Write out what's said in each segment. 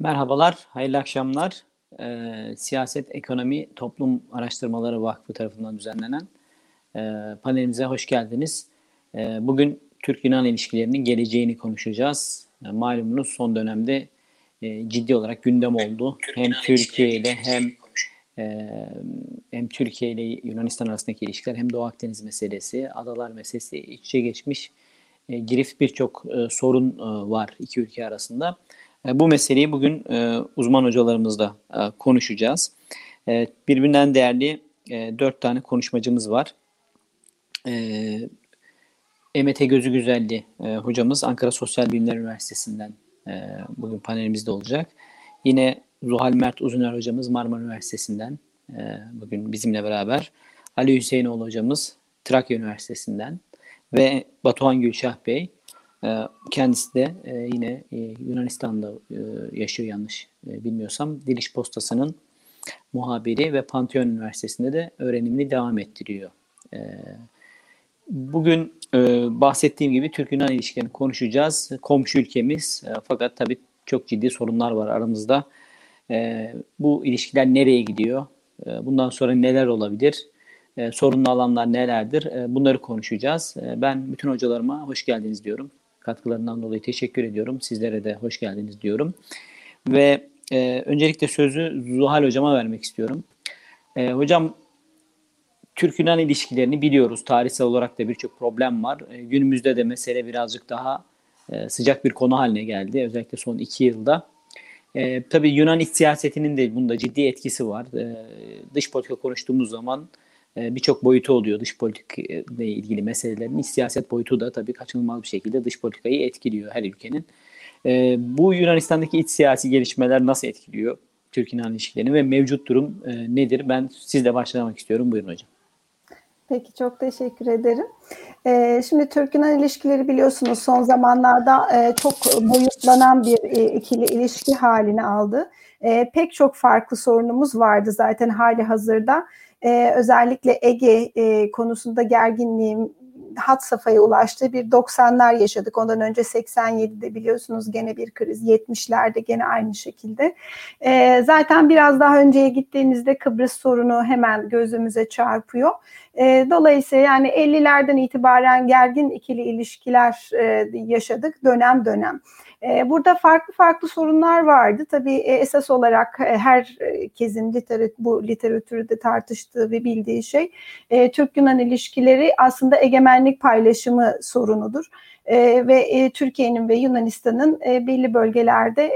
Merhabalar, hayırlı akşamlar. Siyaset, Ekonomi, Toplum Araştırmaları Vakfı tarafından düzenlenen panelimize hoş geldiniz. Bugün Türk-Yunan ilişkilerinin geleceğini konuşacağız. Malumunuz son dönemde ciddi olarak gündem oldu. E, Hem Türkiye ile Yunanistan arasındaki ilişkiler hem Doğu Akdeniz meselesi, adalar meselesi iç içe geçmiş. Girift birçok sorun var iki ülke arasında. Bu meseleyi bugün uzman hocalarımızla konuşacağız. Birbirinden değerli 4 tane konuşmacımız var. Emete Gözü Güzelli hocamız Ankara Sosyal Bilimler Üniversitesi'nden bugün panelimizde olacak. Yine Zuhal Mert Uzuner hocamız Marmara Üniversitesi'nden bugün bizimle beraber. Ali Hüseyinoğlu hocamız Trakya Üniversitesi'nden ve Batuhan Gülşah Bey. Kendisi de yine Yunanistan'da yaşıyor yanlış bilmiyorsam. Diliş Postası'nın muhabiri ve Pantheon Üniversitesi'nde de öğrenimini devam ettiriyor. Bugün bahsettiğim gibi Türk-Yunan ilişkilerini konuşacağız. Komşu ülkemiz fakat tabii çok ciddi sorunlar var aramızda. Bu ilişkiler nereye gidiyor? Bundan sonra neler olabilir? Sorunlu alanlar nelerdir? Bunları konuşacağız. Ben bütün hocalarıma hoş geldiniz diyorum. Katkılarından dolayı teşekkür ediyorum. Sizlere de hoş geldiniz diyorum. Ve öncelikle sözü Zuhal hocama vermek istiyorum. Hocam, Türk-Yunan ilişkilerini biliyoruz. Tarihsel olarak da birçok problem var. Günümüzde de mesele birazcık daha sıcak bir konu haline geldi. Özellikle son 2 yılda. Tabii Yunan iç siyasetinin de bunda ciddi etkisi var. Dış politika konuştuğumuz zaman birçok boyutu oluyor dış politika ile ilgili meselelerin. İç siyaset boyutu da tabii kaçınılmaz bir şekilde dış politikayı etkiliyor her ülkenin. Bu Yunanistan'daki iç siyasi gelişmeler nasıl etkiliyor Türk-Yunan ilişkilerini ve mevcut durum nedir? Ben sizle başlamak istiyorum. Buyurun hocam. Peki, çok teşekkür ederim. Şimdi Türk-Yunan ilişkileri biliyorsunuz son zamanlarda çok boyutlanan bir ikili ilişki halini aldı. Pek çok farklı sorunumuz vardı zaten hali hazırda. Özellikle Ege konusunda gerginliğin had safhaya ulaştığı bir 90'lar yaşadık. Ondan önce 87'de biliyorsunuz gene bir kriz, 70'lerde gene aynı şekilde. Zaten biraz daha önceye gittiğimizde Kıbrıs sorunu hemen gözümüze çarpıyor. Dolayısıyla yani 50'lerden itibaren gergin ikili ilişkiler yaşadık dönem dönem. Burada farklı sorunlar vardı. Tabii esas olarak herkesin bu literatürde tartıştığı ve bildiği şey Türk-Yunan ilişkileri aslında egemenlik paylaşımı sorunudur. Ve Türkiye'nin ve Yunanistan'ın belli bölgelerde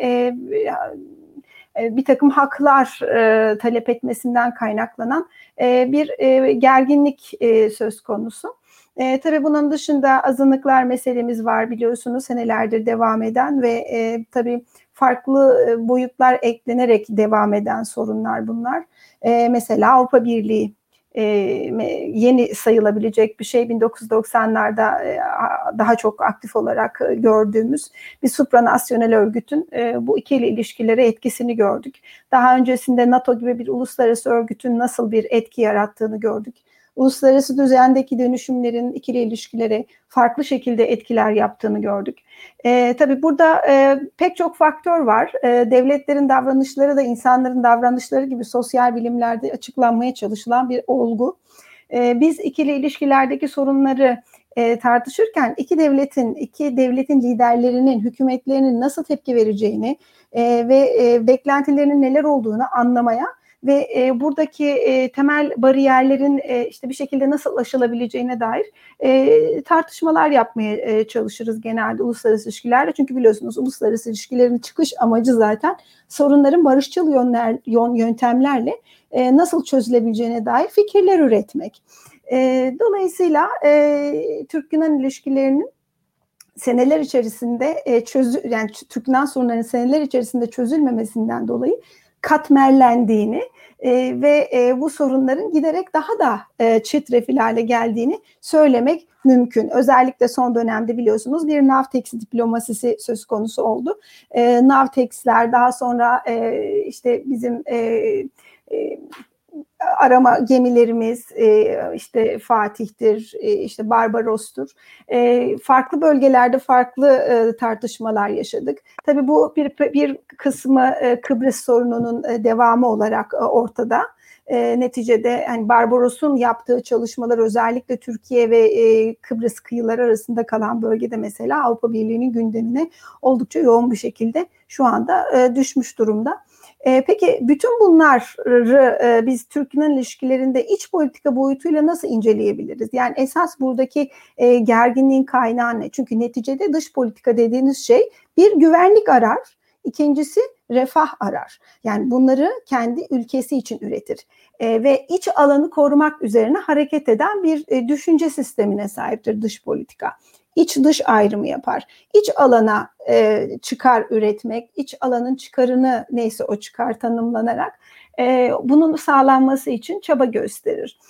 bir takım haklar talep etmesinden kaynaklanan bir gerginlik söz konusu. Tabii bunun dışında azınlıklar meselemiz var biliyorsunuz senelerdir devam eden ve tabii farklı boyutlar eklenerek devam eden sorunlar bunlar. Mesela Avrupa Birliği yeni sayılabilecek bir şey 1990'larda daha çok aktif olarak gördüğümüz bir supranasyonel örgütün bu ikili ilişkilere etkisini gördük. Daha öncesinde NATO gibi bir uluslararası örgütün nasıl bir etki yarattığını gördük. Uluslararası düzendeki dönüşümlerin ikili ilişkilere farklı şekilde etkiler yaptığını gördük. Tabii burada pek çok faktör var. Devletlerin davranışları da insanların davranışları gibi sosyal bilimlerde açıklanmaya çalışılan bir olgu. Biz ikili ilişkilerdeki sorunları tartışırken iki devletin liderlerinin, hükümetlerinin nasıl tepki vereceğini ve beklentilerinin neler olduğunu anlamaya ve buradaki temel bariyerlerin işte bir şekilde nasıl aşılabileceğine dair tartışmalar yapmaya çalışırız genelde uluslararası ilişkilerde. Çünkü biliyorsunuz uluslararası ilişkilerin çıkış amacı zaten sorunların barışçıl yöntemlerle nasıl çözülebileceğine dair fikirler üretmek. Dolayısıyla Türk-Yunan ilişkilerinin seneler içerisinde yani Türk-Yunan sorunlarının seneler içerisinde çözülmemesinden dolayı katmerlendiğini ve bu sorunların giderek daha da çetrefil hale geldiğini söylemek mümkün. Özellikle son dönemde biliyorsunuz bir Navtex diplomasisi söz konusu oldu. Navtex'ler daha sonra işte bizim arama gemilerimiz, işte Fatih'tir, işte Barbaros'tur. Farklı bölgelerde farklı tartışmalar yaşadık. Tabii bu bir kısmı Kıbrıs sorununun devamı olarak ortada. Neticede yani Barbaros'un yaptığı çalışmalar özellikle Türkiye ve Kıbrıs kıyıları arasında kalan bölgede mesela Avrupa Birliği'nin gündemine oldukça yoğun bir şekilde şu anda düşmüş durumda. Peki bütün bunları biz Türk-Yunan ilişkilerinde iç politika boyutuyla nasıl inceleyebiliriz? Yani esas buradaki gerginliğin kaynağı ne? Çünkü neticede dış politika dediğiniz şey bir güvenlik arar, ikincisi refah arar. Yani bunları kendi ülkesi için üretir. Ve iç alanı korumak üzerine hareket eden bir düşünce sistemine sahiptir dış politika. İç dış ayrımı yapar. İç alana çıkar üretmek, iç alanın çıkarını neyse o çıkar tanımlanarak bunun sağlanması için çaba gösterir.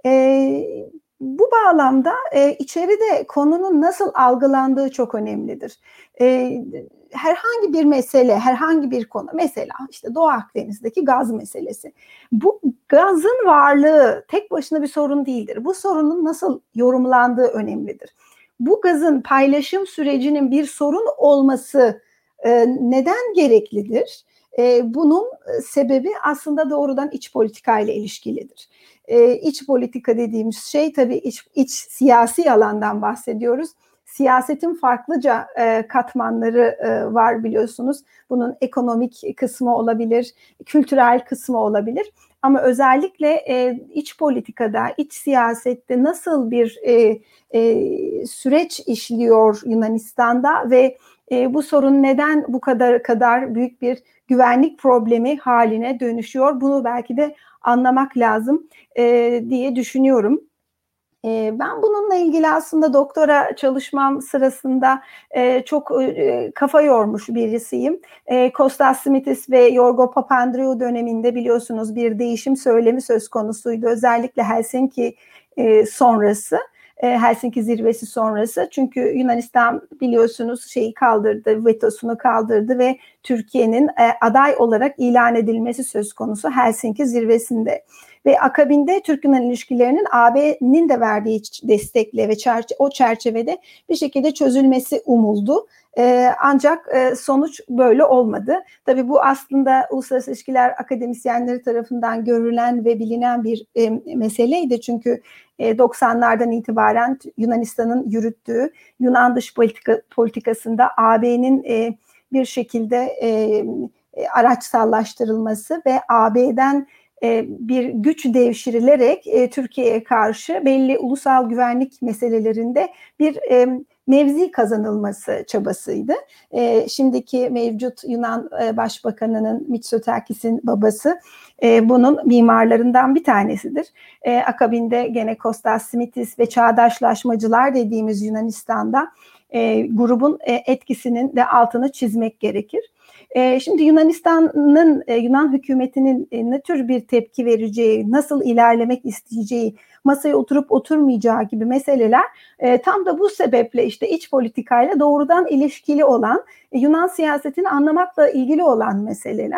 Bu bağlamda içeride konunun nasıl algılandığı çok önemlidir. Herhangi bir mesele, herhangi bir konu, mesela işte Doğu Akdeniz'deki gaz meselesi. Bu gazın varlığı tek başına bir sorun değildir. Bu sorunun nasıl yorumlandığı önemlidir. Bu gazın paylaşım sürecinin bir sorun olması neden gereklidir? Bunun sebebi aslında doğrudan iç politika ile ilişkilidir. İç politika dediğimiz şey tabii iç siyasi alandan bahsediyoruz. Siyasetin farklıca katmanları var biliyorsunuz. Bunun ekonomik kısmı olabilir, kültürel kısmı olabilir. Ama özellikle iç politikada, iç siyasette nasıl bir süreç işliyor Yunanistan'da ve bu sorun neden bu kadar büyük bir güvenlik problemi haline dönüşüyor? Bunu belki de anlamak lazım diye düşünüyorum. Ben bununla ilgili aslında doktora çalışmam sırasında çok kafa yormuş birisiyim. Kostas Simitis ve Yorgo Papandreou döneminde biliyorsunuz bir değişim söylemi söz konusuydu. Özellikle Helsinki sonrası. Helsinki zirvesi sonrası. Çünkü Yunanistan biliyorsunuz şeyi kaldırdı, vetosunu kaldırdı ve Türkiye'nin aday olarak ilan edilmesi söz konusu Helsinki zirvesinde. Ve akabinde Türk-Yunan ilişkilerinin AB'nin de verdiği destekle ve o çerçevede bir şekilde çözülmesi umuldu. Ancak sonuç böyle olmadı. Tabii bu aslında uluslararası ilişkiler akademisyenleri tarafından görülen ve bilinen bir meseleydi. Çünkü 90'lardan itibaren Yunanistan'ın yürüttüğü Yunan dış politikasında AB'nin bir şekilde araçsallaştırılması ve AB'den bir güç devşirilerek Türkiye'ye karşı belli ulusal güvenlik meselelerinde bir mevzi kazanılması çabasıydı. Şimdiki mevcut Yunan Başbakanı'nın Mitsotakis'in babası bunun mimarlarından bir tanesidir. Akabinde gene Kostas Simitis ve çağdaşlaşmacılar dediğimiz Yunanistan'da grubun etkisinin de altını çizmek gerekir. Şimdi Yunan hükümetinin ne tür bir tepki vereceği, nasıl ilerlemek isteyeceği, masaya oturup oturmayacağı gibi meseleler tam da bu sebeple işte iç politikayla doğrudan ilişkili olan, Yunan siyasetini anlamakla ilgili olan meseleler.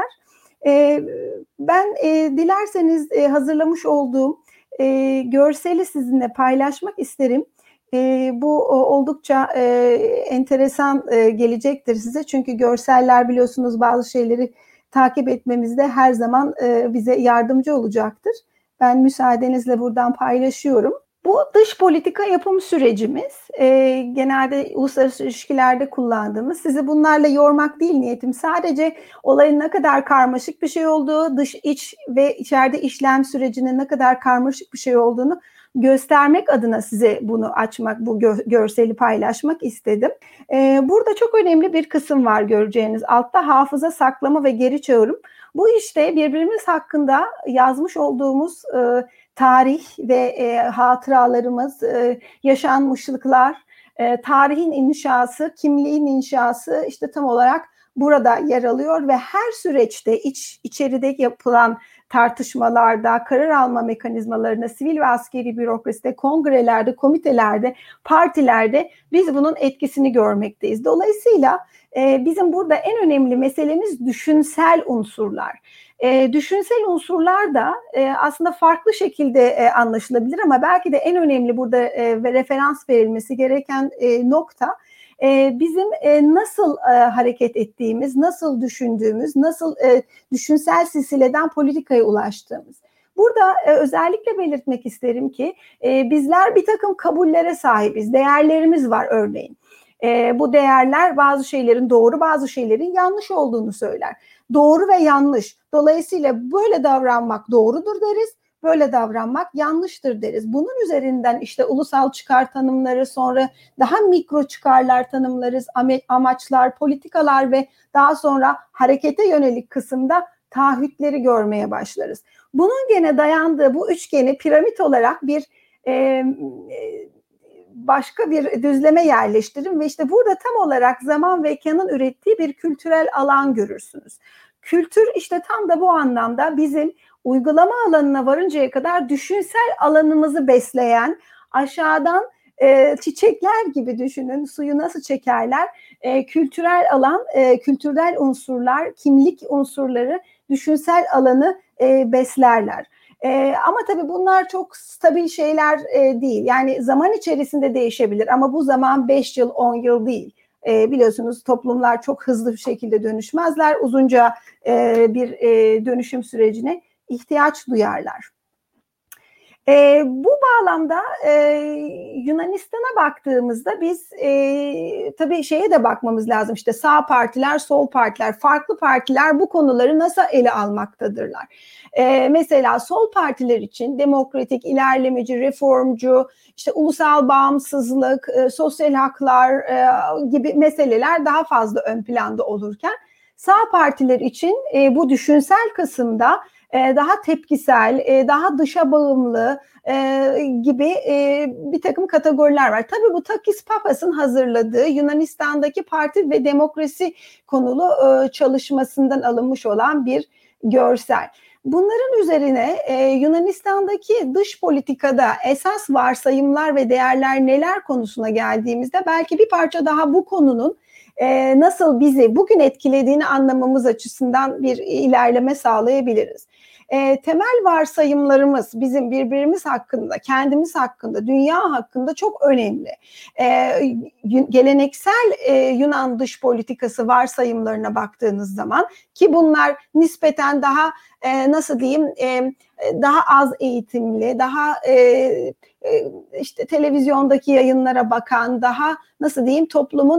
Ben dilerseniz hazırlamış olduğum görseli sizinle paylaşmak isterim. Bu oldukça enteresan gelecektir size. Çünkü görseller biliyorsunuz bazı şeyleri takip etmemizde her zaman bize yardımcı olacaktır. Ben müsaadenizle buradan paylaşıyorum. Bu dış politika yapım sürecimiz genelde uluslararası ilişkilerde kullandığımız, sizi bunlarla yormak değil niyetim. Sadece olayın ne kadar karmaşık bir şey olduğu, dış iç ve içeride işlem sürecinin ne kadar karmaşık bir şey olduğunu göstermek adına size bunu açmak, bu görseli paylaşmak istedim. Burada çok önemli bir kısım var göreceğiniz. Altta hafıza, saklama ve geri çağırım. Bu işte birbirimiz hakkında yazmış olduğumuz tarih ve hatıralarımız, yaşanmışlıklar, tarihin inşası, kimliğin inşası işte tam olarak burada yer alıyor ve her süreçte içeride yapılan tartışmalarda, karar alma mekanizmalarında, sivil ve askeri bürokraside, kongrelerde, komitelerde, partilerde biz bunun etkisini görmekteyiz. Dolayısıyla bizim burada en önemli meselemiz düşünsel unsurlar. Düşünsel unsurlar da aslında farklı şekilde anlaşılabilir ama belki de en önemli burada ve referans verilmesi gereken nokta bizim nasıl hareket ettiğimiz, nasıl düşündüğümüz, nasıl düşünsel silsileden politikaya ulaştığımız. Burada özellikle belirtmek isterim ki bizler bir takım kabullere sahibiz, değerlerimiz var örneğin. Bu değerler bazı şeylerin doğru, bazı şeylerin yanlış olduğunu söyler. Doğru ve yanlış. Dolayısıyla böyle davranmak doğrudur deriz, böyle davranmak yanlıştır deriz. Bunun üzerinden işte ulusal çıkar tanımları, sonra daha mikro çıkarlar tanımlarız, amaçlar, politikalar ve daha sonra harekete yönelik kısımda taahhütleri görmeye başlarız. Bunun gene dayandığı bu üçgeni piramit olarak bir başka bir düzleme yerleştirin ve işte burada tam olarak zaman ve mekanın ürettiği bir kültürel alan görürsünüz. Kültür işte tam da bu anlamda bizim uygulama alanına varıncaya kadar düşünsel alanımızı besleyen, aşağıdan çiçekler gibi düşünün, suyu nasıl çekerler, kültürel alan, kültürel unsurlar, kimlik unsurları düşünsel alanı beslerler. Ama tabii bunlar çok stabil şeyler değil. Yani zaman içerisinde değişebilir ama bu zaman 5 yıl, 10 yıl değil. Biliyorsunuz toplumlar çok hızlı bir şekilde dönüşmezler. Uzunca bir dönüşüm sürecine ihtiyaç duyarlar. Bu bağlamda Yunanistan'a baktığımızda biz tabii şeye de bakmamız lazım. İşte sağ partiler, sol partiler, farklı partiler bu konuları nasıl ele almaktadırlar? Mesela sol partiler için demokratik, ilerlemeci, reformcu, işte ulusal bağımsızlık, sosyal haklar gibi meseleler daha fazla ön planda olurken sağ partiler için bu düşünsel kısımda daha tepkisel, daha dışa bağımlı gibi bir takım kategoriler var. Tabii bu Takis Papas'ın hazırladığı Yunanistan'daki parti ve demokrasi konulu çalışmasından alınmış olan bir görsel. Bunların üzerine Yunanistan'daki dış politikada esas varsayımlar ve değerler neler konusuna geldiğimizde belki bir parça daha bu konunun nasıl bizi bugün etkilediğini anlamamız açısından bir ilerleme sağlayabiliriz. Temel varsayımlarımız bizim birbirimiz hakkında, kendimiz hakkında, dünya hakkında çok önemli. Geleneksel Yunan dış politikası varsayımlarına baktığınız zaman ki bunlar nispeten daha nasıl diyeyim daha az eğitimli, daha işte televizyondaki yayınlara bakan, daha nasıl diyeyim toplumun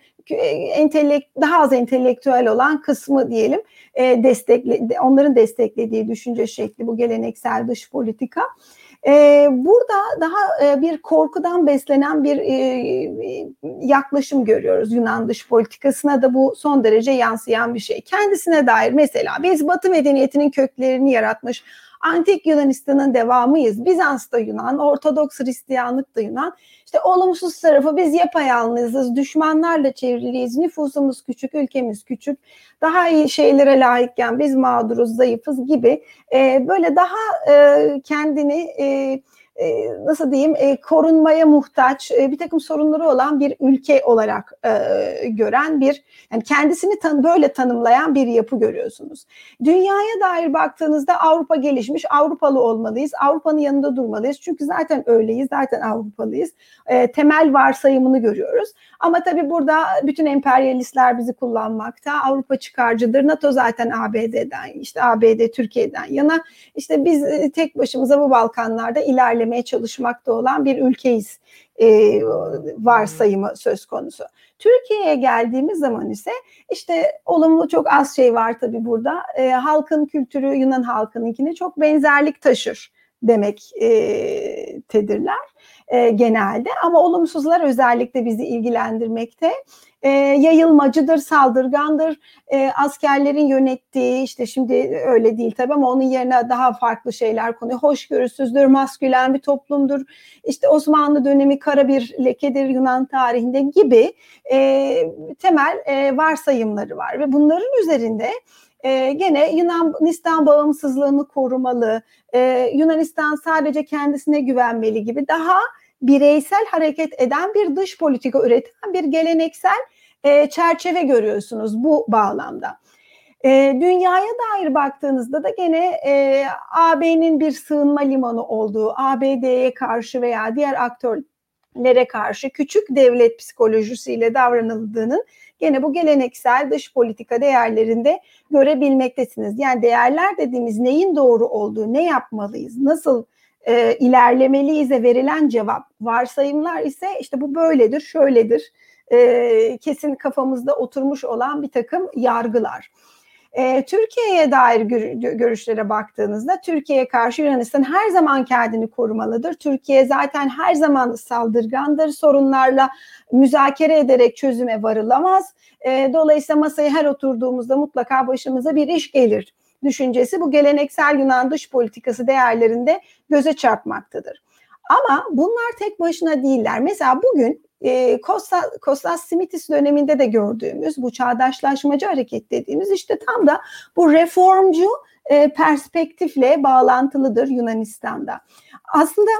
daha az entelektüel olan kısmı diyelim onların desteklediği düşünce şekli bu geleneksel dış politika. Burada daha bir korkudan beslenen bir yaklaşım görüyoruz Yunan dış politikasına da bu son derece yansıyan bir şey. Kendisine dair mesela biz Batı medeniyetinin köklerini yaratmış Antik Yunanistan'ın devamıyız. Bizans'ta Yunan, Ortodoks Hristiyanlık'ta Yunan. İşte olumsuz tarafı biz yapayalnızız, düşmanlarla çevriliyiz, nüfusumuz küçük, ülkemiz küçük, daha iyi şeylere layıkken biz mağduruz, zayıfız gibi böyle daha kendini nasıl diyeyim korunmaya muhtaç bir takım sorunları olan bir ülke olarak gören bir yani kendisini böyle tanımlayan bir yapı görüyorsunuz. Dünyaya dair baktığınızda Avrupa gelişmiş, Avrupalı olmalıyız, Avrupa'nın yanında durmalıyız çünkü zaten öyleyiz, zaten Avrupalıyız. Temel varsayımını görüyoruz. Ama tabii burada bütün emperyalistler bizi kullanmakta. Avrupa çıkarcıdır. NATO zaten ABD'den, işte ABD Türkiye'den yana. İşte biz tek başımıza bu Balkanlarda ilerlemeye çalışmakta olan bir ülkeyiz varsayımı söz konusu. Türkiye'ye geldiğimiz zaman ise işte olumlu çok az şey var tabii burada. Halkın kültürü Yunan halkınınkine çok benzerlik taşır. demektedirler genelde. Ama olumsuzlar özellikle bizi ilgilendirmekte. Yayılmacıdır, saldırgandır, askerlerin yönettiği, işte şimdi öyle değil tabii ama onun yerine daha farklı şeyler konuyor. Hoşgörüsüzdür, maskülen bir toplumdur, işte Osmanlı dönemi kara bir lekedir Yunan tarihinde gibi temel varsayımları var ve bunların üzerinde gene Yunanistan bağımsızlığını korumalı, Yunanistan sadece kendisine güvenmeli gibi daha bireysel hareket eden bir dış politika üreten bir geleneksel çerçeve görüyorsunuz bu bağlamda. Dünyaya dair baktığınızda da gene AB'nin bir sığınma limanı olduğu, ABD'ye karşı veya diğer aktörlere karşı küçük devlet psikolojisiyle davranıldığının gene bu geleneksel dış politika değerlerinde görebilmektesiniz. Yani değerler dediğimiz neyin doğru olduğu, ne yapmalıyız, nasıl ilerlemeliyize verilen cevap. Varsayımlar ise işte bu böyledir, şöyledir. Kesin kafamızda oturmuş olan bir takım yargılar. Türkiye'ye dair görüşlere baktığınızda Türkiye'ye karşı Yunanistan her zaman kendini korumalıdır. Türkiye zaten her zaman saldırgandır. Sorunlarla müzakere ederek çözüme varılamaz. Dolayısıyla masaya her oturduğumuzda mutlaka başımıza bir iş gelir düşüncesi bu geleneksel Yunan dış politikası değerlerinde göze çarpmaktadır. Ama bunlar tek başına değiller. Mesela bugün Kostas Simitis döneminde de gördüğümüz bu çağdaşlaşmacı hareket dediğimiz işte tam da bu reformcu perspektifle bağlantılıdır Yunanistan'da. Aslında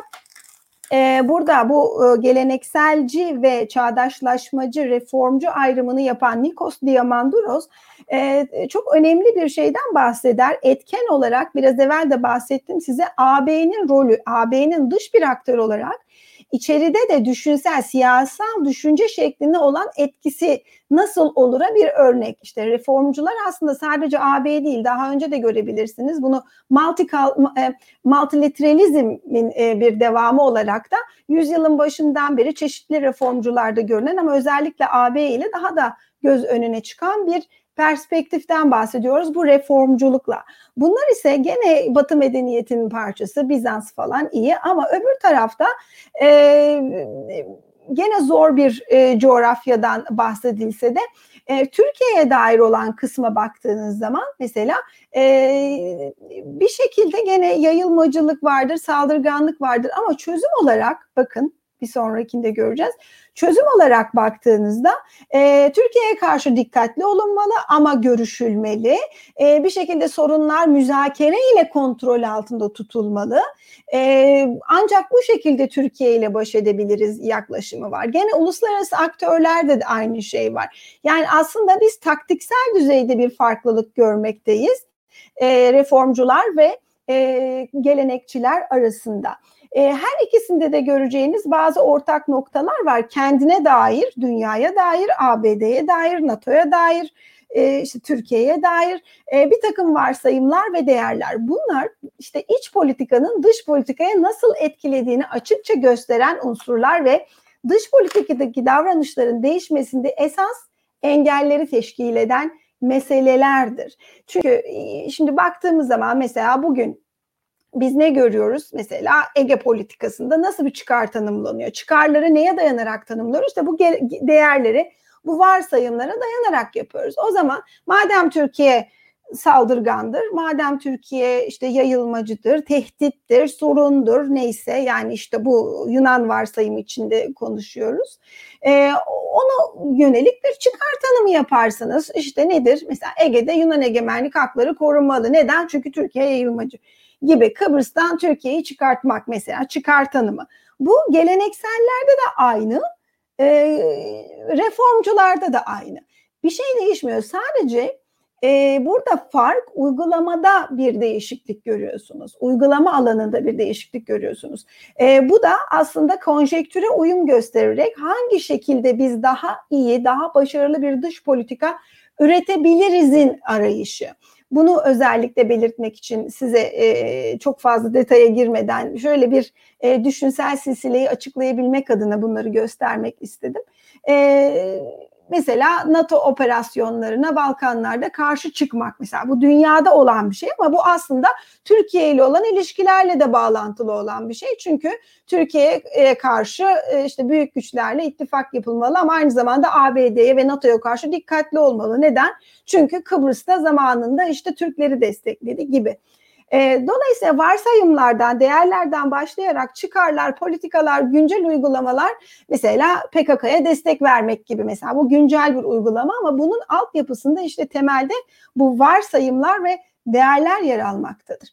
burada bu gelenekselci ve çağdaşlaşmacı, reformcu ayrımını yapan Nikos Diamandouros çok önemli bir şeyden bahseder. Etken olarak biraz evvel de bahsettim size AB'nin rolü, AB'nin dış bir aktör olarak içeride de düşünsel, siyasal düşünce şeklinde olan etkisi nasıl olur'a bir örnek. İşte reformcular aslında sadece AB değil, daha önce de görebilirsiniz. Bunu multilateralizmin bir devamı olarak da yüzyılın başından beri çeşitli reformcularda görünen ama özellikle AB ile daha da göz önüne çıkan bir perspektiften bahsediyoruz bu reformculukla. Bunlar ise gene Batı medeniyetinin parçası, Bizans falan iyi ama öbür tarafta gene zor bir coğrafyadan bahsedilse de Türkiye'ye dair olan kısma baktığınız zaman mesela bir şekilde gene yayılmacılık vardır, saldırganlık vardır ama çözüm olarak bakın bir sonrakinde göreceğiz. Çözüm olarak baktığınızda Türkiye'ye karşı dikkatli olunmalı ama görüşülmeli. Bir şekilde sorunlar müzakere ile kontrol altında tutulmalı. Ancak bu şekilde Türkiye ile baş edebiliriz yaklaşımı var. Gene uluslararası aktörlerde de aynı şey var. Yani aslında biz taktiksel düzeyde bir farklılık görmekteyiz. Reformcular ve gelenekçiler arasında. Her ikisinde de göreceğiniz bazı ortak noktalar var. Kendine dair, dünyaya dair, ABD'ye dair, NATO'ya dair, işte Türkiye'ye dair bir takım varsayımlar ve değerler. Bunlar işte iç politikanın dış politikaya nasıl etkilediğini açıkça gösteren unsurlar ve dış politikadaki davranışların değişmesinde esas engelleri teşkil eden meselelerdir. Çünkü şimdi baktığımız zaman mesela bugün biz ne görüyoruz? Mesela Ege politikasında nasıl bir çıkar tanımlanıyor? Çıkarları neye dayanarak tanımlıyoruz? İşte bu değerleri, bu varsayımlara dayanarak yapıyoruz. O zaman madem Türkiye saldırgandır, madem Türkiye işte yayılmacıdır, tehdittir, sorundur neyse yani işte bu Yunan varsayımı içinde konuşuyoruz. Ona yönelik bir çıkar tanımı yaparsınız. İşte nedir? Mesela Ege'de Yunan egemenlik hakları korunmalı. Neden? Çünkü Türkiye yayılmacı gibi Kıbrıs'tan Türkiye'yi çıkartmak mesela çıkar tanımı. Bu geleneksellerde de aynı, reformcularda da aynı. Bir şey değişmiyor. Sadece burada fark uygulamada bir değişiklik görüyorsunuz. Uygulama alanında bir değişiklik görüyorsunuz. Bu da aslında konjektüre uyum göstererek hangi şekilde biz daha iyi, daha başarılı bir dış politika üretebilirizin arayışı. Bunu özellikle belirtmek için size çok fazla detaya girmeden şöyle bir düşünsel silsileyi açıklayabilmek adına bunları göstermek istedim. mesela NATO operasyonlarına Balkanlarda karşı çıkmak mesela bu dünyada olan bir şey ama bu aslında Türkiye ile olan ilişkilerle de bağlantılı olan bir şey. Çünkü Türkiye'ye karşı işte büyük güçlerle ittifak yapılmalı ama aynı zamanda ABD'ye ve NATO'ya karşı dikkatli olmalı. Neden? Çünkü Kıbrıs'ta zamanında işte Türkleri destekledi gibi. Dolayısıyla varsayımlardan, değerlerden başlayarak çıkarlar, politikalar, güncel uygulamalar mesela PKK'ya destek vermek gibi mesela bu güncel bir uygulama ama bunun altyapısında işte temelde bu varsayımlar ve değerler yer almaktadır.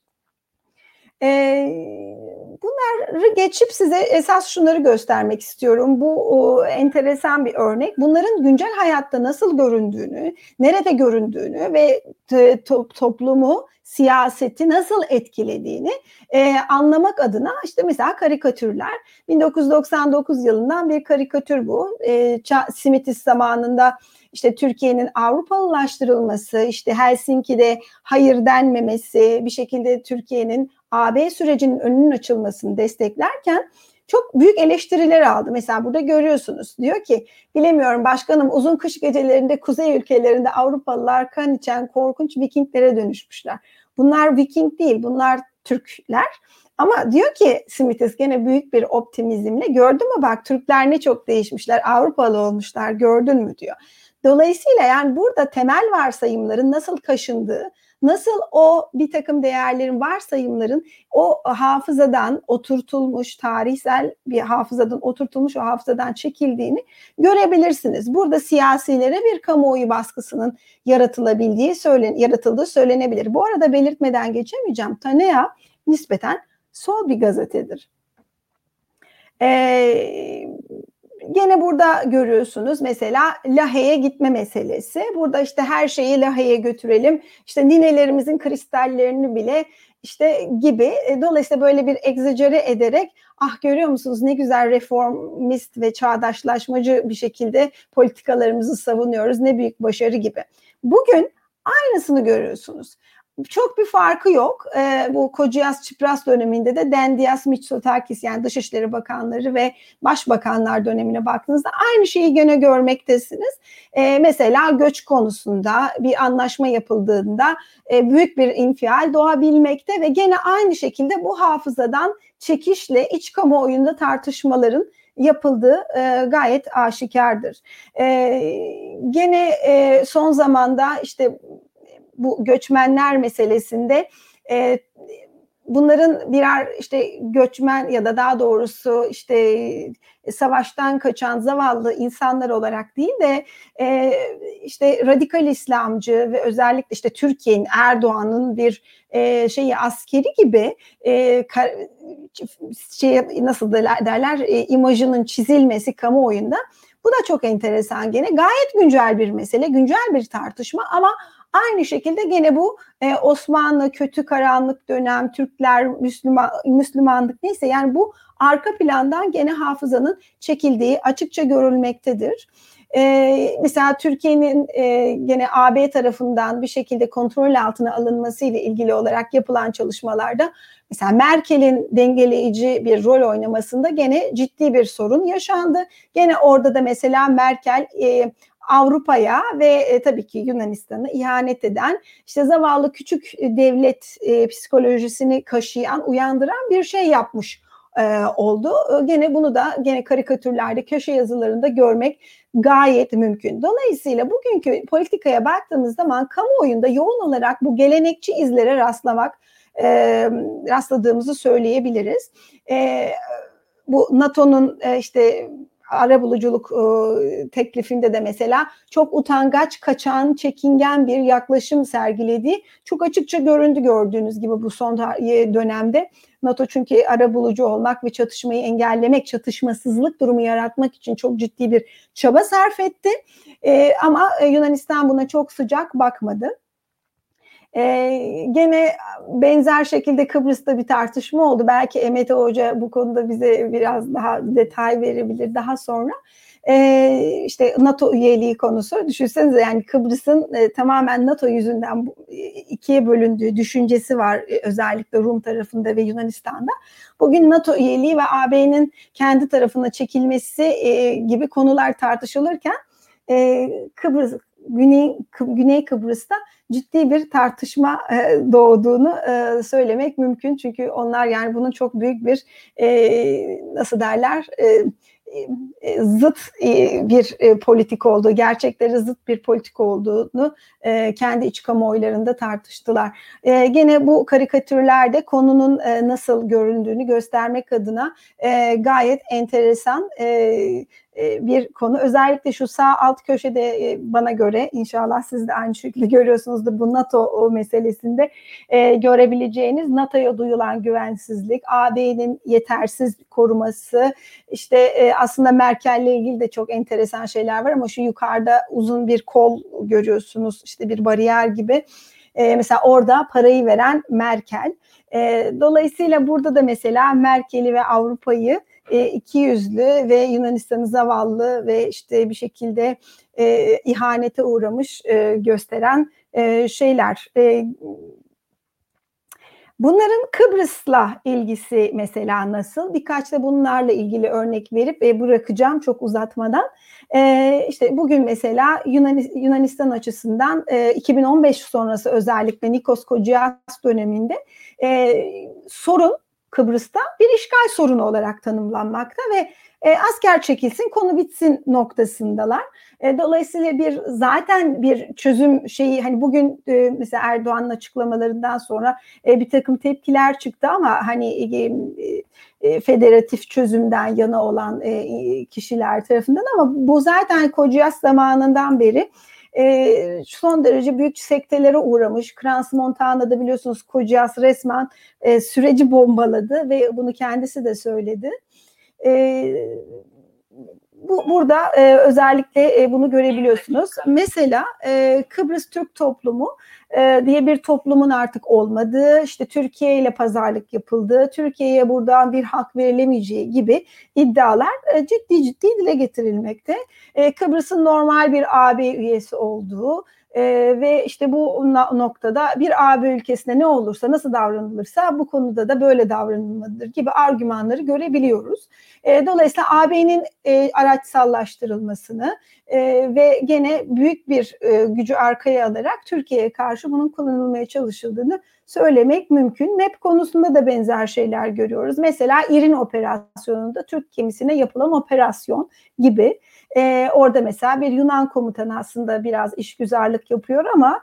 Bunları geçip size esas şunları göstermek istiyorum. Bu enteresan bir örnek. Bunların güncel hayatta nasıl göründüğünü, nerede göründüğünü ve toplumu, siyaseti nasıl etkilediğini anlamak adına işte mesela karikatürler. 1999 yılından bir karikatür bu. Simitis zamanında işte Türkiye'nin Avrupalılaştırılması, işte Helsinki'de hayır denmemesi, bir şekilde Türkiye'nin AB sürecinin önünün açılmasını desteklerken çok büyük eleştiriler aldı. Mesela burada görüyorsunuz. Diyor ki bilemiyorum başkanım uzun kış gecelerinde kuzey ülkelerinde Avrupalılar kan içen korkunç Vikinglere dönüşmüşler. Bunlar Viking değil, bunlar Türkler. Ama diyor ki Simitis gene büyük bir optimizmle gördün mü bak Türkler ne çok değişmişler, Avrupalı olmuşlar gördün mü diyor. Dolayısıyla yani burada temel varsayımların nasıl kaşındığı, nasıl o bir takım değerlerin, varsayımların o hafızadan oturtulmuş, tarihsel bir hafızadan oturtulmuş o hafızadan çekildiğini görebilirsiniz. Burada siyasilere bir kamuoyu baskısının yaratıldığı söylenebilir. Bu arada belirtmeden geçemeyeceğim. Tanea nispeten sol bir gazetedir. Gene burada görüyorsunuz mesela Lahey'e gitme meselesi. Burada işte her şeyi Lahey'e götürelim. İşte ninelerimizin kristallerini bile işte gibi. Dolayısıyla böyle bir egzajere ederek görüyor musunuz ne güzel reformist ve çağdaşlaşmacı bir şekilde politikalarımızı savunuyoruz. Ne büyük başarı gibi. Bugün aynısını görüyorsunuz. Çok bir farkı yok. Bu Kociyas Çipras döneminde de Dendias Mitsotakis yani Dışişleri Bakanları ve Başbakanlar dönemine baktığınızda aynı şeyi gene görmektesiniz. Mesela göç konusunda bir anlaşma yapıldığında büyük bir infial doğabilmekte ve gene aynı şekilde bu hafızadan çekişle iç kamuoyunda tartışmaların yapıldığı gayet aşikardır. Gene son zamanda işte bu göçmenler meselesinde bunların birer işte göçmen ya da daha doğrusu işte savaştan kaçan zavallı insanlar olarak değil de işte radikal İslamcı ve özellikle işte Türkiye'nin Erdoğan'ın bir askeri gibi nasıl derler imajının çizilmesi kamuoyunda bu da çok enteresan gene gayet güncel bir mesele, güncel bir tartışma ama aynı şekilde gene bu Osmanlı, kötü karanlık dönem, Türkler, Müslümanlık neyse yani bu arka plandan gene hafızanın çekildiği açıkça görülmektedir. Mesela Türkiye'nin gene AB tarafından bir şekilde kontrol altına alınması ile ilgili olarak yapılan çalışmalarda mesela Merkel'in dengeleyici bir rol oynamasında gene ciddi bir sorun yaşandı. Gene orada da mesela Merkel Avrupa'ya ve tabii ki Yunanistan'a ihanet eden işte zavallı küçük devlet psikolojisini kaşıyan, uyandıran bir şey yapmış oldu. Gene bunu da gene karikatürlerde, köşe yazılarında görmek gayet mümkün. Dolayısıyla bugünkü politikaya baktığımız zaman kamuoyunda yoğun olarak bu gelenekçi izlere rastladığımızı söyleyebiliriz. Bu NATO'nun işte arabuluculuk teklifinde de mesela çok utangaç, kaçan, çekingen bir yaklaşım sergilediği çok açıkça göründü gördüğünüz gibi bu son dönemde. NATO çünkü arabulucu olmak ve çatışmayı engellemek, çatışmasızlık durumu yaratmak için çok ciddi bir çaba sarf etti. Ama Yunanistan buna çok sıcak bakmadı. Gene benzer şekilde Kıbrıs'ta bir tartışma oldu. Belki Emete Hoca bu konuda bize biraz daha detay verebilir daha sonra. İşte NATO üyeliği konusu. Düşünsenize yani Kıbrıs'ın tamamen NATO yüzünden ikiye bölündüğü düşüncesi var. Özellikle Rum tarafında ve Yunanistan'da. Bugün NATO üyeliği ve AB'nin kendi tarafına çekilmesi gibi konular tartışılırken Kıbrıs, Güney Kıbrıs'ta ciddi bir tartışma doğduğunu söylemek mümkün. Çünkü onlar yani bunun çok büyük bir nasıl derler zıt bir politik olduğu, gerçekleri zıt bir politik olduğunu kendi iç kamuoylarında tartıştılar. Gene bu karikatürlerde konunun nasıl göründüğünü göstermek adına gayet enteresan bir konu. Özellikle şu sağ alt köşede bana göre, inşallah siz de aynı şekilde görüyorsunuzdur, bu NATO meselesinde görebileceğiniz NATO'ya duyulan güvensizlik, AB'nin yetersiz koruması, işte aslında Merkel'le ilgili de çok enteresan şeyler var ama şu yukarıda uzun bir kol görüyorsunuz, işte bir bariyer gibi. Mesela orada parayı veren Merkel. Dolayısıyla burada da mesela Merkel'i ve Avrupa'yı ikiyüzlü ve Yunanistan'ı zavallı ve işte bir şekilde ihanete uğramış gösteren şeyler. Bunların Kıbrıs'la ilgisi mesela nasıl? Birkaç da bunlarla ilgili örnek verip bırakacağım çok uzatmadan. İşte bugün mesela Yunanistan açısından 2015 sonrası özellikle Nikos Kodias döneminde sorun Kıbrıs'ta bir işgal sorunu olarak tanımlanmakta ve asker çekilsin, konu bitsin noktasındalar. Dolayısıyla zaten bir çözüm şeyi, hani bugün mesela Erdoğan'ın açıklamalarından sonra bir takım tepkiler çıktı ama hani federatif çözümden yana olan kişiler tarafından, ama bu zaten Kodias zamanından beri son derece büyük sektelere uğramış. Crans-Montana'da biliyorsunuz Kodias resmen süreci bombaladı ve bunu kendisi de söyledi. Burada özellikle bunu görebiliyorsunuz. Mesela Kıbrıs Türk toplumu diye bir toplumun artık olmadığı, işte Türkiye ile pazarlık yapıldığı, Türkiye'ye buradan bir hak verilemeyeceği gibi iddialar ciddi dile getirilmekte. Kıbrıs'ın normal bir AB üyesi olduğu ve işte bu noktada bir AB ülkesine ne olursa, nasıl davranılırsa bu konuda da böyle davranılmalıdır gibi argümanları görebiliyoruz. Dolayısıyla AB'nin araçsallaştırılmasını ve gene büyük bir gücü arkaya alarak Türkiye'ye karşı bunun kullanılmaya çalışıldığını söylemek mümkün. MEP konusunda da benzer şeyler görüyoruz. Mesela İrin operasyonunda Türk gemisine yapılan operasyon gibi. Orada mesela bir Yunan komutanı aslında biraz işgüzarlık yapıyor ama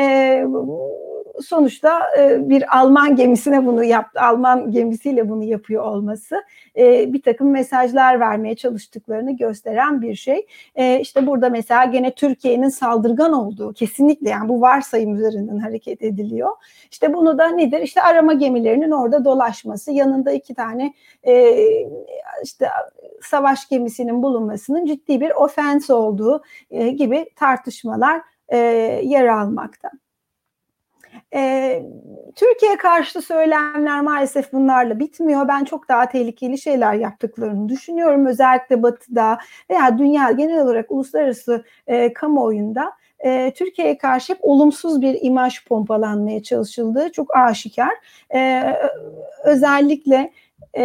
sonuçta bir Alman gemisine bunu yaptı, Alman gemisiyle bunu yapıyor olması bir takım mesajlar vermeye çalıştıklarını gösteren bir şey. İşte burada mesela gene Türkiye'nin saldırgan olduğu kesinlikle, yani bu varsayım üzerinden hareket ediliyor. İşte bunu da nedir? İşte arama gemilerinin orada dolaşması, yanında 2 tane işte savaş gemisinin bulunmasının ciddi bir ofens olduğu gibi tartışmalar yer almakta. Türkiye karşıtı söylemler maalesef bunlarla bitmiyor. Ben çok daha tehlikeli şeyler yaptıklarını düşünüyorum. Özellikle Batı'da veya dünya genel olarak uluslararası kamuoyunda Türkiye'ye karşı hep olumsuz bir imaj pompalanmaya çalışıldığı çok aşikar. Özellikle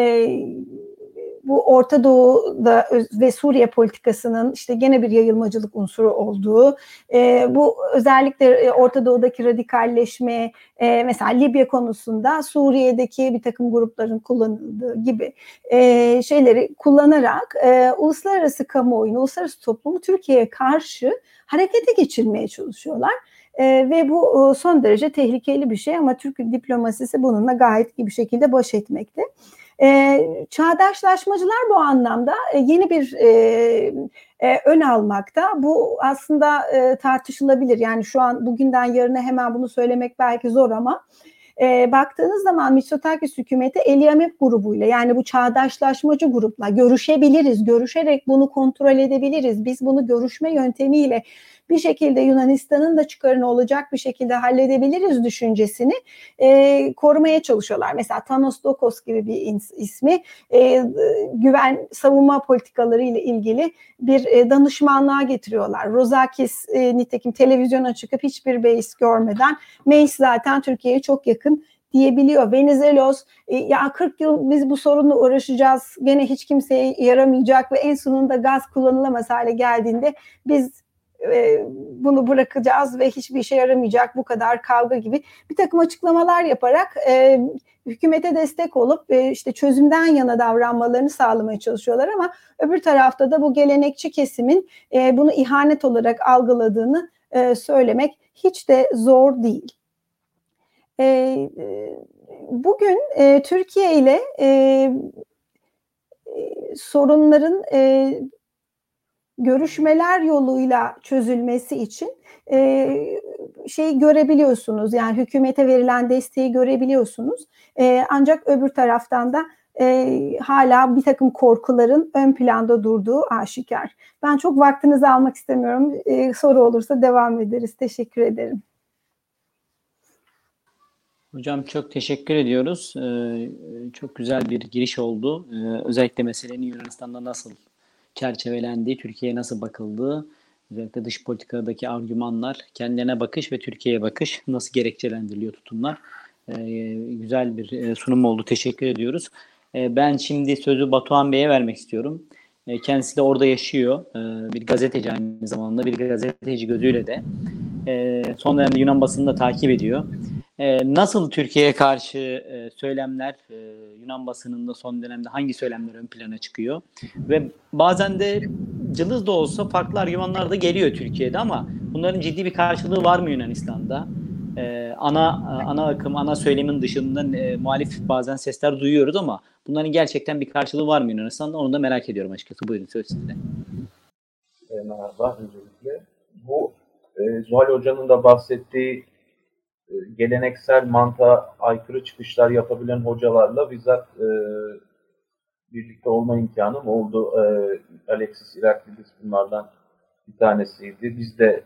bu Orta Doğu'da ve Suriye politikasının işte gene bir yayılmacılık unsuru olduğu, bu özellikle Orta Doğu'daki radikalleşme, mesela Libya konusunda Suriye'deki bir takım grupların kullanıldığı gibi şeyleri kullanarak uluslararası kamuoyunu, uluslararası toplumu Türkiye'ye karşı harekete geçirmeye çalışıyorlar. Ve bu son derece tehlikeli bir şey ama Türk diplomasisi bununla gayet iyi bir şekilde baş etmekte. Çağdaşlaşmacılar bu anlamda yeni bir ön almakta. Bu aslında tartışılabilir. Yani şu an bugünden yarına hemen bunu söylemek belki zor ama baktığınız zaman Mitsotakis hükümeti Eliamep grubuyla, yani bu çağdaşlaşmacı grupla görüşebiliriz, görüşerek bunu kontrol edebiliriz. Biz bunu görüşme yöntemiyle bir şekilde Yunanistan'ın da çıkarını olacak bir şekilde halledebiliriz düşüncesini korumaya çalışıyorlar. Mesela Thanos Dokos gibi bir ismi güven savunma politikaları ile ilgili bir danışmanlığa getiriyorlar. Rozakis nitekim televizyona çıkıp hiçbir beis görmeden Meis zaten Türkiye'ye çok yakın diyebiliyor. Venizelos ya 40 yıl biz bu sorunla uğraşacağız, gene hiç kimseye yaramayacak ve en sonunda gaz kullanılamaz hale geldiğinde biz bunu bırakacağız ve hiçbir işe yaramayacak bu kadar kavga gibi bir takım açıklamalar yaparak hükümete destek olup işte çözümden yana davranmalarını sağlamaya çalışıyorlar ama öbür tarafta da bu gelenekçi kesimin bunu ihanet olarak algıladığını söylemek hiç de zor değil. Bugün Türkiye ile sorunların görüşmeler yoluyla çözülmesi için şeyi görebiliyorsunuz. Yani hükümete verilen desteği görebiliyorsunuz. Ancak öbür taraftan da hala bir takım korkuların ön planda durduğu aşikar. Ben çok vaktinizi almak istemiyorum. Soru olursa devam ederiz. Teşekkür ederim. Hocam çok teşekkür ediyoruz. Çok güzel bir giriş oldu. Özellikle meselenin Yunanistan'da nasıl çerçevelendiği, Türkiye'ye nasıl bakıldığı, özellikle dış politikadaki argümanlar, kendilerine bakış ve Türkiye'ye bakış nasıl gerekçelendiriliyor tutumlar. Güzel bir sunum oldu. Teşekkür ediyoruz. Ben şimdi sözü Batuhan Bey'e vermek istiyorum. Kendisi de orada yaşıyor. Bir gazeteci aynı zamanda, bir gazeteci gözüyle de. Son dönemde Yunan basını da takip ediyor. Nasıl Türkiye'ye karşı söylemler, Yunan basınında son dönemde hangi söylemler ön plana çıkıyor? Ve bazen de cılız da olsa farklı argümanlar da geliyor Türkiye'de ama bunların ciddi bir karşılığı var mı Yunanistan'da? Ana akım, ana söylemin dışında muhalif bazen sesler duyuyoruz ama bunların gerçekten bir karşılığı var mı Yunanistan'da? Onu da merak ediyorum açıkçası. Buyurun söz sizde. Merhaba öncelikle. Bu Zuhal Hoca'nın da bahsettiği geleneksel mantığa aykırı çıkışlar yapabilen hocalarla bizzat birlikte olma imkanım oldu. Alexis Iraklidis bunlardan bir tanesiydi. Biz de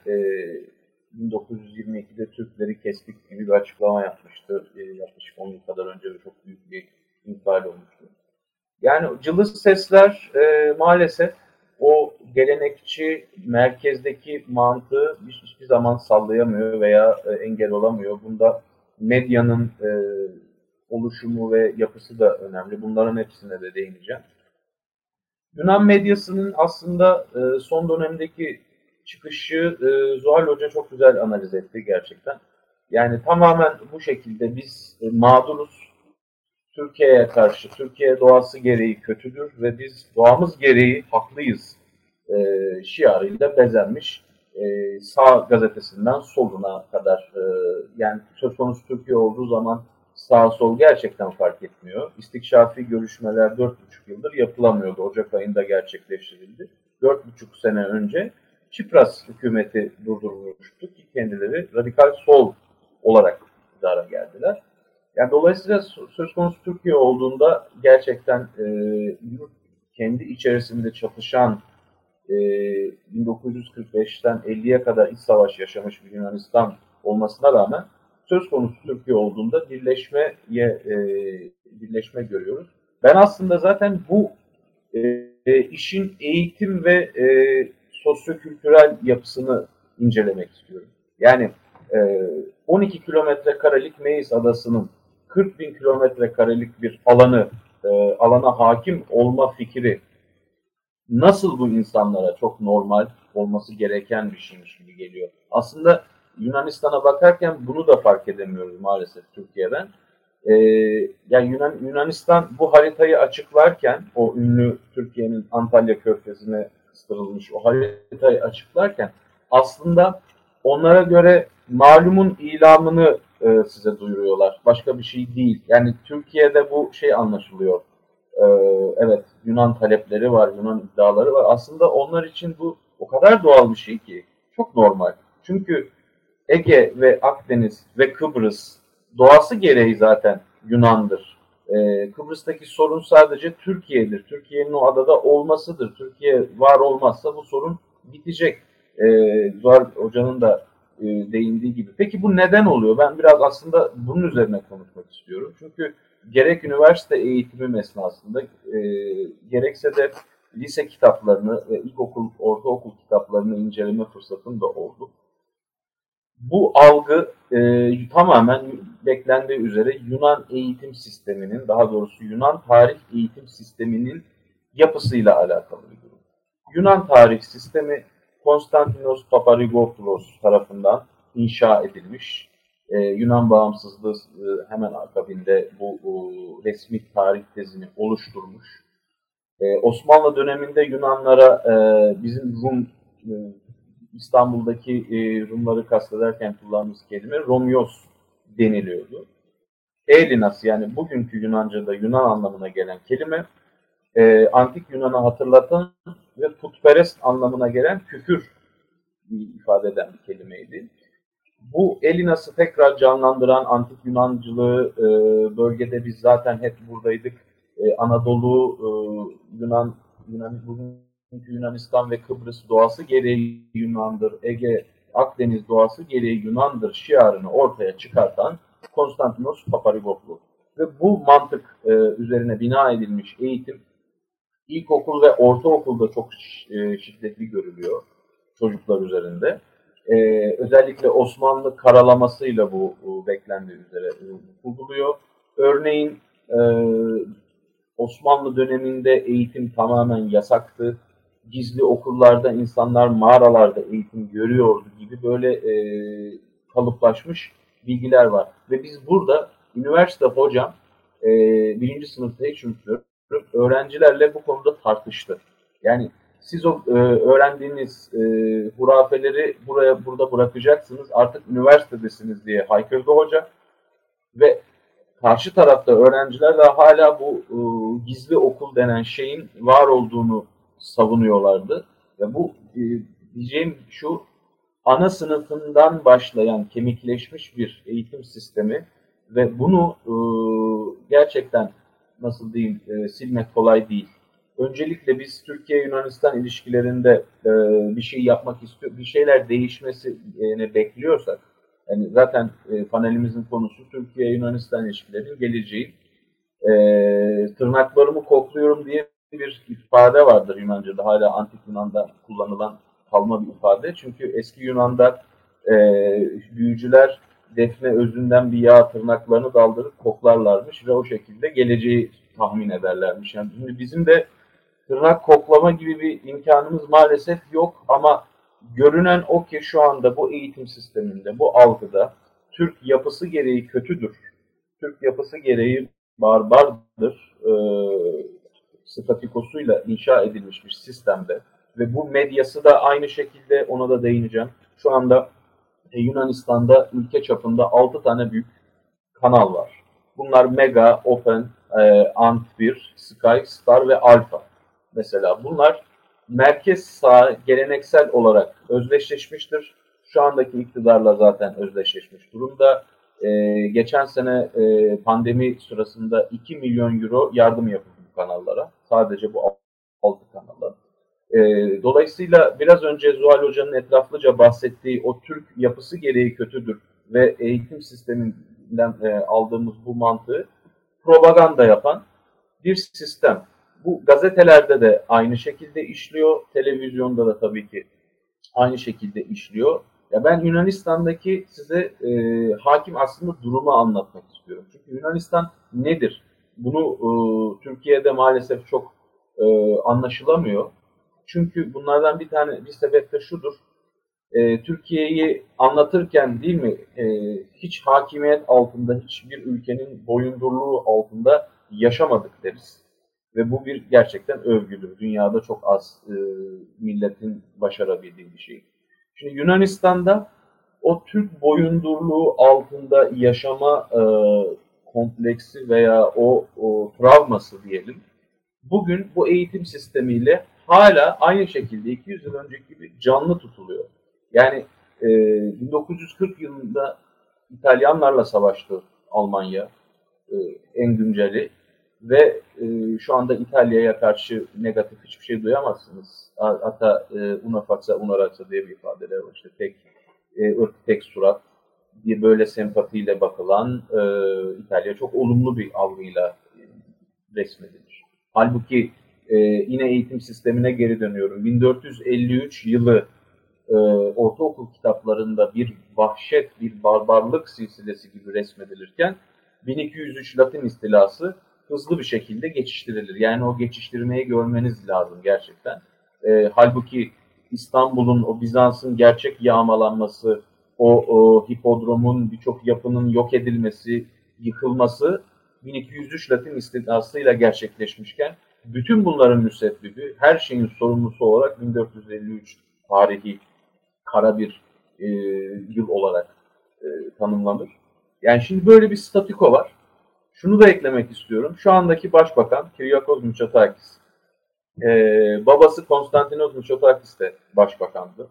1922'de Türkleri kestik gibi bir açıklama yapmıştı. Yaklaşık 10 yıl kadar önce ve çok büyük bir infial olmuştu. Yani cılız sesler maalesef o gelenekçi merkezdeki mantığı hiçbir zaman sallayamıyor veya engel olamıyor. Bunda medyanın oluşumu ve yapısı da önemli. Bunların hepsine de değineceğim. Yunan medyasının aslında son dönemdeki çıkışı Zuhal Hoca çok güzel analiz etti gerçekten. Yani tamamen bu şekilde biz mağduruz. Türkiye'ye karşı, Türkiye doğası gereği kötüdür ve biz doğamız gereği haklıyız şiarıyla bezenmiş sağ gazetesinden soluna kadar yani söz konusu Türkiye olduğu zaman sağ sol gerçekten fark etmiyor. İstikşafi görüşmeler 4,5 yıldır yapılamıyordu. Ocak ayında gerçekleştirildi. 4,5 sene önce Çipras hükümeti durdurmuştu ki kendileri radikal sol olarak iktidara geldiler. Yani dolayısıyla söz konusu Türkiye olduğunda gerçekten kendi içerisinde çatışan 1945'ten 50'ye kadar iç savaş yaşamış bir Yunanistan olmasına rağmen söz konusu Türkiye olduğunda birleşme görüyoruz. Ben aslında zaten bu işin eğitim ve sosyokültürel yapısını incelemek istiyorum. Yani 12 kilometre karelik Meis Adası'nın 40 bin kilometre karelik bir alana hakim olma fikri nasıl bu insanlara çok normal olması gereken bir şeymiş gibi geliyor. Aslında Yunanistan'a bakarken bunu da fark edemiyoruz maalesef Türkiye'den. Yani Yunanistan bu haritayı açıklarken, o ünlü Türkiye'nin Antalya Körfezi'ne kıstırılmış o haritayı açıklarken aslında onlara göre malumun ilamını size duyuruyorlar. Başka bir şey değil. Yani Türkiye'de bu şey anlaşılıyor. Evet, Yunan talepleri var, Yunan iddiaları var. Aslında onlar için bu o kadar doğal bir şey ki. Çok normal. Çünkü Ege ve Akdeniz ve Kıbrıs doğası gereği zaten Yunan'dır. Kıbrıs'taki sorun sadece Türkiye'dir. Türkiye'nin o adada olmasıdır. Türkiye var olmazsa bu sorun bitecek. Zuhal Hoca'nın da değindiği gibi. Peki bu neden oluyor? Ben biraz aslında bunun üzerine konuşmak istiyorum. Çünkü gerek üniversite eğitimim esnasında gerekse de lise kitaplarını ve ilkokul, ortaokul kitaplarını inceleme fırsatım da oldu. Bu algı tamamen beklendiği üzere Yunan eğitim sisteminin, daha doğrusu Yunan tarih eğitim sisteminin yapısıyla alakalı bir durum. Yunan tarih sistemi Konstantinos Paparigopoulos tarafından inşa edilmiş. Yunan bağımsızlığı hemen akabinde bu resmi tarih tezini oluşturmuş. Osmanlı döneminde Yunanlara bizim İstanbul'daki Rumları kastederken kullandığımız kelime Romios deniliyordu. Elinas, yani bugünkü Yunanca'da Yunan anlamına gelen kelime, antik Yunan'ı hatırlatan ve putperest anlamına gelen küfür ifade eden bir kelimeydi. Bu Elinas'ı tekrar canlandıran antik Yunancılığı bölgede biz zaten hep buradaydık. Anadolu, bugünkü Yunanistan ve Kıbrıs doğası gereği Yunan'dır, Ege, Akdeniz doğası gereği Yunan'dır şiarını ortaya çıkartan Konstantinos Paparigopoulos. Ve bu mantık üzerine bina edilmiş eğitim ilkokul ve ortaokulda çok şiddetli görülüyor çocuklar üzerinde. Özellikle Osmanlı karalamasıyla bu beklendiği üzere kuruluyor. Örneğin Osmanlı döneminde eğitim tamamen yasaktı. Gizli okullarda insanlar mağaralarda eğitim görüyordu gibi böyle kalıplaşmış bilgiler var. Ve biz burada üniversite hocam birinci sınıfta hiç unutmuyorum, öğrencilerle bu konuda tartıştı. Yani siz o öğrendiğiniz hurafeleri burada bırakacaksınız, artık üniversitedesiniz diye haykırdı hoca. Ve karşı tarafta öğrenciler de hala bu gizli okul denen şeyin var olduğunu savunuyorlardı. Ve bu diyeceğim şu, ana sınıfından başlayan kemikleşmiş bir eğitim sistemi ve bunu gerçekten nasıl diyeyim silmek kolay değil. Öncelikle biz Türkiye-Yunanistan ilişkilerinde bir şey yapmak istiyor, bir şeyler değişmesini bekliyorsak, yani zaten panelimizin konusu Türkiye-Yunanistan ilişkilerinin geleceği. Tırnaklarımı kokluyorum diye bir ifade vardır Yunanca'da, hala antik Yunan'da kullanılan kalma bir ifade. Çünkü eski Yunan'da büyücüler defne özünden bir yağ tırnaklarını daldırıp koklarlarmış ve o şekilde geleceği tahmin ederlermiş. Yani şimdi bizim de tırnak koklama gibi bir imkanımız maalesef yok ama görünen o ki şu anda bu eğitim sisteminde, bu algıda Türk yapısı gereği kötüdür. Türk yapısı gereği barbardır. Statikosuyla inşa edilmiş bir sistemde ve bu medyası da aynı şekilde, ona da değineceğim. Şu anda Yunanistan'da ülke çapında 6 tane büyük kanal var. Bunlar Mega, Open, Ant1, Sky, Star ve Alpha. Mesela bunlar merkez sağ geleneksel olarak özdeşleşmiştir. Şu andaki iktidarla zaten özdeşleşmiş durumda. Geçen sene pandemi sırasında 2 milyon euro yardım yapıldı bu kanallara. Sadece bu 6 kanala. Dolayısıyla biraz önce Zuhal Hoca'nın etraflıca bahsettiği o Türk yapısı gereği kötüdür ve eğitim sisteminden aldığımız bu mantığı propaganda yapan bir sistem. Bu gazetelerde de aynı şekilde işliyor, televizyonda da tabii ki aynı şekilde işliyor. Ya ben Yunanistan'daki size hakim aslında durumu anlatmak istiyorum. Çünkü Yunanistan nedir? Bunu Türkiye'de maalesef çok anlaşılamıyor. Çünkü bunlardan bir sebep de şudur. Türkiye'yi anlatırken değil mi hiç hakimiyet altında, hiçbir ülkenin boyundurluğu altında yaşamadık deriz. Ve bu bir gerçekten övgüdür. Dünyada çok az milletin başarabildiği bir şey. Şimdi Yunanistan'da o Türk boyundurluğu altında yaşama kompleksi veya o travması diyelim, bugün bu eğitim sistemiyle hala aynı şekilde 200 yıl önceki gibi canlı tutuluyor. Yani 1940 yılında İtalyanlarla savaştı Almanya, en günceli. Ve şu anda İtalya'ya karşı negatif hiçbir şey duyamazsınız. Hatta una faccia una razza diye bir ifadeler var. İşte tek ırk, tek surat diye böyle sempatiyle bakılan İtalya çok olumlu bir algıyla resmedilir. Halbuki yine eğitim sistemine geri dönüyorum. 1453 yılı ortaokul kitaplarında bir vahşet, bir barbarlık silsilesi gibi resmedilirken 1203 Latin istilası hızlı bir şekilde geçiştirilir. Yani o geçiştirmeyi görmeniz lazım gerçekten. Halbuki İstanbul'un, o Bizans'ın gerçek yağmalanması, o hipodromun, birçok yapının yok edilmesi, yıkılması 1203 Latin istilası gerçekleşmişken bütün bunların müsebbibi, her şeyin sorumlusu olarak 1453 tarihi kara bir yıl olarak tanımlanır. Yani şimdi böyle bir statüko var. Şunu da eklemek istiyorum. Şu andaki başbakan Kyriakos Mitsotakis. Babası Konstantinos Mitsotakis de başbakandı.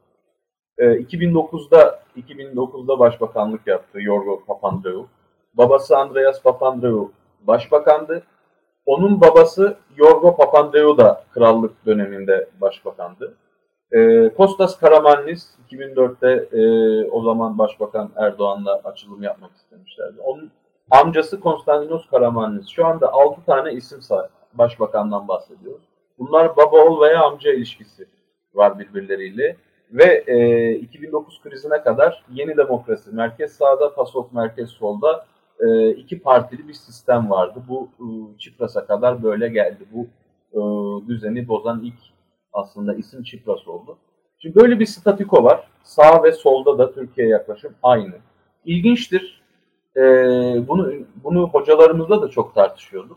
2009'da başbakanlık yaptı Yorgos Papandreou. Babası Andreas Papandreou başbakandı. Onun babası Yorgos Papandreou da krallık döneminde başbakandı. Kostas Karamanlis 2004'te o zaman Başbakan Erdoğan'la açılım yapmak istemişlerdi. Onun amcası Konstantinos Karamanlis. Şu anda 6 tane isim başbakandan bahsediyoruz. Bunlar baba oğul veya amca ilişkisi var birbirleriyle. Ve 2009 krizine kadar Yeni Demokrasi, Merkez Sağ'da, PASOK, Merkez Sol'da iki partili bir sistem vardı. Bu Tsipras'a kadar böyle geldi. Bu düzeni bozan ilk aslında isim Tsipras oldu. Şimdi böyle bir statüko var. Sağ ve solda da Türkiye'ye yaklaşım aynı. İlginçtir. Bunu hocalarımızla da çok tartışıyorduk.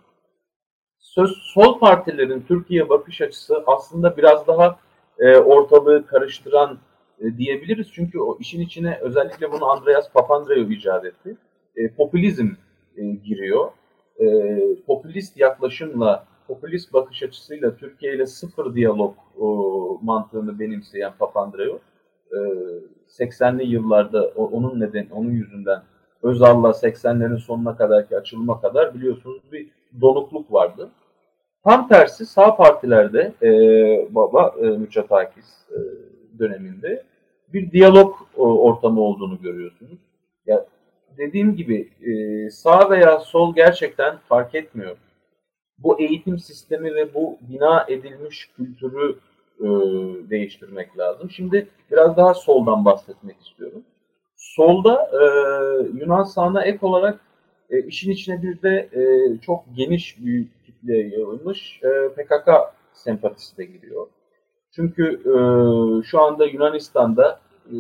Sol partilerin Türkiye bakış açısı aslında biraz daha ortalığı karıştıran diyebiliriz. Çünkü o işin içine özellikle bunu Andreas Papandreou icat etti. Popülizm giriyor. Popülist yaklaşımla, popülist bakış açısıyla Türkiye ile sıfır diyalog mantığını benimseyen Papandreou 80'li yıllarda onun yüzünden Özal'la 80'lerin sonuna kadarki açılıma kadar biliyorsunuz bir donukluk vardı. Tam tersi sağ partilerde Mitsotakis döneminde bir diyalog ortamı olduğunu görüyorsunuz. Ya dediğim gibi sağ veya sol gerçekten fark etmiyor. Bu eğitim sistemi ve bu bina edilmiş kültürü değiştirmek lazım. Şimdi biraz daha soldan bahsetmek istiyorum. Solda Yunan sağına ek olarak işin içine bir de çok geniş bir kitleye yayılmış PKK sempatisi de giriyor. Çünkü şu anda Yunanistan'da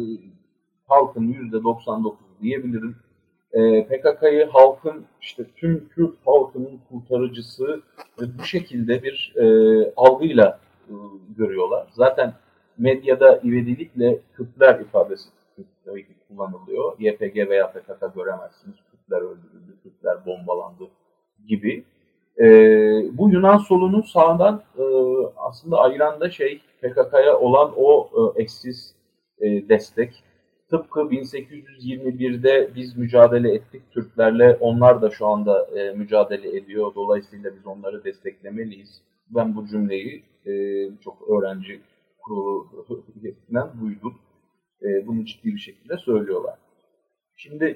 halkın %99 diyebilirim PKK'yı halkın işte tüm Kürt halkının kurtarıcısı bu şekilde bir algıyla görüyorlar. Zaten medyada ivedilikle Kürtler ifadesi kullanılıyor. YPG veya PKK göremezsiniz. Kürtler öldürüldü, Kürtler bombalandı gibi. Bu Yunan solunun sağdan aslında ayıran da PKK'ya olan o eksiz destek. Tıpkı 1821'de biz mücadele ettik Türklerle, onlar da şu anda mücadele ediyor. Dolayısıyla biz onları desteklemeliyiz. Ben bu cümleyi çok öğrenci kurulu üyesinden duydum. Bunu ciddi bir şekilde söylüyorlar. Şimdi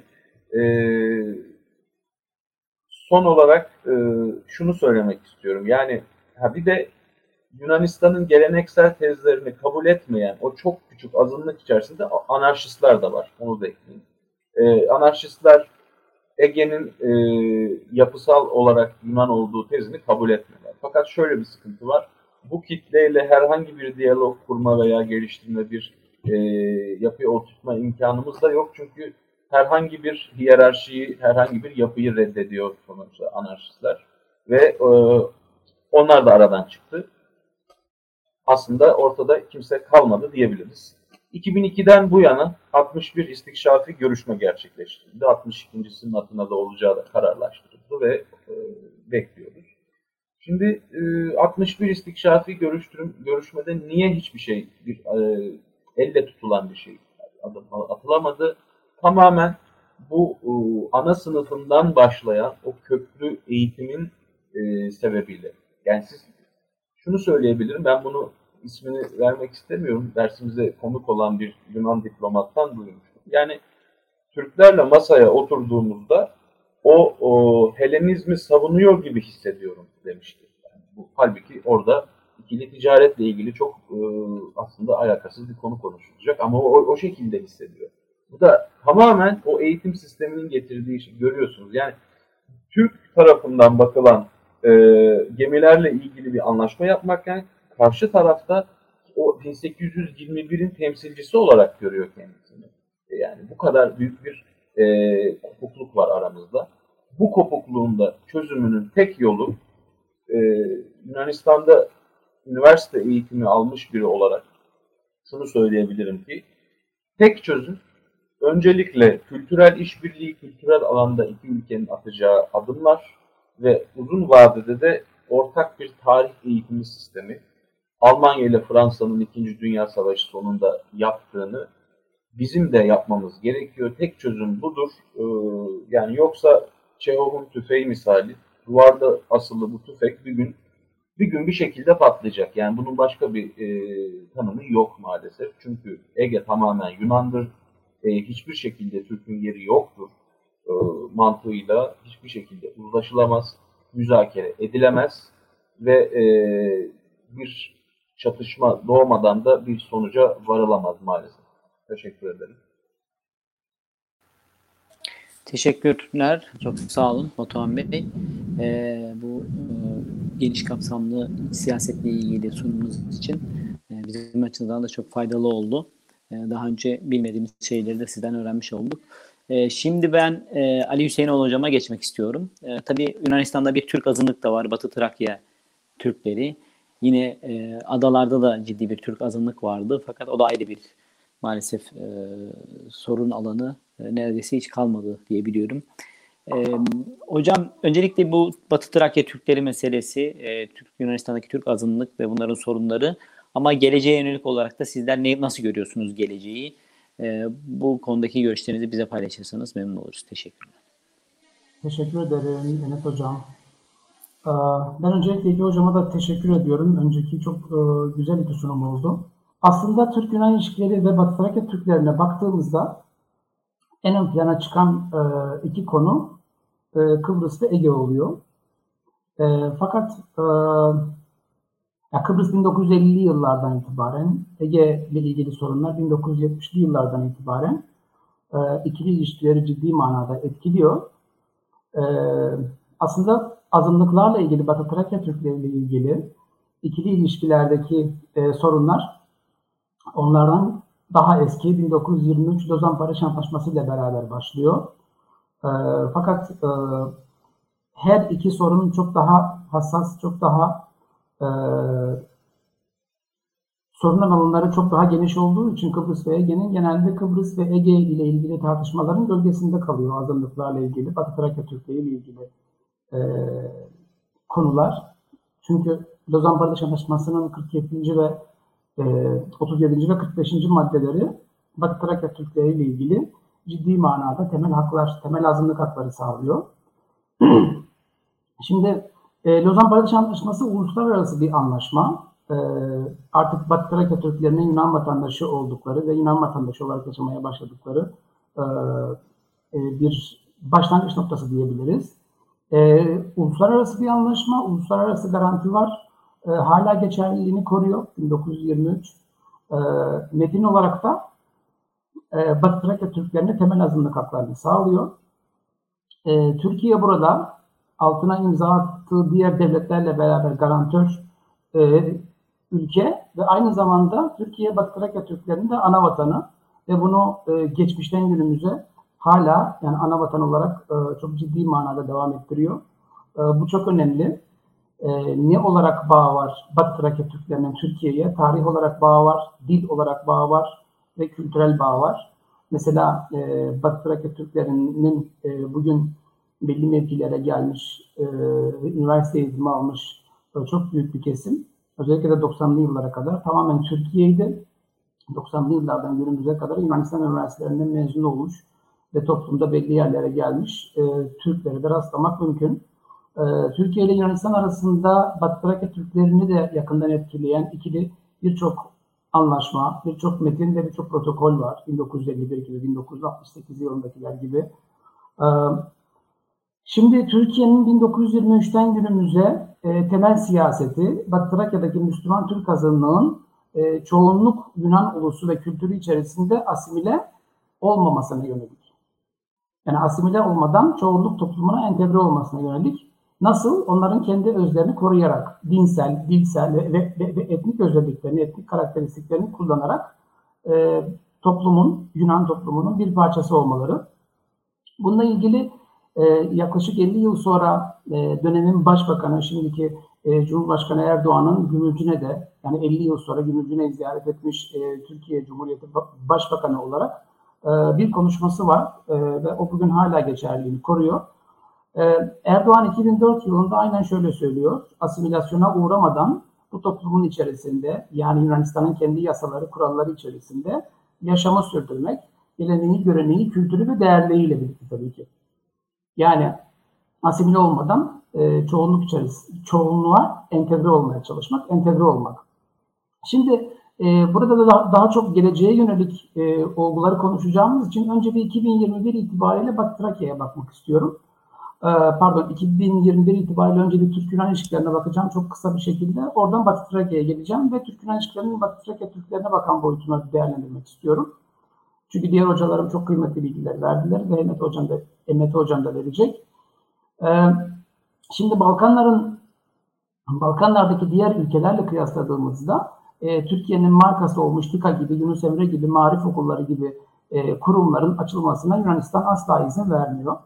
son olarak şunu söylemek istiyorum. Yani bir de Yunanistan'ın geleneksel tezlerini kabul etmeyen o çok küçük azınlık içerisinde anarşistler de var. Onu da ekleyeyim. Anarşistler Ege'nin yapısal olarak Yunan olduğu tezini kabul etmiyorlar. Fakat şöyle bir sıkıntı var. Bu kitleyle herhangi bir diyalog kurma veya geliştirme bir yapıya oturtma imkanımız da yok. Çünkü herhangi bir hiyerarşiyi, herhangi bir yapıyı reddediyor sonuçta anarşistler. Ve onlar da aradan çıktı. Aslında ortada kimse kalmadı diyebiliriz. 2002'den bu yana 61 istikşafi görüşme gerçekleştirildi. 62.'sinin adına da olacağı da kararlaştırıldı ve bekliyoruz. Şimdi 61 istikşafi görüşmede niye hiçbir şey elle tutulan bir şey adım atılamadı? Tamamen bu ana sınıfından başlayan o köklü eğitimin sebebiyle. Yani siz şunu söyleyebilirim, ben bunu ismini vermek istemiyorum. Dersimize konuk olan bir Yunan diplomattan duymuştum. Yani Türklerle masaya oturduğumuzda o Helenizmi savunuyor gibi hissediyorum demişti. Yani bu, halbuki orada ikili ticaretle ilgili çok aslında alakasız bir konu konuşulacak ama o şekilde hissediyor. Bu da tamamen o eğitim sisteminin getirdiği şey, görüyorsunuz. Yani Türk tarafından bakılan gemilerle ilgili bir anlaşma yapmak, yani karşı tarafta o 1821'in temsilcisi olarak görüyor kendisini. Yani bu kadar büyük bir kopukluk var aramızda. Bu kopukluğun da çözümünün tek yolu Yunanistan'da üniversite eğitimi almış biri olarak şunu söyleyebilirim ki tek çözüm öncelikle kültürel işbirliği, kültürel alanda iki ülkenin atacağı adımlar ve uzun vadede de ortak bir tarih eğitimi sistemi. Almanya ile Fransa'nın 2. Dünya Savaşı sonunda yaptığını bizim de yapmamız gerekiyor. Tek çözüm budur. Yani yoksa Çehov'un tüfeği misali duvarda asılı bu tüfek bir gün bir şekilde patlayacak. Yani bunun başka bir tanımı yok maalesef. Çünkü Ege tamamen Yunan'dır. Hiçbir şekilde Türk'ün yeri yoktur. Mantığıyla hiçbir şekilde uzlaşılamaz, müzakere edilemez ve bir çatışma doğmadan da bir sonuca varılamaz maalesef. Teşekkür ederim. Teşekkürler. Çok sağ olun Batuhan Bey. Bu geniş kapsamlı siyasetle ilgili sunumunuz için bizim açımızdan da çok faydalı oldu. Daha önce bilmediğimiz şeyleri de sizden öğrenmiş olduk. Şimdi ben Ali Hüseyinoğlu hocama geçmek istiyorum. Tabii Yunanistan'da bir Türk azınlık da var. Batı Trakya Türkleri. Yine adalarda da ciddi bir Türk azınlık vardı. Fakat o da ayrı bir maalesef sorun alanı neredeyse hiç kalmadı diye biliyorum. Hocam öncelikle bu Batı Trakya Türkleri meselesi, Yunanistan'daki Türk azınlık ve bunların sorunları ama geleceğe yönelik olarak da sizler nasıl görüyorsunuz geleceği? Bu konudaki görüşlerinizi bize paylaşırsanız memnun oluruz. Teşekkürler. Teşekkür ederim Enes Hocam. Ben öncelikle İlgi Hocama da teşekkür ediyorum. Önceki çok güzel bir sunum oldu. Aslında Türk-Yunan ilişkileri ve Batı Trakya Türklerine baktığımızda en ön plana çıkan iki konu Kıbrıs ve Ege oluyor. Fakat Kıbrıs 1950'li yıllardan itibaren, Ege ile ilgili sorunlar 1970'li yıllardan itibaren ikili ilişkileri ciddi manada etkiliyor. Aslında azınlıklarla ilgili, Batı Trakya Türkleriyle ilgili ikili ilişkilerdeki sorunlar onlardan daha eski 1923 Lozan Barış Antlaşması ile beraber başlıyor. Fakat her iki sorunun çok daha hassas, çok daha sorunun alanları çok daha geniş olduğu için Kıbrıs ve Ege'nin genelde Kıbrıs ve Ege ile ilgili tartışmaların gölgesinde kalıyor azınlıklarla ilgili, Batı Trakya Türkleri ile ilgili konular. Çünkü Lozan Barış Antlaşması'nın 47. ve 37. ve 45. maddeleri Batı Trakya Türkleri ile ilgili ciddi manada temel haklar, temel azınlık hakları sağlıyor. Şimdi Lozan Barış Antlaşması uluslararası bir anlaşma. Artık Batı Trakya Türklerinin Yunan vatandaşı oldukları ve Yunan vatandaşı olarak yaşamaya başladıkları bir başlangıç noktası diyebiliriz. Uluslararası bir anlaşma, uluslararası garanti var. Hala geçerliliğini koruyor 1923. Metin olarak da Batı Trakya Türklerine temel azınlık haklarını sağlıyor. Türkiye burada altına imza attığı diğer devletlerle beraber garantör ülke ve aynı zamanda Türkiye Batı Trakya Türklerinin de ana vatanı ve bunu geçmişten günümüze hala yani ana vatan olarak çok ciddi manada devam ettiriyor. Bu çok önemli. Ne olarak bağı var Batı Trakya Türklerinin Türkiye'ye? Tarih olarak bağı var, dil olarak bağı var ve kültürel bağı var. Mesela Batı Trakya Türklerinin bugün belli mevkilere gelmiş, üniversite eğitimi almış çok büyük bir kesim. Özellikle de 90'lı yıllara kadar tamamen Türkiye'ydi. 90'lı yıllardan günümüze kadar Yunanistan üniversitelerinden mezun olmuş ve toplumda belli yerlere gelmiş Türkleri de rastlamak mümkün. Türkiye ile Yunanistan arasında Batı Trakya Türklerini de yakından etkileyen ikili birçok anlaşma, birçok metin ve birçok protokol var. 1951 gibi, 1968 yılındakiler gibi. Şimdi Türkiye'nin 1923'ten günümüze temel siyaseti Batı Trakya'daki Müslüman Türk azınlığın çoğunluk Yunan ulusu ve kültürü içerisinde asimile olmamasına yönelik. Yani asimile olmadan çoğunluk toplumuna entegre olmasına yönelik Nasıl? Onların kendi özlerini koruyarak, dinsel, dilsel ve etnik özelliklerini, etnik karakteristiklerini kullanarak Yunan toplumunun bir parçası olmaları. Bununla ilgili yaklaşık 50 yıl sonra dönemin başbakanı, şimdiki Cumhurbaşkanı Erdoğan'ın Gümülcine'de, yani 50 yıl sonra Gümülcine'yi ziyaret etmiş Türkiye Cumhuriyeti Başbakanı olarak bir konuşması var ve o bugün hala geçerliliğini koruyor. Erdoğan 2004 yılında aynen şöyle söylüyor: asimilasyona uğramadan bu toplumun içerisinde, yani Yunanistan'ın kendi yasaları, kuralları içerisinde yaşamı sürdürmek, geleneği, göreneği, kültürü ve değerleriyle birlikte tabii ki. Yani asimile olmadan çoğunluğa entegre olmaya çalışmak, entegre olmak. Şimdi burada da daha çok geleceğe yönelik olguları konuşacağımız için önce bir 2021 itibariyle Batı Trakya'ya bakmak istiyorum. 2021 itibariyle önce bir Türk-Yunan ilişkilerine bakacağım çok kısa bir şekilde. Oradan Batı Trakya'ya geleceğim ve Türk-Yunan ilişkilerinin Batı Trakya Türklerine bakan boyutunu değerlendirmek istiyorum. Çünkü diğer hocalarım çok kıymetli bilgiler verdiler ve Emmet Hocam da verecek. Şimdi Balkanlardaki diğer ülkelerle kıyasladığımızda Türkiye'nin markası olmuş TİKA gibi, Yunus Emre gibi, Marif Okulları gibi kurumların açılmasına Yunanistan asla izin vermiyor.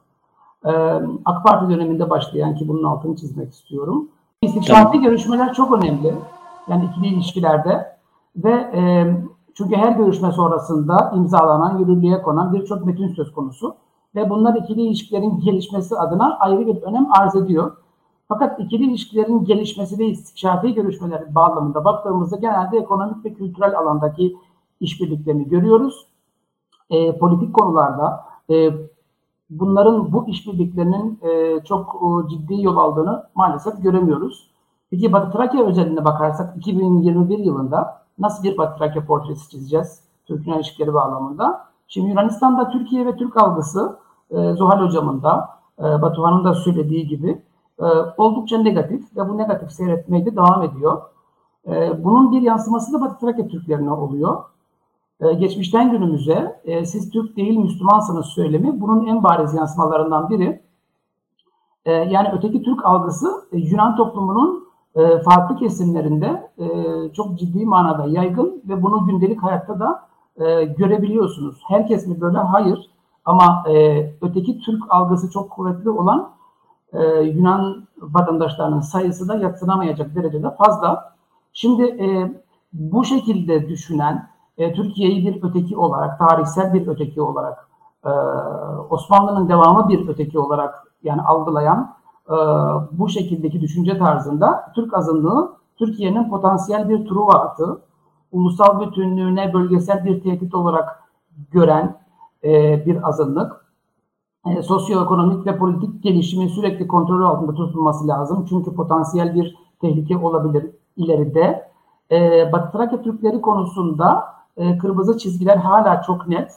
AK Parti döneminde başlayan, ki bunun altını çizmek istiyorum, İstişare görüşmeler çok önemli. Yani ikili ilişkilerde ve çünkü her görüşme sonrasında imzalanan, yürürlüğe konan birçok metin söz konusu ve bunlar ikili ilişkilerin gelişmesi adına ayrı bir önem arz ediyor. Fakat ikili ilişkilerin gelişmesi ve istişare görüşmeleri bağlamında baktığımızda genelde ekonomik ve kültürel alandaki işbirliklerini görüyoruz. Politik konularda bunların, bu işbirliklerinin çok ciddi yol aldığını maalesef göremiyoruz. Peki Batı Trakya özeline bakarsak 2021 yılında nasıl bir Batı Trakya portresi çizeceğiz Türk-Yunan ilişkileri bağlamında? Şimdi Yunanistan'da Türkiye ve Türk algısı Zuhal Hocam'ın da Batuhan'ın da söylediği gibi oldukça negatif ve bu negatif seyretmeye de devam ediyor. Bunun bir yansıması da Batı Trakya Türklerine oluyor. Geçmişten günümüze siz Türk değil Müslümansınız söylemi bunun en bariz yansımalarından biri. Yani öteki Türk algısı Yunan toplumunun farklı kesimlerinde çok ciddi manada yaygın ve bunu gündelik hayatta da görebiliyorsunuz. Herkes mi böyle? Hayır. Ama öteki Türk algısı çok kuvvetli olan Yunan vatandaşlarının sayısı da yadsınamayacak derecede fazla. Şimdi bu şekilde düşünen, Türkiye'yi bir öteki olarak, tarihsel bir öteki olarak, Osmanlı'nın devamı bir öteki olarak yani algılayan bu şekildeki düşünce tarzında Türk azınlığı Türkiye'nin potansiyel bir Truva atı, ulusal bütünlüğüne bölgesel bir tehdit olarak gören bir azınlık. Sosyoekonomik ve politik gelişimin sürekli kontrol altında tutulması lazım. Çünkü potansiyel bir tehlike olabilir ileride. Batı Trakya Türkleri konusunda kırmızı çizgiler hala çok net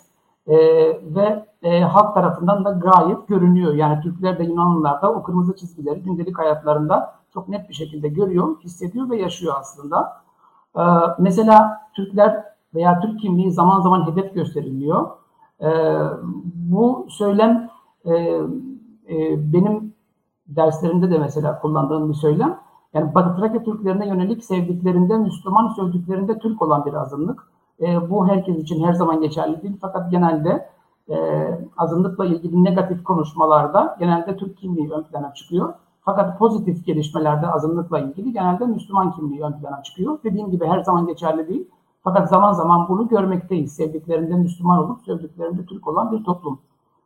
ve halk tarafından da gayet görünüyor. Yani Türkler de Yunanlılar da o kırmızı çizgileri gündelik hayatlarında çok net bir şekilde görüyor, hissediyor ve yaşıyor aslında. Mesela Türkler veya Türk kimliği zaman zaman hedef gösteriliyor. Bu söylem benim derslerimde de mesela kullandığım bir söylem. Yani Batı Trakya Türklerine yönelik sevdiklerinde Müslüman, sövdüklerinde Türk olan bir azınlık. Bu herkes için her zaman geçerli değil. Fakat genelde azınlıkla ilgili negatif konuşmalarda genelde Türk kimliği ön plana çıkıyor. Fakat pozitif gelişmelerde azınlıkla ilgili genelde Müslüman kimliği ön plana çıkıyor. Dediğim gibi her zaman geçerli değil. Fakat zaman zaman bunu görmekteyiz. Sevdiklerinde Müslüman olup sövdüklerinde Türk olan bir toplum.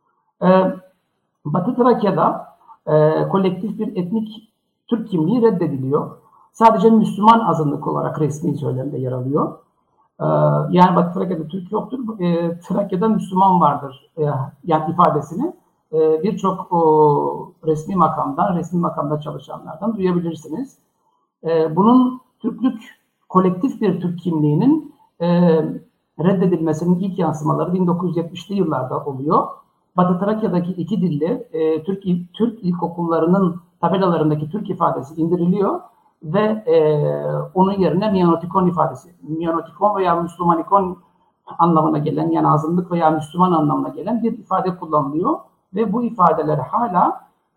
Batı Trakya'da kolektif bir etnik Türk kimliği reddediliyor. Sadece Müslüman azınlık olarak resmi söylemde yer alıyor. Yani Batı Trakya'da Türk yoktur, Trakya'da Müslüman vardır yani ifadesini birçok resmi makamda çalışanlardan duyabilirsiniz. Bunun Türklük, kolektif bir Türk kimliğinin reddedilmesinin ilk yansımaları 1970'li yıllarda oluyor. Batı Trakya'daki iki dilli Türk ilkokullarının tabelalarındaki Türk ifadesi indiriliyor ve onun yerine Miyanotikon ifadesi, Miyanotikon veya Müslümanikon anlamına gelen, yani azınlık veya Müslüman anlamına gelen bir ifade kullanılıyor ve bu ifadeler hala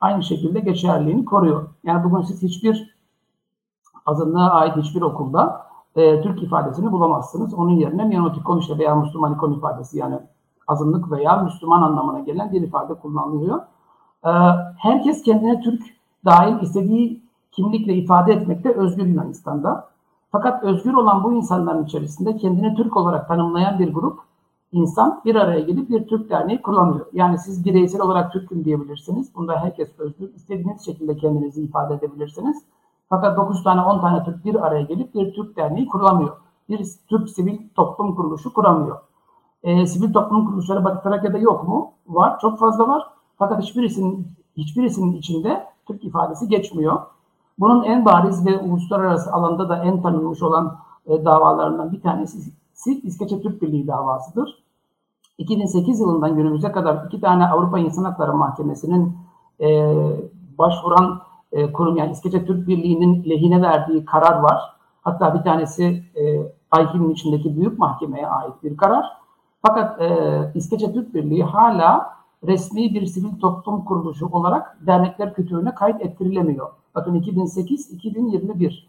aynı şekilde geçerliliğini koruyor. Yani bugün siz hiçbir azınlığa ait hiçbir okulda Türk ifadesini bulamazsınız. Onun yerine Menotikon işte veya Müslümanikon ifadesi, yani azınlık veya Müslüman anlamına gelen bir ifade kullanılıyor. Herkes kendine Türk dahil istediği kimlikle ifade etmekte özgür Yunanistan'da. Fakat özgür olan bu insanların içerisinde kendini Türk olarak tanımlayan bir grup insan bir araya gelip bir Türk derneği kuramıyor. Yani siz bireysel olarak Türk'üm diyebilirsiniz. Bunda herkes özgür. İstediğiniz şekilde kendinizi ifade edebilirsiniz. Fakat 9 tane 10 tane Türk bir araya gelip bir Türk derneği kuramıyor. Bir Türk sivil toplum kuruluşu kuramıyor. Sivil toplum kuruluşları Batı Trakya'da yok mu? Var. Çok fazla var. Fakat hiçbirisinin içinde Türk ifadesi geçmiyor. Bunun en bariz ve uluslararası alanda da en tanınmış olan davalarından bir tanesi İskeçe Türk Birliği davasıdır. 2008 yılından günümüze kadar 2 tane Avrupa İnsan Hakları Mahkemesi'nin başvuran kurum, yani İskeçe Türk Birliği'nin lehine verdiği karar var. Hatta bir tanesi AYKİM'in içindeki büyük mahkemeye ait bir karar. Fakat İskeçe Türk Birliği hala resmi bir sivil toplum kuruluşu olarak dernekler kütüğüne kayıt ettirilemiyor. Bakın 2008-2021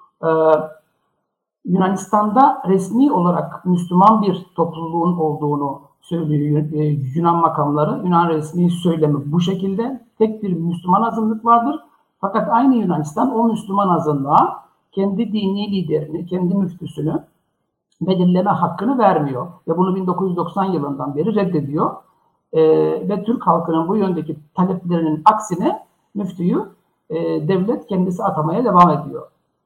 Yunanistan'da resmi olarak Müslüman bir topluluğun olduğunu söylüyor Yunan makamları. Yunan resmi söylemi bu şekilde. Tek bir Müslüman azınlık vardır. Fakat aynı Yunanistan o Müslüman azınlığa kendi dini liderini, kendi müftüsünü belirleme hakkını vermiyor. Ve bunu 1990 yılından beri reddediyor. Ve Türk halkının bu yöndeki taleplerinin aksine müftüyü devlet kendisi atamaya devam ediyor.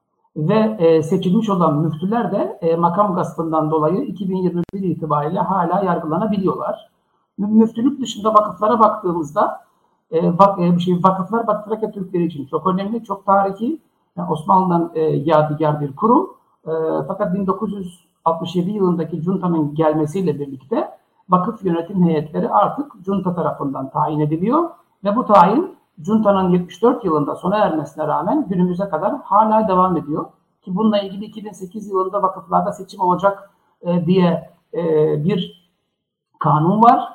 Ve seçilmiş olan müftüler de makam gaspından dolayı 2021 itibariyle hala yargılanabiliyorlar. Müftülük dışında vakıflara baktığımızda vakıflar Batı Trakya Türkleri için çok önemli, çok tarihi. Yani Osmanlı'dan yadigar bir kurum. Fakat 1967 yılındaki Cunta'nın gelmesiyle birlikte vakıf yönetim heyetleri artık Junta tarafından tayin ediliyor ve bu tayin Junta'nın 74 yılında sona ermesine rağmen günümüze kadar hala devam ediyor. Ki bununla ilgili 2008 yılında vakıflarda seçim olacak diye bir kanun var.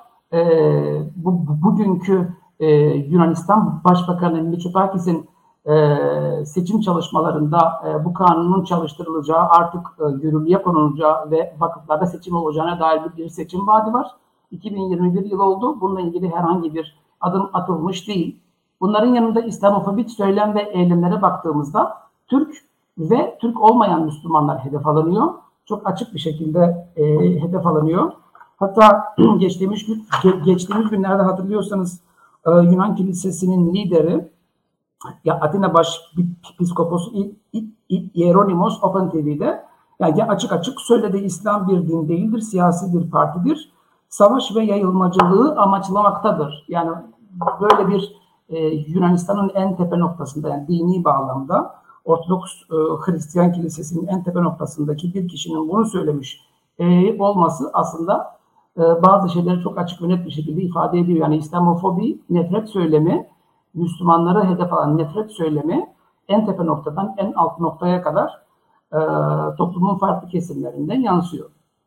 Bugünkü Yunanistan Başbakanı Mitsotakis'in seçim çalışmalarında bu kanunun çalıştırılacağı, artık yürürlüğe konulacağı ve vakıflarda seçim olacağına dair bir seçim vaadi var. 2021 yılı oldu. Bununla ilgili herhangi bir adım atılmış değil. Bunların yanında İslamofobik söylem ve eylemlere baktığımızda Türk ve Türk olmayan Müslümanlar hedef alınıyor. Çok açık bir şekilde hedef alınıyor. Hatta geçtiğimiz günlerde hatırlıyorsanız Yunan Kilisesi'nin lideri Atina Başpiskoposu Hieronymos Open TV'de yani açık söyledi, İslam bir din değildir, siyasi bir partidir. Savaş ve yayılmacılığı amaçlamaktadır. Yani böyle bir Yunanistan'ın en tepe noktasında, yani dini bağlamda Ortodoks Hristiyan Kilisesi'nin en tepe noktasındaki bir kişinin bunu söylemiş olması aslında bazı şeyleri çok açık ve net bir şekilde ifade ediyor. Yani İslamofobi, nefret söylemi, Müslümanları hedef alan nefret söylemi en tepe noktadan en alt noktaya kadar toplumun farklı kesimlerinden yansıyor.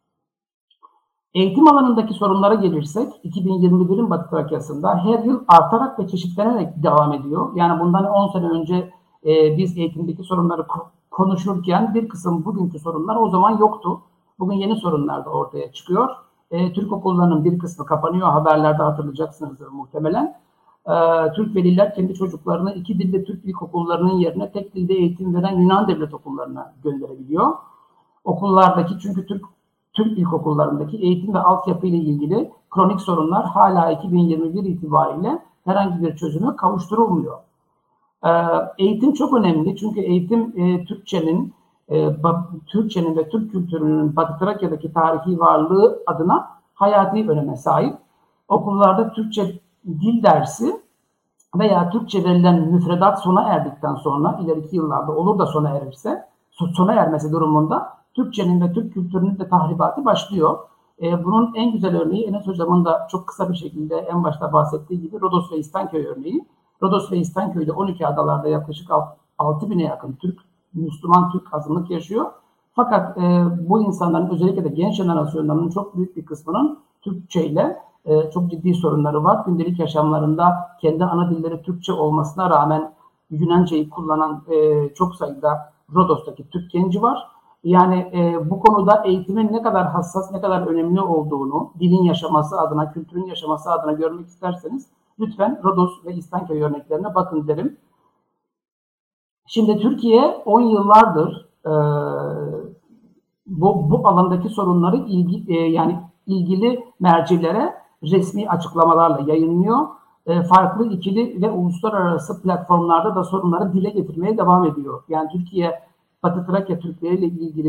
Eğitim alanındaki sorunlara gelirsek 2021'in Batı Trakya'sında her yıl artarak ve çeşitlenerek devam ediyor. Yani bundan 10 sene önce biz eğitimdeki sorunları konuşurken bir kısım bugünkü sorunlar o zaman yoktu. Bugün yeni sorunlar da ortaya çıkıyor. Türk okullarının bir kısmı kapanıyor. Haberlerde hatırlayacaksınızdır muhtemelen. Türk veliler kendi çocuklarını 2 dilde Türk ilkokullarının yerine tek dilde eğitim veren Yunan devlet okullarına gönderebiliyor. Okullardaki, çünkü Türk ilkokullarındaki eğitim ve altyapı ile ilgili kronik sorunlar hala 2021 itibariyle herhangi bir çözüme kavuşturulmuyor. Eğitim çok önemli çünkü eğitim Türkçenin ve Türk kültürünün Batı Trakya'daki tarihi varlığı adına hayati öneme sahip. Okullarda Türkçe dil dersi veya Türkçe verilen müfredat sona erdikten sonra, ileriki yıllarda olur da sona ermesi durumunda Türkçenin ve Türk kültürünün de tahribatı başlıyor. Bunun en güzel örneği Enes Hocam'ın da çok kısa bir şekilde en başta bahsettiği gibi Rodos ve İstanköy örneği. Rodos ve İstanköy'de 12 adalarda yaklaşık 6.000'e yakın Müslüman Türk azınlık yaşıyor. Fakat bu insanların, özellikle de genç jenerasyonlarının çok büyük bir kısmının Türkçe ile çok ciddi sorunları var. Gündelik yaşamlarında kendi ana dilleri Türkçe olmasına rağmen Yunancayı kullanan çok sayıda Rodos'taki Türk genci var. Yani bu konuda eğitimin ne kadar hassas, ne kadar önemli olduğunu, dilin yaşaması adına, kültürün yaşaması adına görmek isterseniz lütfen Rodos ve İstanköy örneklerine bakın derim. Şimdi Türkiye 10 yıllardır bu alandaki sorunları ilgili mercilere resmi açıklamalarla yayınlıyor. Farklı ikili ve uluslararası platformlarda da sorunları dile getirmeye devam ediyor. Yani Türkiye, Batı Trakya Türkleri ile ilgili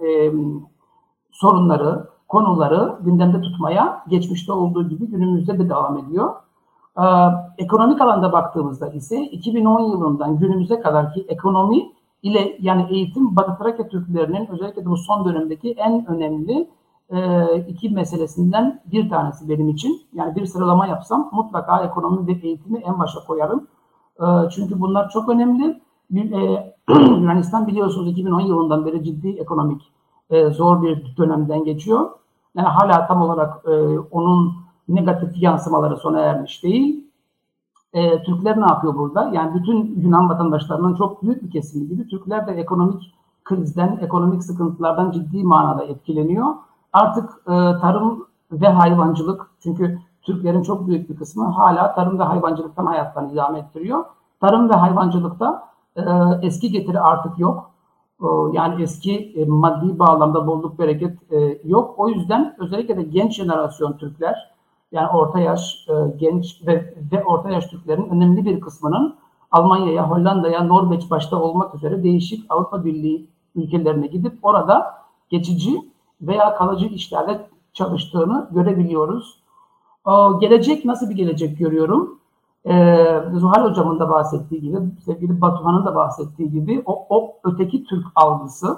sorunları, konuları gündemde tutmaya geçmişte olduğu gibi günümüzde de devam ediyor. Ekonomik alanda baktığımızda ise 2010 yılından günümüze kadarki ekonomi ile yani eğitim Batı Trakya Türklerinin özellikle de bu son dönemdeki en önemli iki meselesinden bir tanesi benim için. Yani bir sıralama yapsam mutlaka ekonomi ve eğitimi en başa koyarım. Çünkü bunlar çok önemli. Yunanistan biliyorsunuz 2010 yılından beri ciddi ekonomik zor bir dönemden geçiyor. Yani hala tam olarak onun negatif yansımaları sona ermiş değil. Türkler ne yapıyor burada? Yani bütün Yunan vatandaşlarının çok büyük bir kesimi gibi Türkler de ekonomik krizden, ekonomik sıkıntılardan ciddi manada etkileniyor. Artık tarım ve hayvancılık, çünkü Türklerin çok büyük bir kısmı hala tarım ve hayvancılıktan hayatlarını idame ettiriyor. Tarım ve hayvancılıkta eski getiri artık yok. Yani eski maddi bağlamda bolluk bereket yok. O yüzden özellikle de genç jenerasyon Türkler, yani orta yaş genç ve orta yaş Türklerin önemli bir kısmının Almanya'ya, Hollanda'ya, Norveç başta olmak üzere değişik Avrupa Birliği ülkelerine gidip orada geçici veya kalıcı işlerde çalıştığını görebiliyoruz. Gelecek nasıl bir gelecek görüyorum? Zuhal Hocam'ın da bahsettiği gibi, sevgili Batuhan'ın da bahsettiği gibi o öteki Türk algısı,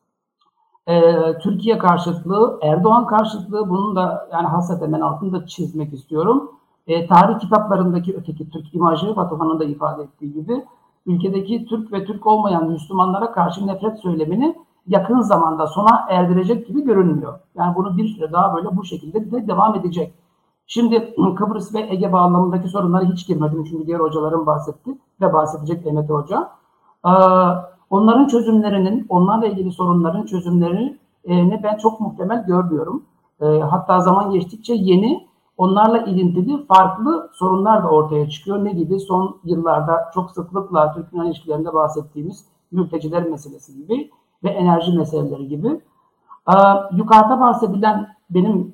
Türkiye karşıtlığı, Erdoğan karşıtlığı, bunun da yani hasreten ben altını da çizmek istiyorum. Tarih kitaplarındaki öteki Türk imajı, Batuhan'ın da ifade ettiği gibi, ülkedeki Türk ve Türk olmayan Müslümanlara karşı nefret söylemini yakın zamanda sona erdirecek gibi görünmüyor. Yani bunu bir süre daha böyle bu şekilde de devam edecek. Şimdi Kıbrıs ve Ege bağlamındaki sorunlara hiç girmedim çünkü diğer hocalarım bahsetti ve bahsedecek Mehmet Hoca. Onların çözümlerinin, onlarla ilgili sorunların çözümlerini ben çok muhtemel görmüyorum. Hatta zaman geçtikçe yeni, onlarla ilintili farklı sorunlar da ortaya çıkıyor. Ne gibi? Son yıllarda çok sıklıkla Türk-Yunan ilişkilerinde bahsettiğimiz mülteciler meselesi gibi ve enerji meseleleri gibi. Yukarıda bahsedilen benim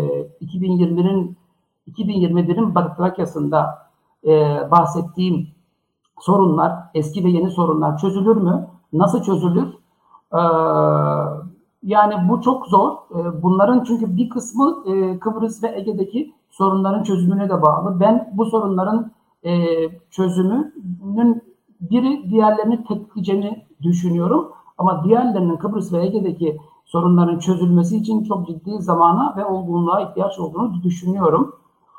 2021'in Batı Trakya'sında bahsettiğim sorunlar, eski ve yeni sorunlar çözülür mü? Nasıl çözülür? Yani bu çok zor. Bunların çünkü bir kısmı Kıbrıs ve Ege'deki sorunların çözümüne de bağlı. Ben bu sorunların çözümünün biri diğerlerini tekleyeceğini düşünüyorum. Ama diğerlerinin Kıbrıs ve Ege'deki sorunların çözülmesi için çok ciddi zamana ve olgunluğa ihtiyaç olduğunu düşünüyorum.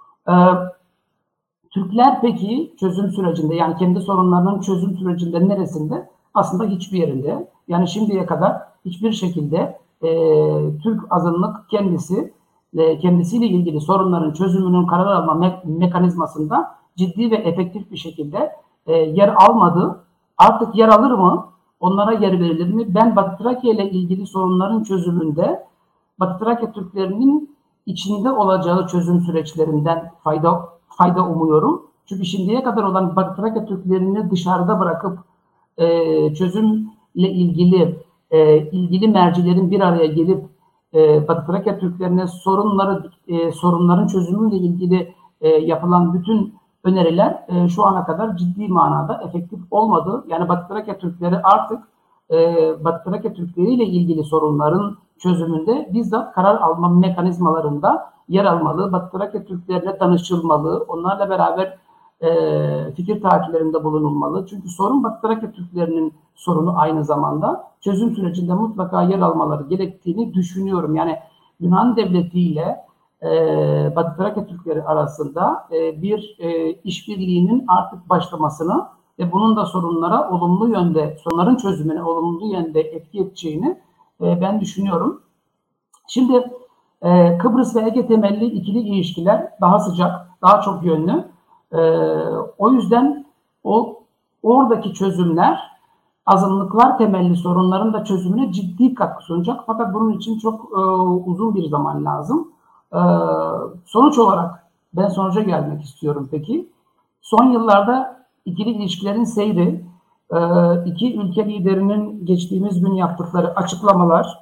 Türkler peki çözüm sürecinde, yani kendi sorunlarının çözüm sürecinde neresinde? Aslında hiçbir yerinde. Yani şimdiye kadar hiçbir şekilde Türk azınlık kendisiyle ilgili sorunların çözümünün karar alma mekanizmasında ciddi ve efektif bir şekilde yer almadı. Artık yer alır mı? Onlara yer verilir mi? Ben Batı Trakya ile ilgili sorunların çözümünde Batı Trakya Türklerinin içinde olacağı çözüm süreçlerinden fayda umuyorum. Çünkü şimdiye kadar olan Batı Trakya Türklerini dışarıda bırakıp çözümle ilgili mercilerin bir araya gelip Batı Trakya Türklerine sorunların çözümüyle ilgili yapılan bütün öneriler şu ana kadar ciddi manada efektif olmadı. Yani Batı Trakya Türkleri artık Batı Trakya Türkleri ile ilgili sorunların çözümünde bizzat karar alma mekanizmalarında yer almalı. Batı Trakya Türklerine tanışılmalı. Onlarla beraber fikir takiplerinde bulunulmalı. Çünkü sorun Batı Trakya Türklerinin sorunu aynı zamanda. Çözüm sürecinde mutlaka yer almaları gerektiğini düşünüyorum. Yani Yunan Devleti ile Batı Trakya Türkleri arasında bir işbirliğinin artık başlamasını ve bunun da sorunların çözümüne olumlu yönde etki edeceğini ben düşünüyorum. Şimdi Kıbrıs ve Ege temelli ikili ilişkiler daha sıcak, daha çok yönlü. O yüzden oradaki çözümler azınlıklar temelli sorunların da çözümüne ciddi katkı sunacak. Fakat bunun için çok uzun bir zaman lazım. Sonuç olarak ben sonuca gelmek istiyorum peki. Son yıllarda ikili ilişkilerin seyri, iki ülke liderinin geçtiğimiz gün yaptıkları açıklamalar,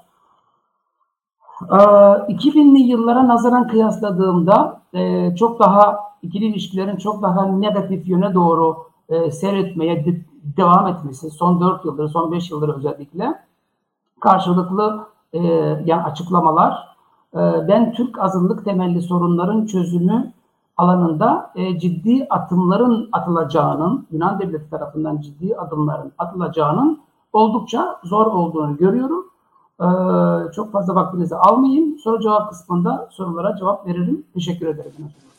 2000'li yıllara nazaran kıyasladığımda çok daha ikili ilişkilerin çok daha negatif yöne doğru seyretmeye devam etmesi, son 4 yıldır, son 5 yıldır özellikle karşılıklı yani açıklamalar, ben Türk azınlık temelli sorunların çözümü alanında ciddi adımların atılacağının, Yunan devleti tarafından ciddi adımların atılacağının oldukça zor olduğunu görüyorum. Çok fazla vaktinizi almayayım. Soru cevap kısmında sorulara cevap veririm. Teşekkür ederim.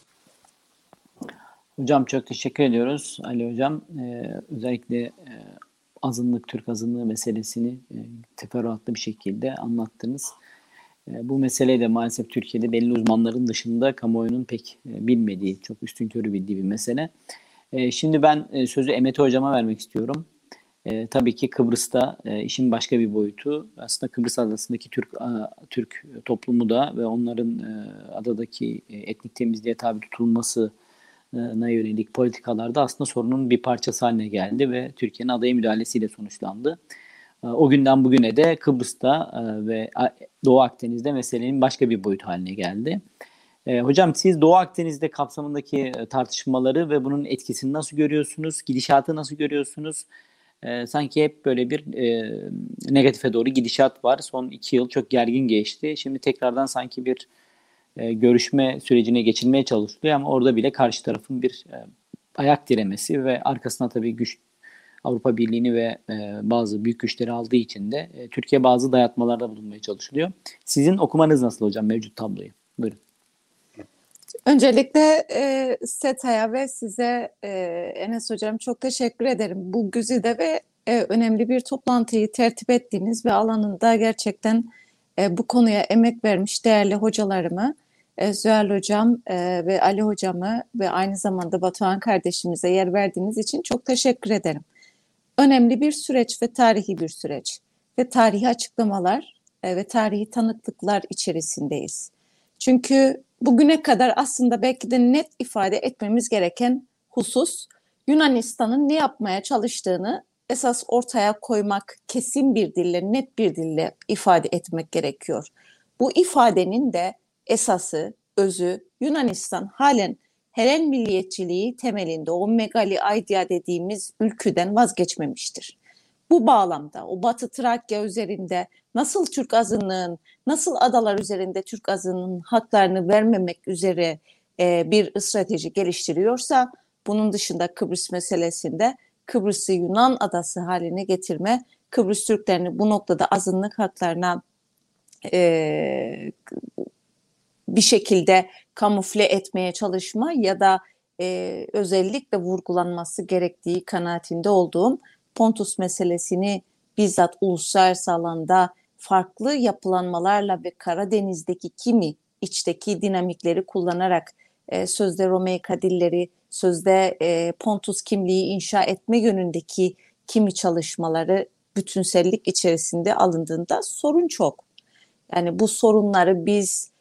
Hocam çok teşekkür ediyoruz Ali Hocam. Özellikle azınlık, Türk azınlığı meselesini teferruatlı bir şekilde anlattınız. Bu meseleyi de maalesef Türkiye'de belli uzmanların dışında kamuoyunun pek bilmediği, çok üstünkörü bildiği bir mesele. Şimdi ben sözü Emete Hocam'a vermek istiyorum. Tabii ki Kıbrıs'ta işin başka bir boyutu. Aslında Kıbrıs adasındaki Türk toplumu da ve onların adadaki etnik temizliğe tabi tutulmasına yönelik politikalarda aslında sorunun bir parçası haline geldi ve Türkiye'nin adaya müdahalesiyle sonuçlandı. O günden bugüne de Kıbrıs'ta ve Doğu Akdeniz'de meselenin başka bir boyutu haline geldi. Hocam siz Doğu Akdeniz'de kapsamındaki tartışmaları ve bunun etkisini nasıl görüyorsunuz? Gidişatı nasıl görüyorsunuz? Sanki hep böyle bir negatife doğru gidişat var. Son 2 yıl çok gergin geçti. Şimdi tekrardan sanki bir görüşme sürecine geçilmeye çalışılıyor ama orada bile karşı tarafın bir ayak diremesi ve arkasına tabii güç Avrupa Birliği'ni ve bazı büyük güçleri aldığı için de Türkiye bazı dayatmalarda bulunmaya çalışılıyor. Sizin okumanız nasıl hocam mevcut tabloyu? Buyurun. Öncelikle SETA'ya ve size Enes Hocam çok teşekkür ederim. Bu güzide ve önemli bir toplantıyı tertip ettiğiniz ve alanında gerçekten bu konuya emek vermiş değerli hocalarımı, Zühal Hocam ve Ali Hocamı ve aynı zamanda Batuhan kardeşimize yer verdiğiniz için çok teşekkür ederim. Önemli bir süreç ve tarihi bir süreç ve tarihi açıklamalar ve tarihi tanıklıklar içerisindeyiz. Çünkü bugüne kadar aslında belki de net ifade etmemiz gereken husus Yunanistan'ın ne yapmaya çalıştığını esas ortaya koymak, kesin bir dille, net bir dille ifade etmek gerekiyor. Bu ifadenin de esası, özü Yunanistan halen Helen milliyetçiliği temelinde o megali idea dediğimiz ülküden vazgeçmemiştir. Bu bağlamda o Batı Trakya üzerinde nasıl Türk azınlığın, nasıl adalar üzerinde Türk azınlığının haklarını vermemek üzere bir strateji geliştiriyorsa, bunun dışında Kıbrıs meselesinde Kıbrıs'ı Yunan adası haline getirme, Kıbrıs Türklerini bu noktada azınlık haklarına bir şekilde kamufle etmeye çalışma ya da özellikle vurgulanması gerektiği kanaatinde olduğum Pontus meselesini bizzat uluslararası alanda farklı yapılanmalarla ve Karadeniz'deki kimi içteki dinamikleri kullanarak sözde Romeika dilleri, sözde Pontus kimliği inşa etme yönündeki kimi çalışmaları bütünsellik içerisinde alındığında sorun çok. Yani bu sorunları biz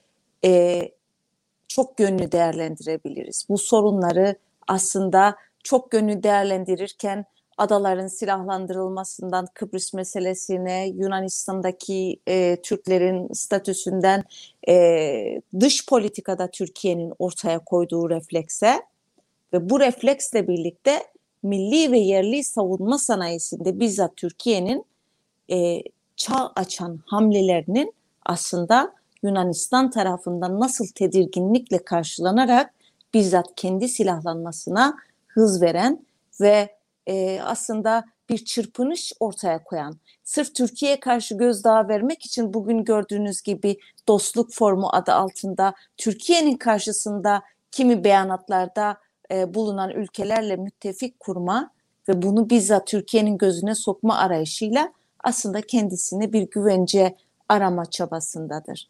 çok yönlü değerlendirebiliriz. Bu sorunları aslında çok yönlü değerlendirirken adaların silahlandırılmasından Kıbrıs meselesine, Yunanistan'daki Türklerin statüsünden dış politikada Türkiye'nin ortaya koyduğu reflekse ve bu refleksle birlikte milli ve yerli savunma sanayisinde bizzat Türkiye'nin çağ açan hamlelerinin aslında Yunanistan tarafından nasıl tedirginlikle karşılanarak bizzat kendi silahlanmasına hız veren ve aslında bir çırpınış ortaya koyan, sırf Türkiye'ye karşı gözdağı vermek için bugün gördüğünüz gibi dostluk formu adı altında Türkiye'nin karşısında kimi beyanatlarda bulunan ülkelerle müttefik kurma ve bunu bizzat Türkiye'nin gözüne sokma arayışıyla aslında kendisine bir güvence arama çabasındadır.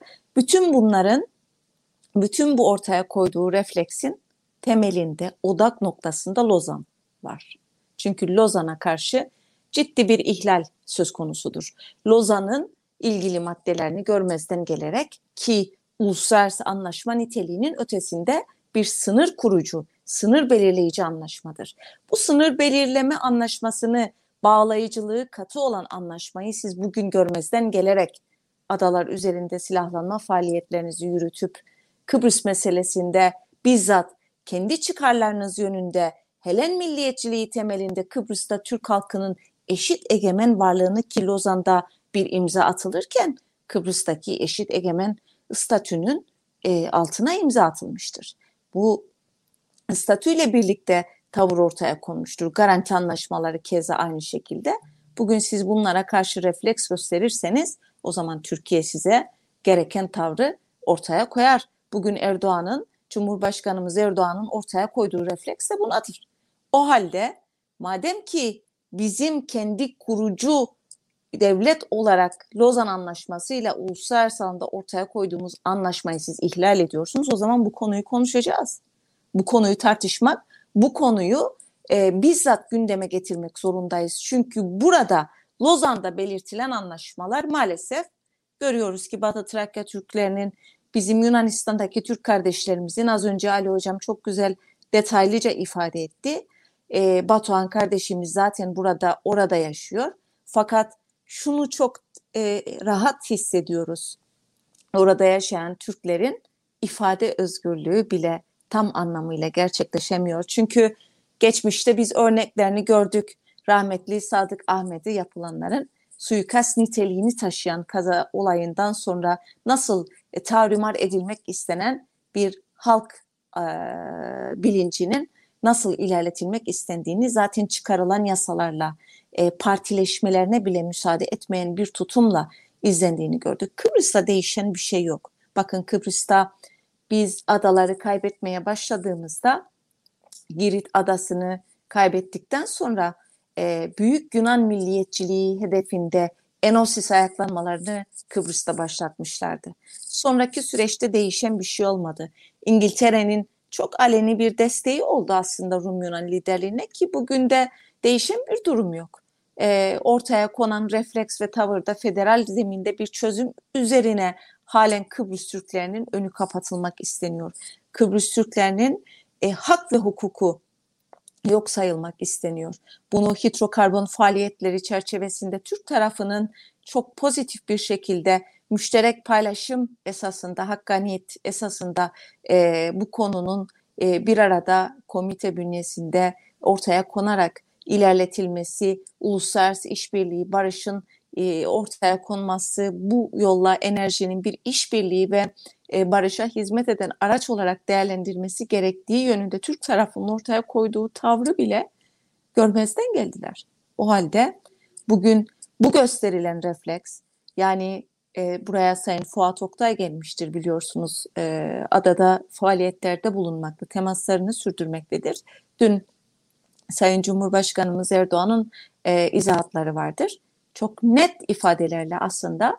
Bütün bu ortaya koyduğu refleksin temelinde, odak noktasında Lozan var. Çünkü Lozan'a karşı ciddi bir ihlal söz konusudur. Lozan'ın ilgili maddelerini görmezden gelerek, ki uluslararası anlaşma niteliğinin ötesinde bir sınır kurucu, sınır belirleyici anlaşmadır. Bu sınır belirleme anlaşmasını, bağlayıcılığı katı olan anlaşmayı siz bugün görmezden gelerek adalar üzerinde silahlanma faaliyetlerinizi yürütüp Kıbrıs meselesinde bizzat kendi çıkarlarınız yönünde Helen milliyetçiliği temelinde Kıbrıs'ta Türk halkının eşit egemen varlığını, ki Lozan'da bir imza atılırken Kıbrıs'taki eşit egemen statünün altına imza atılmıştır. Bu statüyle birlikte tavır ortaya konmuştur. Garanti anlaşmaları keza aynı şekilde. Bugün siz bunlara karşı refleks gösterirseniz o zaman Türkiye size gereken tavrı ortaya koyar. Bugün Cumhurbaşkanımız Erdoğan'ın ortaya koyduğu refleks de bunadır. O halde madem ki bizim kendi kurucu devlet olarak Lozan Anlaşması ile uluslararası alanda ortaya koyduğumuz anlaşmayı siz ihlal ediyorsunuz, o zaman bu konuyu konuşacağız. Bu konuyu tartışmak, bu konuyu bizzat gündeme getirmek zorundayız. Çünkü burada Lozan'da belirtilen anlaşmalar maalesef görüyoruz ki Batı Trakya Türklerinin, bizim Yunanistan'daki Türk kardeşlerimizin, az önce Ali Hocam çok güzel detaylıca ifade etti. Batuhan kardeşimiz zaten orada yaşıyor. Fakat şunu çok rahat hissediyoruz. Orada yaşayan Türklerin ifade özgürlüğü bile tam anlamıyla gerçekleşemiyor. Çünkü geçmişte biz örneklerini gördük. Rahmetli Sadık Ahmet'e yapılanların suikast niteliğini taşıyan kaza olayından sonra nasıl tarumar edilmek istenen bir halk bilincinin nasıl ilerletilmek istendiğini zaten çıkarılan yasalarla, partileşmelerine bile müsaade etmeyen bir tutumla izlendiğini gördük. Kıbrıs'ta değişen bir şey yok. Bakın Kıbrıs'ta biz adaları kaybetmeye başladığımızda, Girit adasını kaybettikten sonra büyük Yunan milliyetçiliği hedefinde Enosis ayaklanmalarını Kıbrıs'ta başlatmışlardı. Sonraki süreçte değişen bir şey olmadı. İngiltere'nin çok aleni bir desteği oldu aslında Rum Yunan liderliğine, ki bugün de değişen bir durum yok. Ortaya konan refleks ve tavırda federal zeminde bir çözüm üzerine halen Kıbrıs Türklerinin önü kapatılmak isteniyor. Kıbrıs Türklerinin hak ve hukuku yok sayılmak isteniyor. Bunu hidrokarbon faaliyetleri çerçevesinde Türk tarafının çok pozitif bir şekilde müşterek paylaşım esasında, hakkaniyet esasında bu konunun bir arada komite bünyesinde ortaya konarak ilerletilmesi, uluslararası işbirliği, barışın ortaya konması, bu yolla enerjinin bir işbirliği ve barışa hizmet eden araç olarak değerlendirmesi gerektiği yönünde Türk tarafının ortaya koyduğu tavrı bile görmezden geldiler. O halde bugün bu gösterilen refleks, yani buraya Sayın Fuat Oktay gelmiştir biliyorsunuz, adada faaliyetlerde bulunmakta, temaslarını sürdürmektedir. Dün Sayın Cumhurbaşkanımız Erdoğan'ın izahatları vardır. Çok net ifadelerle aslında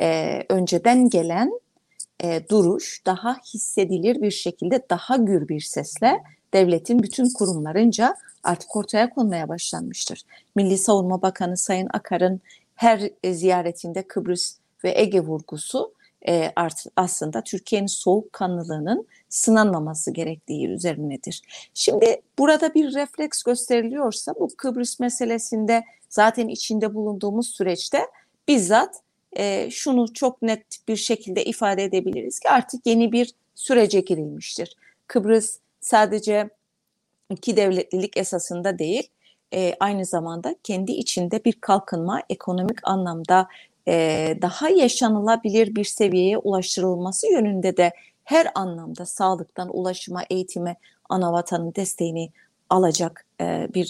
önceden gelen duruş daha hissedilir bir şekilde, daha gür bir sesle devletin bütün kurumlarınca artık ortaya konmaya başlanmıştır. Milli Savunma Bakanı Sayın Akar'ın her ziyaretinde Kıbrıs ve Ege vurgusu aslında Türkiye'nin soğukkanlılığının sınanmaması gerektiği üzerinedir. Şimdi burada bir refleks gösteriliyorsa, bu Kıbrıs meselesinde zaten içinde bulunduğumuz süreçte bizzat şunu çok net bir şekilde ifade edebiliriz ki artık yeni bir sürece girilmiştir. Kıbrıs sadece iki devletlilik esasında değil, aynı zamanda kendi içinde bir kalkınma, ekonomik anlamda daha yaşanılabilir bir seviyeye ulaştırılması yönünde de her anlamda, sağlıktan ulaşıma, eğitime, anavatanın desteğini alacak bir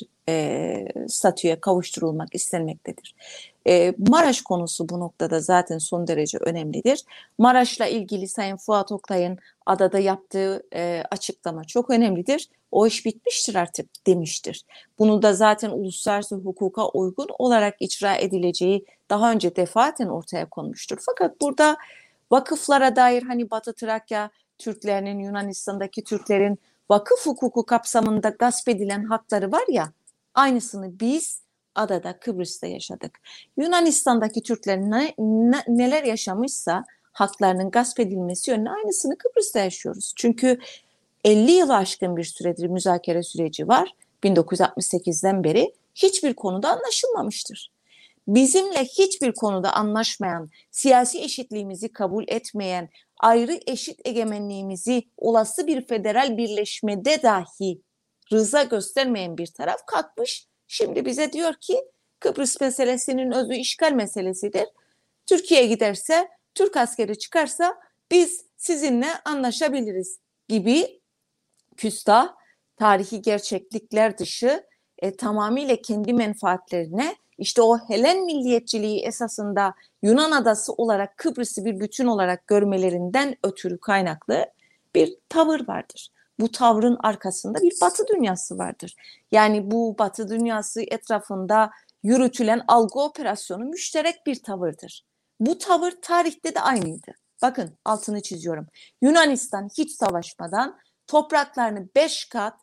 statüye kavuşturulmak istenmektedir. Maraş konusu bu noktada zaten son derece önemlidir. Maraş'la ilgili Sayın Fuat Oktay'ın adada yaptığı açıklama çok önemlidir. O iş bitmiştir artık demiştir. Bunu da zaten uluslararası hukuka uygun olarak icra edileceği daha önce defaten ortaya konmuştur. Fakat burada vakıflara dair hani Batı Trakya Türklerinin, Yunanistan'daki Türklerin vakıf hukuku kapsamında gasp edilen hakları var ya, aynısını biz adada Kıbrıs'ta yaşadık. Yunanistan'daki Türkler neler yaşamışsa haklarının gasp edilmesi yönünde aynısını Kıbrıs'ta yaşıyoruz. Çünkü 50 yılı aşkın bir süredir müzakere süreci var. 1968'den beri hiçbir konuda anlaşılmamıştır. Bizimle hiçbir konuda anlaşmayan, siyasi eşitliğimizi kabul etmeyen, ayrı eşit egemenliğimizi olası bir federal birleşmede dahi rıza göstermeyen bir taraf kalkmış. Şimdi bize diyor ki Kıbrıs meselesinin özü işgal meselesidir. Türkiye'ye giderse, Türk askeri çıkarsa biz sizinle anlaşabiliriz gibi küstah, tarihi gerçeklikler dışı tamamıyla kendi menfaatlerine, işte o Helen milliyetçiliği esasında Yunan adası olarak Kıbrıs'ı bir bütün olarak görmelerinden ötürü kaynaklı bir tavır vardır. Bu tavrın arkasında bir Batı dünyası vardır. Yani bu Batı dünyası etrafında yürütülen algı operasyonu müşterek bir tavırdır. Bu tavır tarihte de aynıydı. Bakın altını çiziyorum. Yunanistan hiç savaşmadan topraklarını 5 kat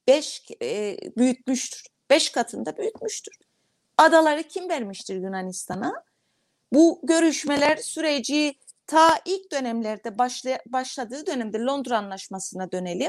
büyütmüştür. 5 katında büyütmüştür. Adaları kim vermiştir Yunanistan'a? Bu görüşmeler süreci ta ilk dönemlerde başladığı dönemde Londra Anlaşması'na dönelim.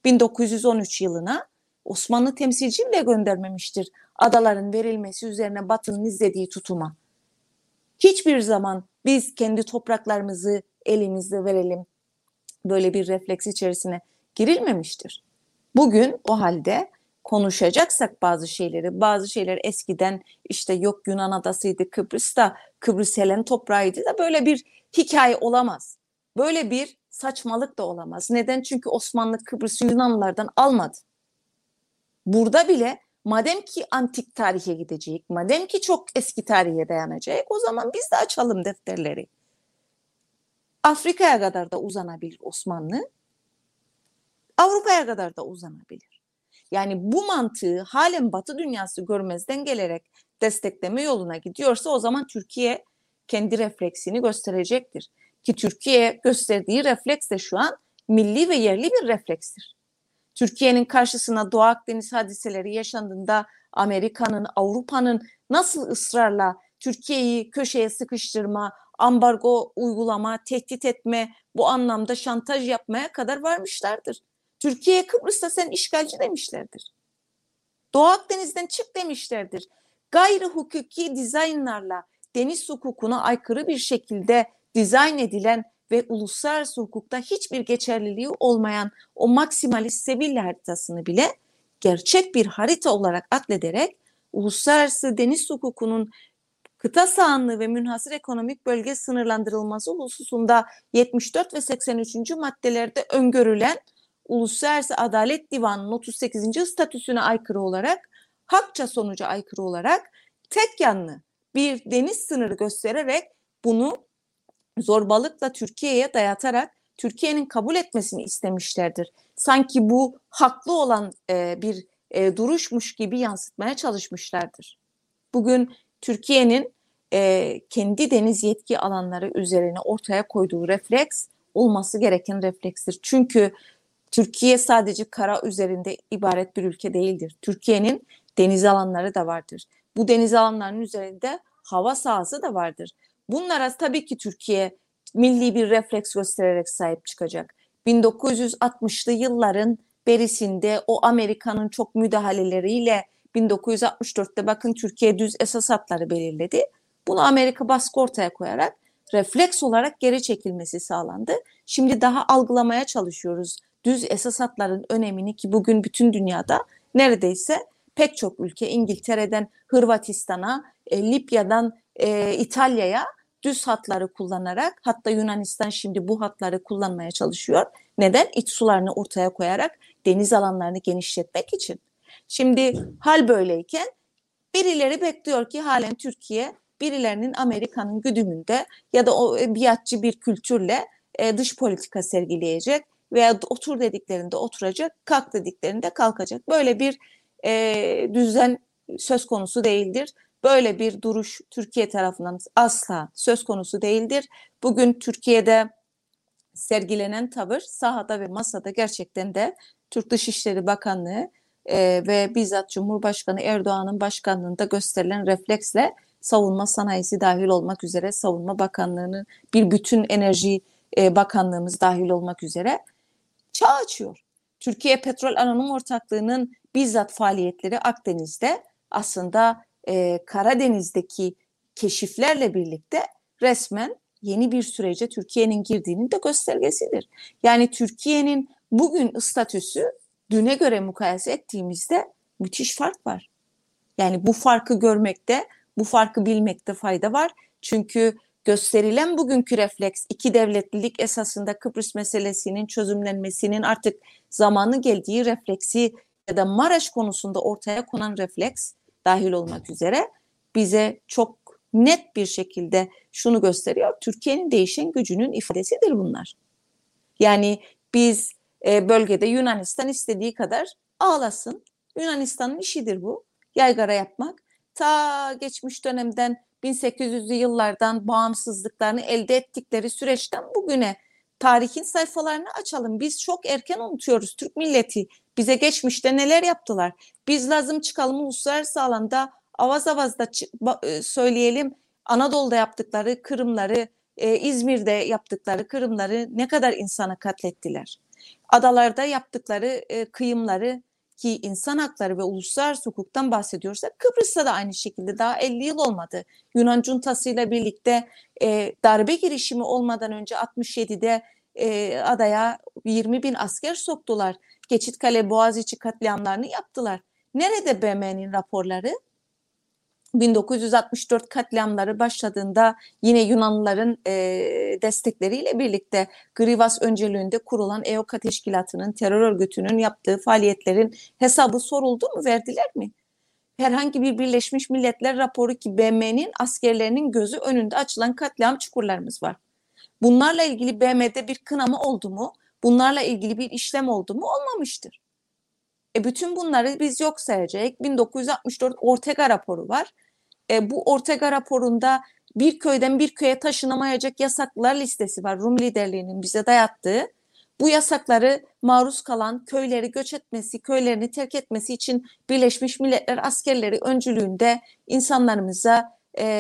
1913 yılına Osmanlı temsilci bile göndermemiştir adaların verilmesi üzerine Batı'nın izlediği tutuma. Hiçbir zaman biz kendi topraklarımızı elimizde verelim, böyle bir refleks içerisine girilmemiştir. Bugün o halde konuşacaksak bazı şeyler eskiden işte yok Yunan adasıydı Kıbrıs'ta, Kıbrıs Helen toprağıydı da böyle bir hikaye olamaz. Böyle bir saçmalık da olamaz. Neden? Çünkü Osmanlı Kıbrıs'ı Yunanlılardan almadı. Burada bile madem ki antik tarihe gidecek, madem ki çok eski tarihe dayanacak, o zaman biz de açalım defterleri. Afrika'ya kadar da uzanabilir Osmanlı, Avrupa'ya kadar da uzanabilir. Yani bu mantığı halen Batı dünyası görmezden gelerek destekleme yoluna gidiyorsa o zaman Türkiye kendi refleksini gösterecektir. Ki Türkiye gösterdiği refleks de şu an milli ve yerli bir reflekstir. Türkiye'nin karşısına Doğu Akdeniz hadiseleri yaşandığında Amerika'nın, Avrupa'nın nasıl ısrarla Türkiye'yi köşeye sıkıştırma, ambargo uygulama, tehdit etme, bu anlamda şantaj yapmaya kadar varmışlardır. Türkiye'ye Kıbrıs'ta sen işgalci demişlerdir. Doğu Akdeniz'den çık demişlerdir. Gayri hukuki dizaynlarla deniz hukukuna aykırı bir şekilde dizayn edilen ve uluslararası hukukta hiçbir geçerliliği olmayan o maksimalist Sevilla haritasını bile gerçek bir harita olarak addederek uluslararası deniz hukukunun kıta sahanlığı ve münhasır ekonomik bölge sınırlandırılması hususunda 74 ve 83. maddelerde öngörülen Uluslararası Adalet Divanı'nın 38. statüsüne aykırı olarak, hakça sonuca aykırı olarak tek yanlı bir deniz sınırı göstererek bunu zorbalıkla Türkiye'ye dayatarak Türkiye'nin kabul etmesini istemişlerdir. Sanki bu haklı olan bir duruşmuş gibi yansıtmaya çalışmışlardır. Bugün Türkiye'nin kendi deniz yetki alanları üzerine ortaya koyduğu refleks olması gereken reflekstir. Çünkü Türkiye sadece kara üzerinde ibaret bir ülke değildir. Türkiye'nin deniz alanları da vardır. Bu deniz alanlarının üzerinde hava sahası da vardır. Bunlara tabii ki Türkiye milli bir refleks göstererek sahip çıkacak. 1960'lı yılların berisinde o Amerika'nın çok müdahaleleriyle 1964'te bakın Türkiye düz esas hatları belirledi. Bunu Amerika baskı ortaya koyarak refleks olarak geri çekilmesi sağlandı. Şimdi daha algılamaya çalışıyoruz düz esas hatların önemini ki bugün bütün dünyada neredeyse pek çok ülke İngiltere'den Hırvatistan'a, Libya'dan İtalya'ya düz hatları kullanarak, hatta Yunanistan şimdi bu hatları kullanmaya çalışıyor. Neden? İç sularını ortaya koyarak deniz alanlarını genişletmek için. Şimdi hal böyleyken birileri bekliyor ki halen Türkiye birilerinin Amerika'nın güdümünde ya da o biatçı bir kültürle dış politika sergileyecek veya otur dediklerinde oturacak, kalk dediklerinde kalkacak. Böyle bir düzen söz konusu değildir. Böyle bir duruş Türkiye tarafından asla söz konusu değildir. Bugün Türkiye'de sergilenen tavır sahada ve masada gerçekten de Türk Dışişleri Bakanlığı ve bizzat Cumhurbaşkanı Erdoğan'ın başkanlığında gösterilen refleksle savunma sanayisi dahil olmak üzere savunma bakanlığının bir bütün enerji bakanlığımız dahil olmak üzere çağ açıyor. Türkiye Petrol Anonim Ortaklığı'nın bizzat faaliyetleri Akdeniz'de aslında Karadeniz'deki keşiflerle birlikte resmen yeni bir sürece Türkiye'nin girdiğinin de göstergesidir. Yani Türkiye'nin bugün statüsü düne göre mukayese ettiğimizde müthiş fark var. Yani bu farkı görmekte, bu farkı bilmekte fayda var. Çünkü gösterilen bugünkü refleks, iki devletlilik esasında Kıbrıs meselesinin çözümlenmesinin artık zamanı geldiği refleksi ya da Maraş konusunda ortaya konan refleks dahil olmak üzere bize çok net bir şekilde şunu gösteriyor. Türkiye'nin değişen gücünün ifadesidir bunlar. Yani biz bölgede Yunanistan istediği kadar ağlasın. Yunanistan'ın işidir bu. Yaygara yapmak. Ta geçmiş dönemden 1800'lü yıllardan bağımsızlıklarını elde ettikleri süreçten bugüne tarihin sayfalarını açalım. Biz çok erken unutuyoruz Türk milleti. Bize geçmişte neler yaptılar? Biz lazım çıkalım uluslararası alanda avaz avaz da söyleyelim. Anadolu'da yaptıkları kırımları, İzmir'de yaptıkları kırımları ne kadar insanı katlettiler. Adalarda yaptıkları kıyımları ki insan hakları ve uluslararası hukuktan bahsediyorsak Kıbrıs'ta da aynı şekilde daha 50 yıl olmadı. Yunan cuntasıyla birlikte darbe girişimi olmadan önce 67'de adaya 20 bin asker soktular. Geçitkale, Boğaziçi katliamlarını yaptılar. Nerede BM'nin raporları? 1964 katliamları başladığında yine Yunanlıların destekleriyle birlikte Grivas öncülüğünde kurulan EOKA Teşkilatı'nın terör örgütünün yaptığı faaliyetlerin hesabı soruldu mu, verdiler mi? Herhangi bir Birleşmiş Milletler raporu ki BM'nin askerlerinin gözü önünde açılan katliam çukurlarımız var. Bunlarla ilgili BM'de bir kınama oldu mu? Bunlarla ilgili bir işlem oldu mu? Olmamıştır. Bütün bunları biz yok sayacak. 1964 Ortega raporu var. Bu Ortega raporunda bir köyden bir köye taşınamayacak yasaklar listesi var. Rum liderliğinin bize dayattığı. Bu yasakları maruz kalan köyleri göç etmesi, köylerini terk etmesi için Birleşmiş Milletler askerleri öncülüğünde insanlarımıza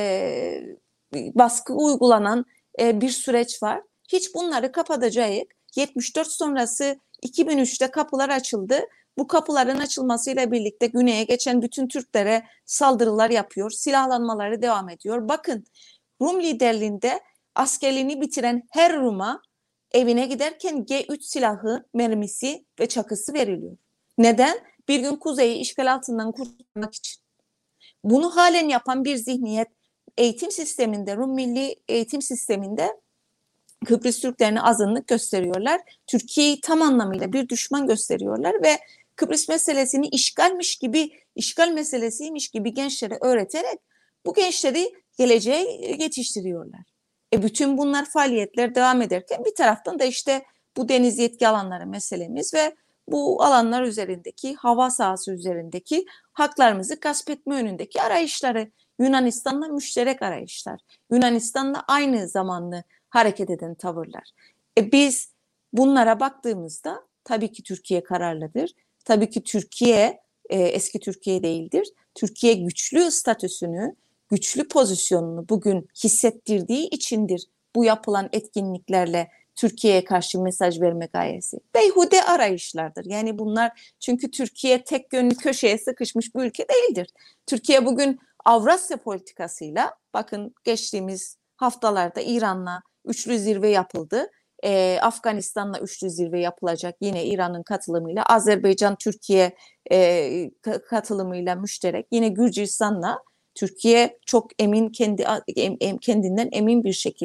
baskı uygulanan bir süreç var. Hiç bunları kapatacağız. 74 sonrası 2003'te kapılar açıldı. Bu kapıların açılmasıyla birlikte güneye geçen bütün Türklere saldırılar yapıyor, silahlanmaları devam ediyor. Bakın Rum liderliğinde askerliğini bitiren her Rum'a evine giderken G3 silahı, mermisi ve çakısı veriliyor. Neden? Bir gün kuzeyi işgal altından kurtarmak için. Bunu halen yapan bir zihniyet eğitim sisteminde, Rum milli eğitim sisteminde Kıbrıs Türklerine azınlık gösteriyorlar. Türkiye'yi tam anlamıyla bir düşman gösteriyorlar ve Kıbrıs meselesini işgal meselesiymiş gibi gençlere öğreterek bu gençleri geleceğe yetiştiriyorlar. Bütün bunlar faaliyetler devam ederken bir taraftan da işte bu deniz yetki alanları meselemiz ve bu alanlar üzerindeki, hava sahası üzerindeki haklarımızı gasp etme yönündeki arayışları, Yunanistan'la müşterek arayışlar, Yunanistan'la aynı zamanlı hareket eden tavırlar. Biz bunlara baktığımızda tabii ki Türkiye kararlıdır. Tabii ki Türkiye eski Türkiye değildir. Türkiye güçlü statüsünü, güçlü pozisyonunu bugün hissettirdiği içindir bu yapılan etkinliklerle Türkiye'ye karşı mesaj verme gayesi. Beyhude arayışlardır. Yani bunlar çünkü Türkiye tek yönlü köşeye sıkışmış bir ülke değildir. Türkiye bugün Avrasya politikasıyla, bakın geçtiğimiz haftalarda İran'la üçlü zirve yapıldı. Afganistan'la üçlü zirve yapılacak yine İran'ın katılımıyla, Azerbaycan Türkiye katılımıyla müşterek, yine Gürcistan'la Türkiye çok emin kendinden emin bir şekilde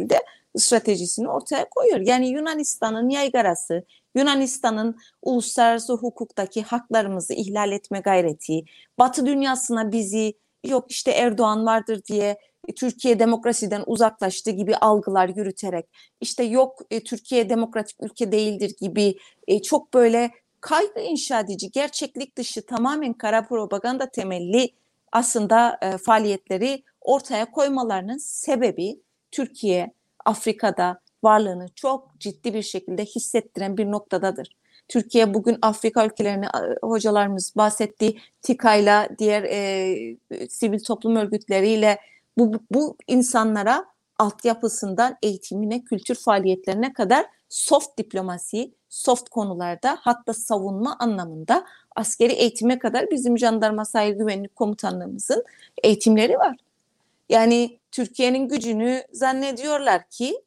stratejisini ortaya koyuyor. Yani Yunanistan'ın yaygarası, Yunanistan'ın uluslararası hukuktaki haklarımızı ihlal etme gayreti, Batı dünyasına bizi yok işte Erdoğan vardır diye Türkiye demokrasiden uzaklaştı gibi algılar yürüterek, işte yok Türkiye demokratik ülke değildir gibi çok böyle kaygı inşa edici, gerçeklik dışı, tamamen kara propaganda temelli aslında faaliyetleri ortaya koymalarının sebebi Türkiye Afrika'da varlığını çok ciddi bir şekilde hissettiren bir noktadadır. Türkiye bugün Afrika ülkelerini hocalarımız bahsetti, TİKA'yla diğer sivil toplum örgütleriyle bu insanlara altyapısından eğitimine, kültür faaliyetlerine kadar soft diplomasi, soft konularda, hatta savunma anlamında askeri eğitime kadar bizim Jandarma Sahil Güvenlik Komutanlığımızın eğitimleri var. Yani Türkiye'nin gücünü zannediyorlar ki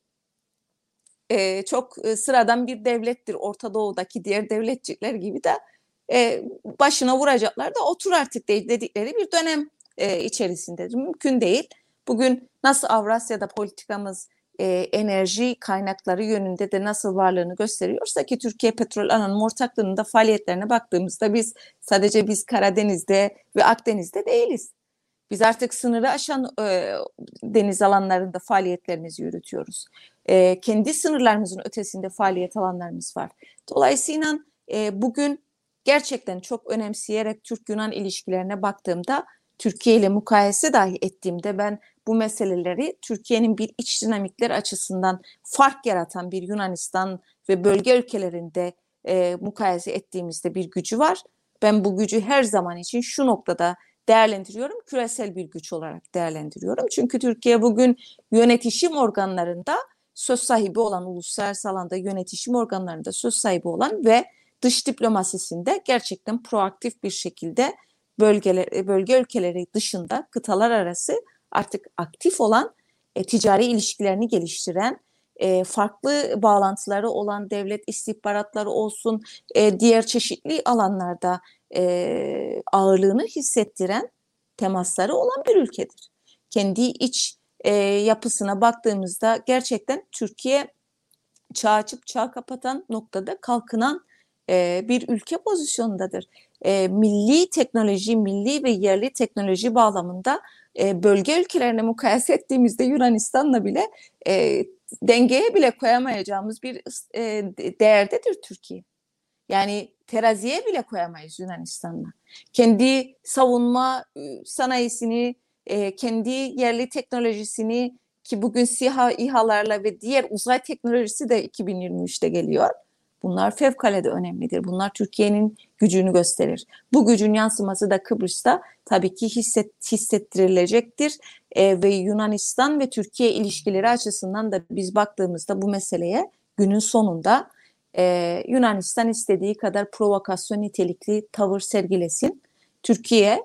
çok sıradan bir devlettir. Orta Doğu'daki diğer devletçikler gibi de başına vuracaklar da otur artık dedikleri bir dönem içerisinde. Mümkün değil. Bugün nasıl Avrasya'da politikamız enerji kaynakları yönünde de nasıl varlığını gösteriyorsa ki Türkiye Petrol Anonim Ortaklığı'nın da faaliyetlerine baktığımızda sadece biz Karadeniz'de ve Akdeniz'de değiliz. Biz artık sınırı aşan deniz alanlarında faaliyetlerimizi yürütüyoruz. Kendi sınırlarımızın ötesinde faaliyet alanlarımız var. Dolayısıyla bugün gerçekten çok önemseyerek Türk-Yunan ilişkilerine baktığımda, Türkiye ile mukayese dahi ettiğimde ben bu meseleleri Türkiye'nin bir iç dinamikler açısından fark yaratan bir Yunanistan ve bölge ülkelerinde mukayese ettiğimizde bir gücü var. Ben bu gücü her zaman için şu noktada değerlendiriyorum, küresel bir güç olarak değerlendiriyorum. Çünkü Türkiye bugün yönetişim organlarında söz sahibi olan, uluslararası alanda yönetişim organlarında söz sahibi olan ve dış diplomasisinde gerçekten proaktif bir şekilde bölge ülkeleri dışında kıtalar arası artık aktif olan, ticari ilişkilerini geliştiren, farklı bağlantıları olan devlet istihbaratları olsun, diğer çeşitli alanlarda ağırlığını hissettiren temasları olan bir ülkedir. Kendi iç yapısına baktığımızda gerçekten Türkiye çağ açıp çağ kapatan noktada kalkınan bir ülke pozisyonundadır. Milli teknoloji, milli ve yerli teknoloji bağlamında bölge ülkelerine mukayese ettiğimizde Yunanistan'la bile dengeye bile koyamayacağımız bir değerdedir Türkiye. Yani teraziye bile koyamayız Yunanistan'la. Kendi savunma sanayisini, kendi yerli teknolojisini, ki bugün SİHA, İHA'larla ve diğer uzay teknolojisi de 2023'te geliyor. Bunlar fevkalade önemlidir. Bunlar Türkiye'nin gücünü gösterir. Bu gücün yansıması da Kıbrıs'ta tabii ki hissettirilecektir. Ve Yunanistan ve Türkiye ilişkileri açısından da biz baktığımızda bu meseleye günün sonunda Yunanistan istediği kadar provokasyon nitelikli tavır sergilesin. Türkiye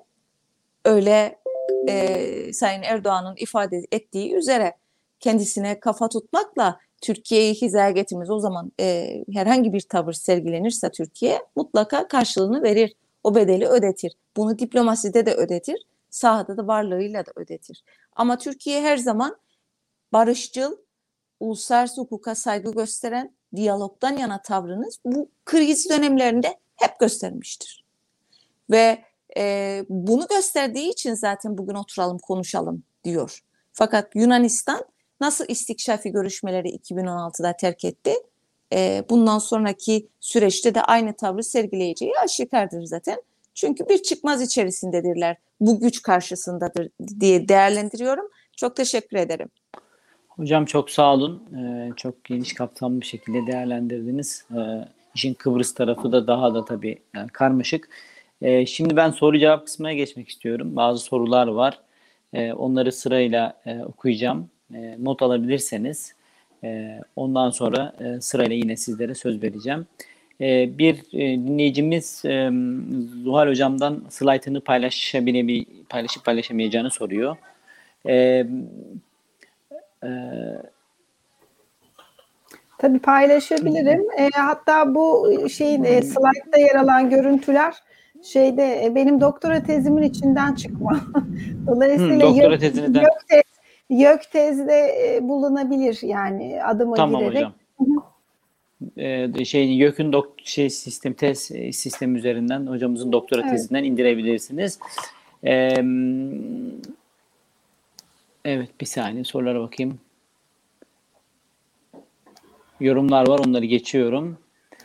öyle Sayın Erdoğan'ın ifade ettiği üzere kendisine kafa tutmakla Türkiye'yi hizaya getirmez. O zaman herhangi bir tavır sergilenirse Türkiye mutlaka karşılığını verir. O bedeli ödetir. Bunu diplomaside de ödetir. Sahada da varlığıyla da ödetir. Ama Türkiye her zaman barışçıl, uluslararası hukuka saygı gösteren, diyalogdan yana tavrını bu kriz dönemlerinde hep göstermiştir. Ve bunu gösterdiği için zaten bugün oturalım konuşalım diyor. Fakat Yunanistan nasıl istikşafi görüşmeleri 2016'da terk etti? Bundan sonraki süreçte de aynı tavrı sergileyeceği aşikardır zaten. Çünkü bir çıkmaz içerisindedirler. Bu güç karşısındadır diye değerlendiriyorum. Çok teşekkür ederim. Hocam çok sağ olun. Çok geniş kapsamlı bir şekilde değerlendirdiniz. İşin Kıbrıs tarafı da daha da tabii karmaşık. Şimdi ben soru cevap kısmına geçmek istiyorum. Bazı sorular var. Onları sırayla okuyacağım. Not alabilirseniz. Ondan sonra sırayla yine sizlere söz vereceğim. Bir dinleyicimiz Zuhal Hocam'dan slaytını paylaşıp paylaşamayacağını soruyor. Tabii paylaşabilirim. Hatta bu slaytta yer alan görüntüler benim doktora tezimin içinden çıkma. Dolayısıyla doktora tezinizden YÖK tezde bulunabilir yani adıma Tamam girerek. hocam. YÖK'ün tez sistemi üzerinden hocamızın doktora Evet. tezinden indirebilirsiniz. Ee, evet, bir saniye sorulara bakayım. Yorumlar var, onları geçiyorum.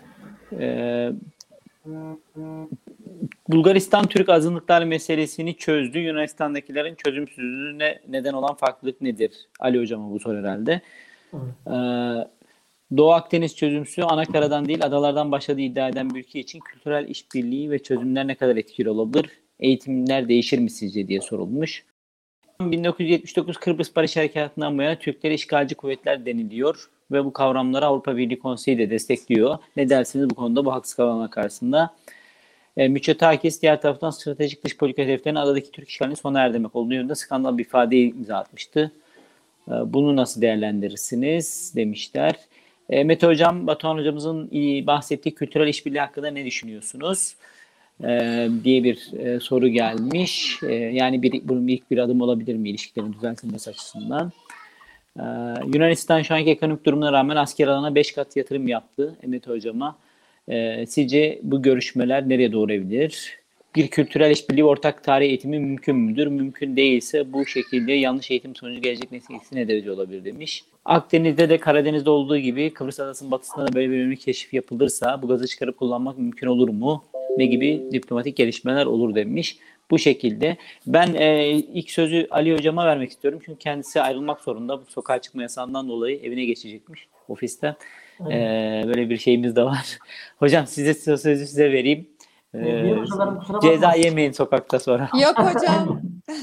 Bulgaristan Türk azınlıklar meselesini çözdü. Yunanistan'dakilerin çözümsüzlüğüne neden olan farklılık nedir? Ali hocama bu soru herhalde. Evet. Doğu Akdeniz çözümsüzlüğü anakaradan değil adalardan başladığı iddia eden bir ülke için kültürel işbirliği ve çözümler ne kadar etkili olabilir? Eğitimler değişir mi sizce diye sorulmuş. 1979 Kıbrıs Barış Harekatı'ndan bu yana Türklere işgalci kuvvetler deniliyor ve bu kavramları Avrupa Birliği Konseyi de destekliyor. Ne dersiniz bu konuda, bu haksız kavramlar karşısında? Mitsotakis diğer taraftan stratejik dış politika hedeflerinin adadaki Türk işgalini sona erdirmek olduğu yönünde skandal bir ifadeyi imza atmıştı. Bunu nasıl değerlendirirsiniz demişler. Mete Hocam, Batuhan Hocamızın bahsettiği kültürel işbirliği hakkında ne düşünüyorsunuz? Diye bir soru gelmiş. Yani bunun ilk bir adım olabilir mi ilişkilerin düzeltilmesi açısından? Yunanistan şu anki ekonomik durumuna rağmen asker alana 5 kat yatırım yaptı Mete Hocama. Sizce bu görüşmeler nereye doğru evrilir? Bir kültürel işbirliği, ortak tarih eğitimi mümkün müdür? Mümkün değilse bu şekilde yanlış eğitim sonucu gelecek nesilisi ne derece olabilir demiş. Akdeniz'de de Karadeniz'de olduğu gibi Kıbrıs Adası'nın batısında da böyle bir önemli keşif yapılırsa bu gazı çıkarıp kullanmak mümkün olur mu? Ne gibi diplomatik gelişmeler olur demiş. Bu şekilde. Ben ilk sözü Ali Hocam'a vermek istiyorum. Çünkü kendisi ayrılmak zorunda. Bu sokağa çıkma yasağından dolayı evine geçecekmiş ofiste. Böyle bir şeyimiz de var. Hocam sözü size vereyim. Ceza yemeyin sokakta sonra. Yok hocam.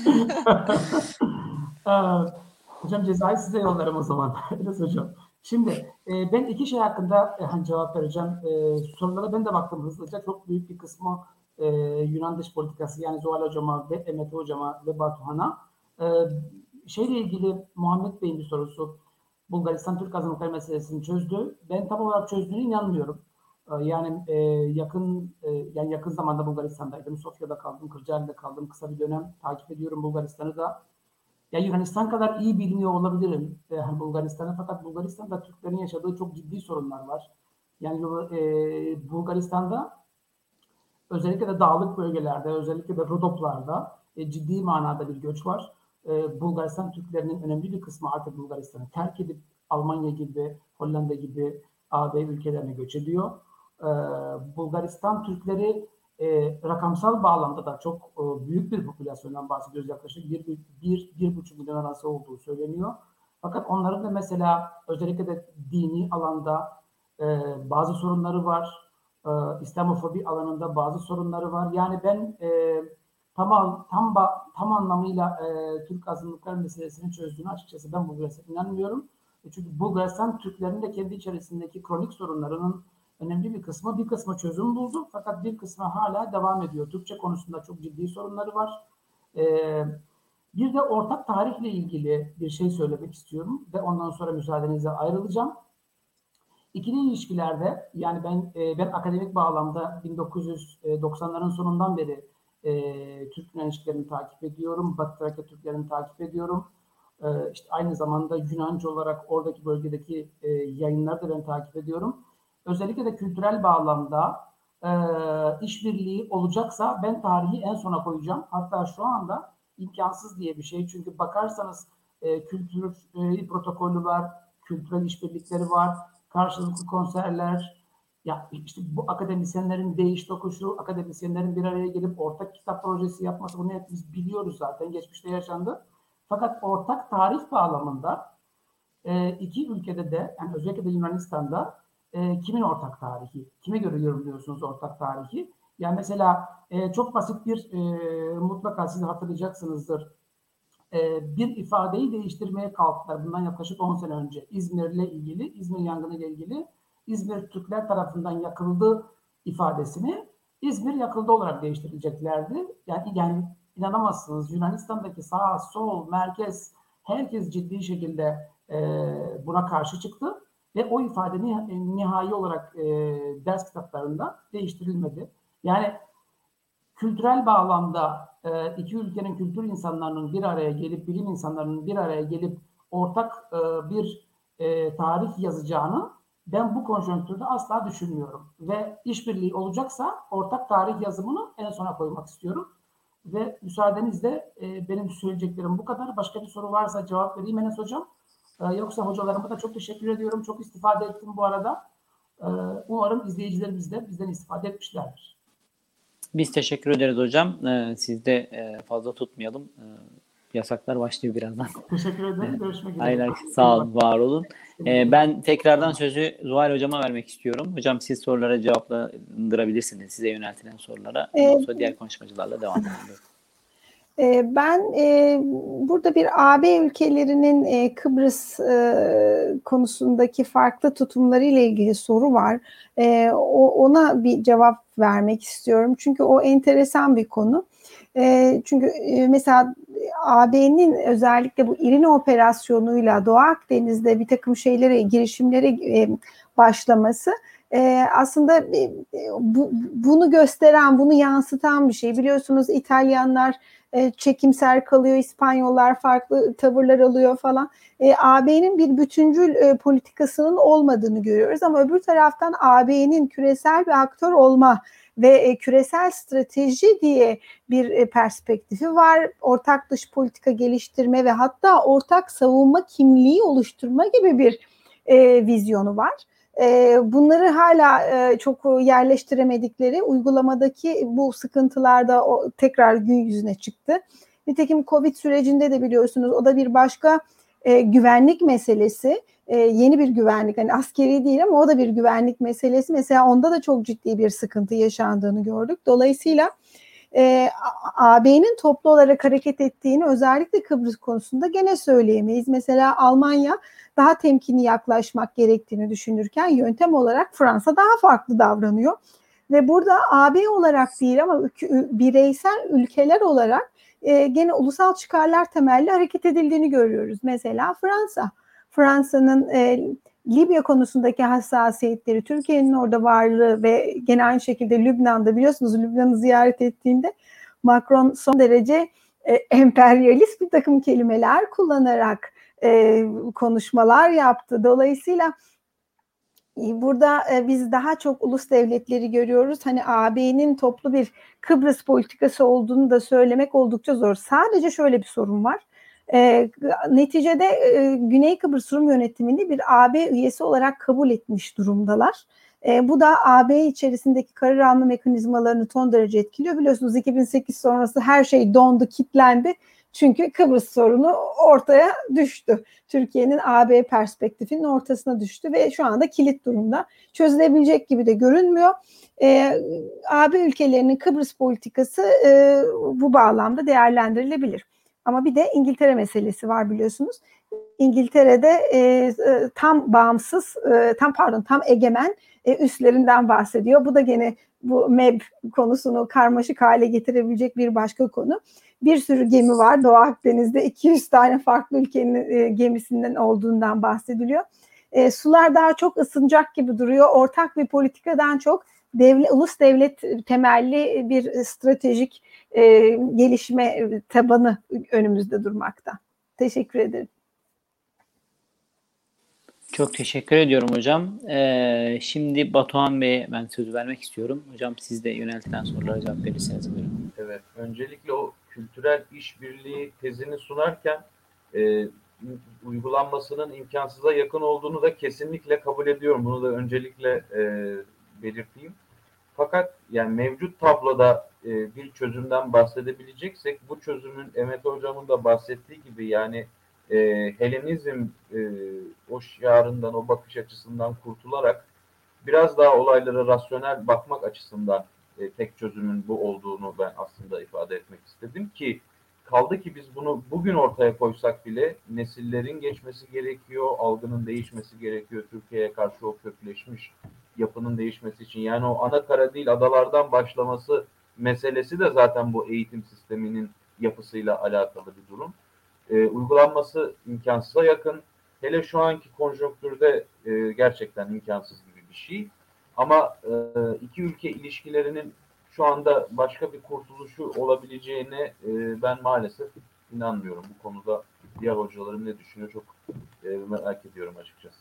Hocam cezayı size yollarım o zaman. Evet hocam. Şimdi ben iki şey hakkında cevap vereceğim. Sorulara ben de baktım hızlıca. Çok büyük bir kısmı Yunan dış politikası, yani Zuhal Hocama ve Mete Hocama ve Batuhan'a. Şeyle ilgili Muhammed Bey'in bir sorusu. Bulgaristan Türk azınlıkları meselesini çözdü. Ben tam olarak çözdüğüne inanmıyorum. Yani yakın zamanda Bulgaristan'daydım. Sofya'da kaldım, Kırcaali'de kaldım. Kısa bir dönem takip ediyorum Bulgaristan'ı da. Ya Yunanistan kadar iyi bilmiyor olabilirim Bulgaristan'ı, fakat Bulgaristan'da Türklerin yaşadığı çok ciddi sorunlar var. Yani Bulgaristan'da özellikle de dağlık bölgelerde, özellikle de Rodoplar'da ciddi manada bir göç var. Bulgaristan Türklerinin önemli bir kısmı artık Bulgaristan'ı terk edip Almanya gibi, Hollanda gibi AB ülkelerine göç ediyor. Bulgaristan Türkleri rakamsal bağlamda da çok büyük bir popülasyondan bahsediyoruz. Yaklaşık 1,5 milyon arası olduğu söyleniyor. Fakat onların da mesela özellikle de dini alanda bazı sorunları var. İslamofobi alanında bazı sorunları var. Yani ben tam anlamıyla Türk azınlıklar meselesini çözdüğünü açıkçası ben Bulgaristan'a inanmıyorum. Çünkü Bulgaristan Türklerin de kendi içerisindeki kronik sorunlarının önemli bir kısmı çözüm buldu. Fakat bir kısmı hala devam ediyor. Türkçe konusunda çok ciddi sorunları var. Bir de ortak tarihle ilgili bir şey söylemek istiyorum ve ondan sonra müsaadenizle ayrılacağım. İkili ilişkilerde, yani ben akademik bağlamda 1990'ların sonundan beri Türk-Yunan ilişkilerini takip ediyorum. Batı Trakya Türklerini takip ediyorum. İşte aynı zamanda Yunanca olarak oradaki bölgedeki yayınları da ben takip ediyorum. Özellikle de kültürel bağlamda işbirliği olacaksa ben tarihi en sona koyacağım. Hatta şu anda imkansız diye bir şey. Çünkü bakarsanız kültür protokolü var, kültürel işbirlikleri var, karşılıklı konserler, ya işte bu akademisyenlerin değiş tokuşu, akademisyenlerin bir araya gelip ortak kitap projesi yapması, bunu hepimiz biliyoruz zaten, geçmişte yaşandı. Fakat ortak tarih bağlamında iki ülkede de, yani özellikle de Yunanistan'da kimin ortak tarihi, kime göre yorumluyorsunuz ortak tarihi? Yani mesela çok basit bir mutlaka siz hatırlayacaksınızdır. Bir ifadeyi değiştirmeye kalktılar bundan yaklaşık 10 sene önce. İzmir yangını ile ilgili İzmir Türkler tarafından yakıldı ifadesini İzmir yakıldı olarak değiştireceklerdi. Yani inanamazsınız, Yunanistan'daki sağ, sol, merkez herkes ciddi şekilde buna karşı çıktı ve o ifade nihai olarak ders kitaplarında değiştirilmedi. Yani kültürel bağlamda iki ülkenin kültür insanlarının bir araya gelip, bilim insanlarının bir araya gelip ortak bir tarih yazacağını ben bu konjonktürde asla düşünmüyorum. Ve işbirliği olacaksa ortak tarih yazımını en sona koymak istiyorum. Ve müsaadenizle benim söyleyeceklerim bu kadar. Başka bir soru varsa cevap vereyim Enes Hocam. Yoksa hocalarıma da çok teşekkür ediyorum. Çok istifade ettim bu arada. Umarım izleyicilerimiz de bizden istifade etmişlerdir. Biz teşekkür ederiz hocam. Siz de fazla tutmayalım. Yasaklar başlıyor birazdan. Teşekkür ederim. Görüşmek üzere. Aynen. Sağ olun, var olun. Ben tekrardan sözü Zuhal hocama vermek istiyorum. Hocam siz sorulara cevaplandırabilirsiniz. Size yöneltilen sorulara. Ondan sonra diğer konuşmacılarla devam edelim. Ben burada bir AB ülkelerinin Kıbrıs konusundaki farklı tutumları ile ilgili soru var. Ona bir cevap vermek istiyorum. Çünkü o enteresan bir konu. Çünkü mesela AB'nin özellikle bu İRINA operasyonuyla Doğu Akdeniz'de bir takım girişimlere başlaması aslında bunu gösteren, bunu yansıtan bir şey. Biliyorsunuz İtalyanlar çekimser kalıyor, İspanyollar farklı tavırlar alıyor falan. AB'nin bir bütüncül politikasının olmadığını görüyoruz ama öbür taraftan AB'nin küresel bir aktör olma ve küresel strateji diye bir perspektifi var. Ortak dış politika geliştirme ve hatta ortak savunma kimliği oluşturma gibi bir vizyonu var. Bunları hala çok yerleştiremedikleri, uygulamadaki bu sıkıntılarda tekrar gün yüzüne çıktı. Nitekim Covid sürecinde de biliyorsunuz o da bir başka güvenlik meselesi. Yeni bir güvenlik, hani askeri değil ama o da bir güvenlik meselesi. Mesela onda da çok ciddi bir sıkıntı yaşandığını gördük. Dolayısıyla AB'nin toplu olarak hareket ettiğini özellikle Kıbrıs konusunda gene söyleyemeyiz. Mesela Almanya daha temkinli yaklaşmak gerektiğini düşünürken yöntem olarak Fransa daha farklı davranıyor. Ve burada AB olarak değil ama bireysel ülkeler olarak gene ulusal çıkarlar temelli hareket edildiğini görüyoruz. Mesela Fransa'nın Libya konusundaki hassasiyetleri, Türkiye'nin orada varlığı ve gene aynı şekilde Lübnan'da biliyorsunuz Lübnan'ı ziyaret ettiğinde Macron son derece emperyalist bir takım kelimeler kullanarak konuşmalar yaptı. Dolayısıyla burada biz daha çok ulus devletleri görüyoruz. Hani AB'nin toplu bir Kıbrıs politikası olduğunu da söylemek oldukça zor. Sadece şöyle bir sorun var. Neticede Güney Kıbrıs Rum yönetimini bir AB üyesi olarak kabul etmiş durumdalar. Bu da AB içerisindeki karar alma mekanizmalarını son derece etkiliyor. Biliyorsunuz 2008 sonrası her şey dondu, kilitlendi. Çünkü Kıbrıs sorunu ortaya düştü. Türkiye'nin AB perspektifinin ortasına düştü ve şu anda kilit durumda. Çözülebilecek gibi de görünmüyor. AB ülkelerinin Kıbrıs politikası bu bağlamda değerlendirilebilir. Ama bir de İngiltere meselesi var biliyorsunuz. İngiltere'de tam bağımsız, tam egemen üslerinden bahsediyor. Bu da gene bu MEB konusunu karmaşık hale getirebilecek bir başka konu. Bir sürü gemi var Doğu Akdeniz'de. 200 tane farklı ülkenin gemisinden olduğundan bahsediliyor. Sular daha çok ısınacak gibi duruyor. Ortak bir politikadan çok ulus devlet temelli bir stratejik gelişme tabanı önümüzde durmakta. Teşekkür ederim. Çok teşekkür ediyorum hocam. Şimdi Batuhan Bey'e ben sözü vermek istiyorum. Hocam siz de yöneltilen sorulara cevap verirseniz buyurun. Evet, öncelikle o kültürel işbirliği tezini sunarken uygulanmasının imkansıza yakın olduğunu da kesinlikle kabul ediyorum. Bunu da öncelikle belirteyim. Fakat yani mevcut tabloda bir çözümden bahsedebileceksek bu çözümün Emet Hocam'ın da bahsettiği gibi yani Helenizm o şiarından, o bakış açısından kurtularak biraz daha olaylara rasyonel bakmak açısından tek çözümün bu olduğunu ben aslında ifade etmek istedim ki kaldı ki biz bunu bugün ortaya koysak bile nesillerin geçmesi gerekiyor, algının değişmesi gerekiyor Türkiye'ye karşı o kökleşmiş yapının değişmesi için. Yani o ana kara değil adalardan başlaması meselesi de zaten bu eğitim sisteminin yapısıyla alakalı bir durum. Uygulanması imkansıza yakın. Hele şu anki konjonktürde gerçekten imkansız gibi bir şey. Ama iki ülke ilişkilerinin şu anda başka bir kurtuluşu olabileceğine ben maalesef inanmıyorum. Bu konuda diğer hocalarım ne düşünüyor çok merak ediyorum açıkçası.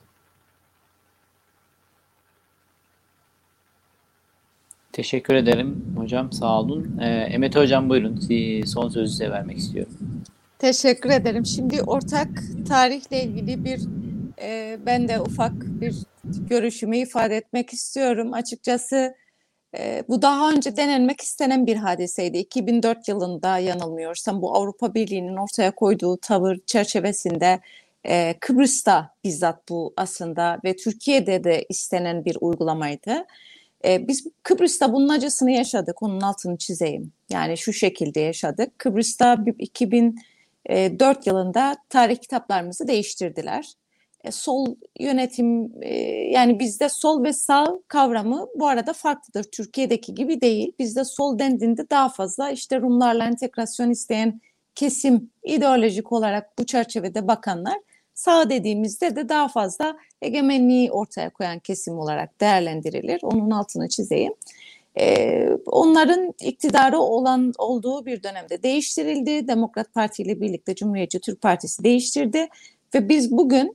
Teşekkür ederim hocam. Sağ olun. Emet hocam buyurun. Son sözü size vermek istiyorum. Teşekkür ederim. Şimdi ortak tarihle ilgili ben de ufak bir görüşümü ifade etmek istiyorum. Açıkçası bu daha önce denenmek istenen bir hadiseydi. 2004 yılında yanılmıyorsam bu Avrupa Birliği'nin ortaya koyduğu tavır çerçevesinde Kıbrıs'ta bizzat bu aslında ve Türkiye'de de istenen bir uygulamaydı. Biz Kıbrıs'ta bunun acısını yaşadık. Onun altını çizeyim. Yani şu şekilde yaşadık. Kıbrıs'ta 2004 yılında tarih kitaplarımızı değiştirdiler. Sol yönetim yani bizde sol ve sağ kavramı bu arada farklıdır. Türkiye'deki gibi değil. Bizde sol dendiğinde daha fazla işte Rumlarla entegrasyon isteyen kesim ideolojik olarak bu çerçevede bakanlar, sağ dediğimizde de daha fazla egemenliği ortaya koyan kesim olarak değerlendirilir. Onun altını çizeyim. Onların iktidarı olduğu bir dönemde değiştirildi. Demokrat Parti ile birlikte Cumhuriyetçi Türk Partisi değiştirdi ve biz bugün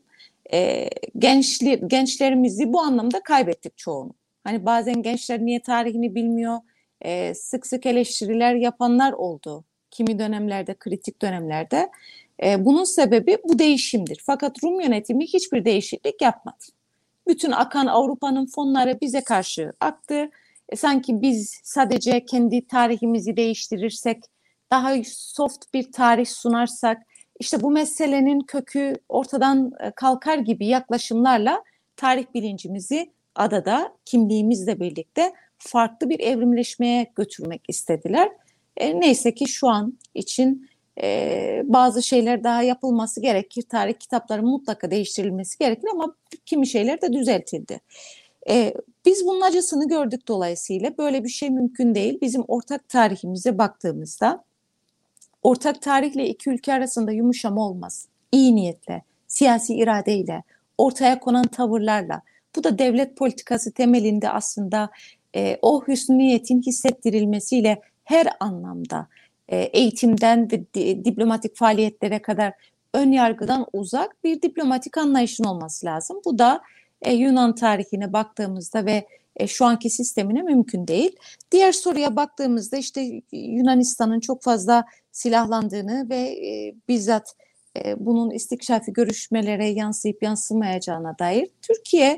gençlerimizi bu anlamda kaybettik çoğunu. Hani bazen gençler niye tarihini bilmiyor, sık sık eleştiriler yapanlar oldu. Kimi dönemlerde, kritik dönemlerde. Bunun sebebi bu değişimdir. Fakat Rum yönetimi hiçbir değişiklik yapmadı. Bütün akan Avrupa'nın fonları bize karşı aktı. Sanki biz sadece kendi tarihimizi değiştirirsek, daha soft bir tarih sunarsak, işte bu meselenin kökü ortadan kalkar gibi yaklaşımlarla tarih bilincimizi adada kimliğimizle birlikte farklı bir evrimleşmeye götürmek istediler. Neyse ki şu an için bazı şeyler daha yapılması gerekir. Tarih kitapları mutlaka değiştirilmesi gerekir ama kimi şeyler de düzeltildi. Biz bunun acısını gördük dolayısıyla böyle bir şey mümkün değil. Bizim ortak tarihimize baktığımızda ortak tarihle iki ülke arasında yumuşama olmaz. İyi niyetle, siyasi iradeyle, ortaya konan tavırlarla. Bu da devlet politikası temelinde aslında o hüsnü niyetin hissettirilmesiyle her anlamda eğitimden ve diplomatik faaliyetlere kadar ön yargıdan uzak bir diplomatik anlayışın olması lazım. Bu da Yunan tarihine baktığımızda ve şu anki sistemine mümkün değil. Diğer soruya baktığımızda işte Yunanistan'ın çok fazla silahlandığını ve bizzat bunun istikşafi görüşmelere yansıyıp yansımayacağına dair Türkiye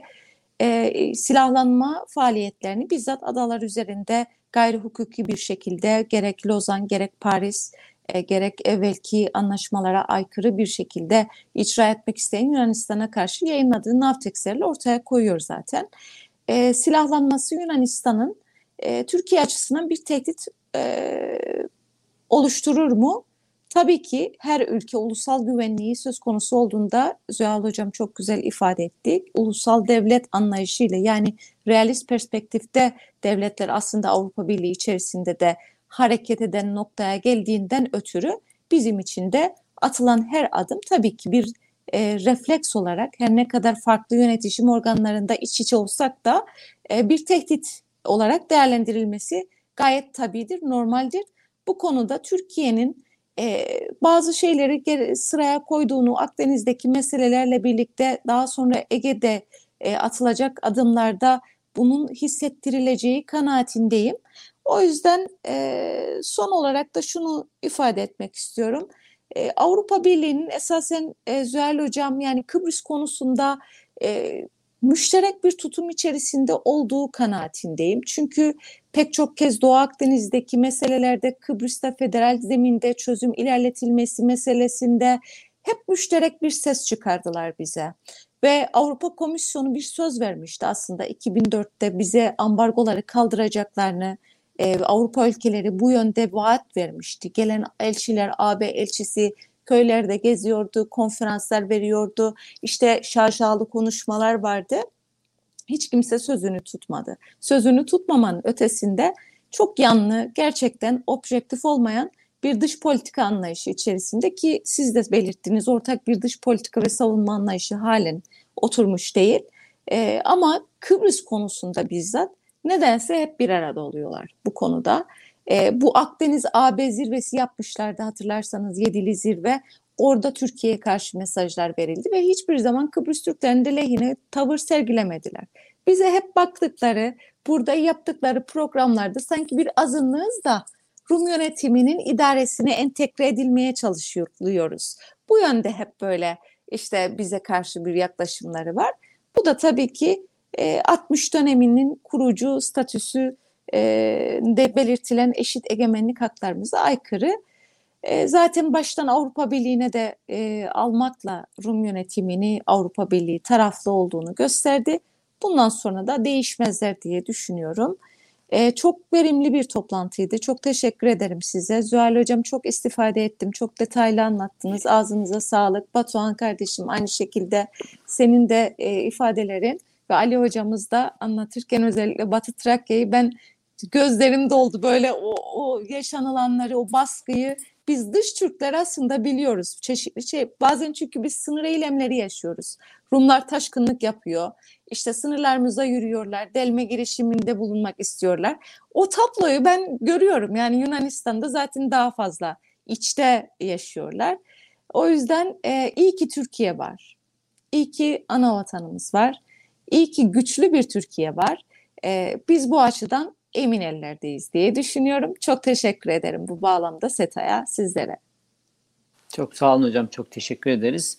silahlanma faaliyetlerini bizzat adalar üzerinde gayri hukuki bir şekilde gerek Lozan gerek Paris gerek evvelki anlaşmalara aykırı bir şekilde icra etmek isteyen Yunanistan'a karşı yayınladığı Navtekslerle ortaya koyuyor zaten. Silahlanması Yunanistan'ın Türkiye açısından bir tehdit oluşturur mu? Tabii ki her ülke ulusal güvenliği söz konusu olduğunda Zühal Hocam çok güzel ifade etti. Ulusal devlet anlayışıyla yani realist perspektifte devletler aslında Avrupa Birliği içerisinde de hareket eden noktaya geldiğinden ötürü bizim için de atılan her adım tabii ki bir refleks olarak her ne kadar farklı yönetişim organlarında iç içe olsak da bir tehdit olarak değerlendirilmesi gayet tabidir, normaldir. Bu konuda Türkiye'nin bazı şeyleri sıraya koyduğunu Akdeniz'deki meselelerle birlikte daha sonra Ege'de atılacak adımlarda bunun hissettirileceği kanaatindeyim. O yüzden son olarak da şunu ifade etmek istiyorum. Avrupa Birliği'nin esasen Zühal Hocam yani Kıbrıs konusunda müşterek bir tutum içerisinde olduğu kanaatindeyim. Çünkü pek çok kez Doğu Akdeniz'deki meselelerde Kıbrıs'ta federal zeminde çözüm ilerletilmesi meselesinde hep müşterek bir ses çıkardılar bize. Ve Avrupa Komisyonu bir söz vermişti aslında 2004'te bize ambargoları kaldıracaklarını, Avrupa ülkeleri bu yönde vaat vermişti. Gelen elçiler, AB elçisi köylerde geziyordu, konferanslar veriyordu, işte şaşalı konuşmalar vardı. Hiç kimse sözünü tutmadı. Sözünü tutmamanın ötesinde çok yanlı, gerçekten objektif olmayan bir dış politika anlayışı içerisinde ki siz de belirttiğiniz ortak bir dış politika ve savunma anlayışı halen oturmuş değil. Ama Kıbrıs konusunda bizzat nedense hep bir arada oluyorlar bu konuda. Bu Akdeniz AB zirvesi yapmışlardı, hatırlarsanız, 7'li zirve. Orada Türkiye'ye karşı mesajlar verildi ve hiçbir zaman Kıbrıs Türklerinin de lehine tavır sergilemediler. Bize hep baktıkları, burada yaptıkları programlarda sanki bir azınlığız da Rum yönetiminin idaresine entegre edilmeye çalışıyoruz. Bu yönde hep böyle işte bize karşı bir yaklaşımları var. Bu da tabii ki 60 döneminin kurucu statüsü de belirtilen eşit egemenlik haklarımıza aykırı. Zaten baştan Avrupa Birliği'ne de almakla Rum yönetimini Avrupa Birliği taraflı olduğunu gösterdi. Bundan sonra da değişmezler diye düşünüyorum. Çok verimli bir toplantıydı. Çok teşekkür ederim size. Zuhal Hocam, çok istifade ettim. Çok detaylı anlattınız. Ağzınıza sağlık. Batuhan kardeşim aynı şekilde, senin de ifadelerin ve Ali hocamız da anlatırken özellikle Batı Trakya'yı ben gözlerim doldu. Böyle o yaşanılanları, o baskıyı biz dış Türkler aslında biliyoruz. Çeşitli bazen çünkü biz sınır eylemleri yaşıyoruz. Rumlar taşkınlık yapıyor. İşte sınırlarımıza yürüyorlar. Delme girişiminde bulunmak istiyorlar. O tabloyu ben görüyorum. Yani Yunanistan'da zaten daha fazla içte yaşıyorlar. O yüzden iyi ki Türkiye var. İyi ki ana vatanımız var. İyi ki güçlü bir Türkiye var. Biz bu açıdan emin ellerdeyiz diye düşünüyorum. Çok teşekkür ederim bu bağlamda SETA'ya, sizlere. Çok sağ olun hocam. Çok teşekkür ederiz.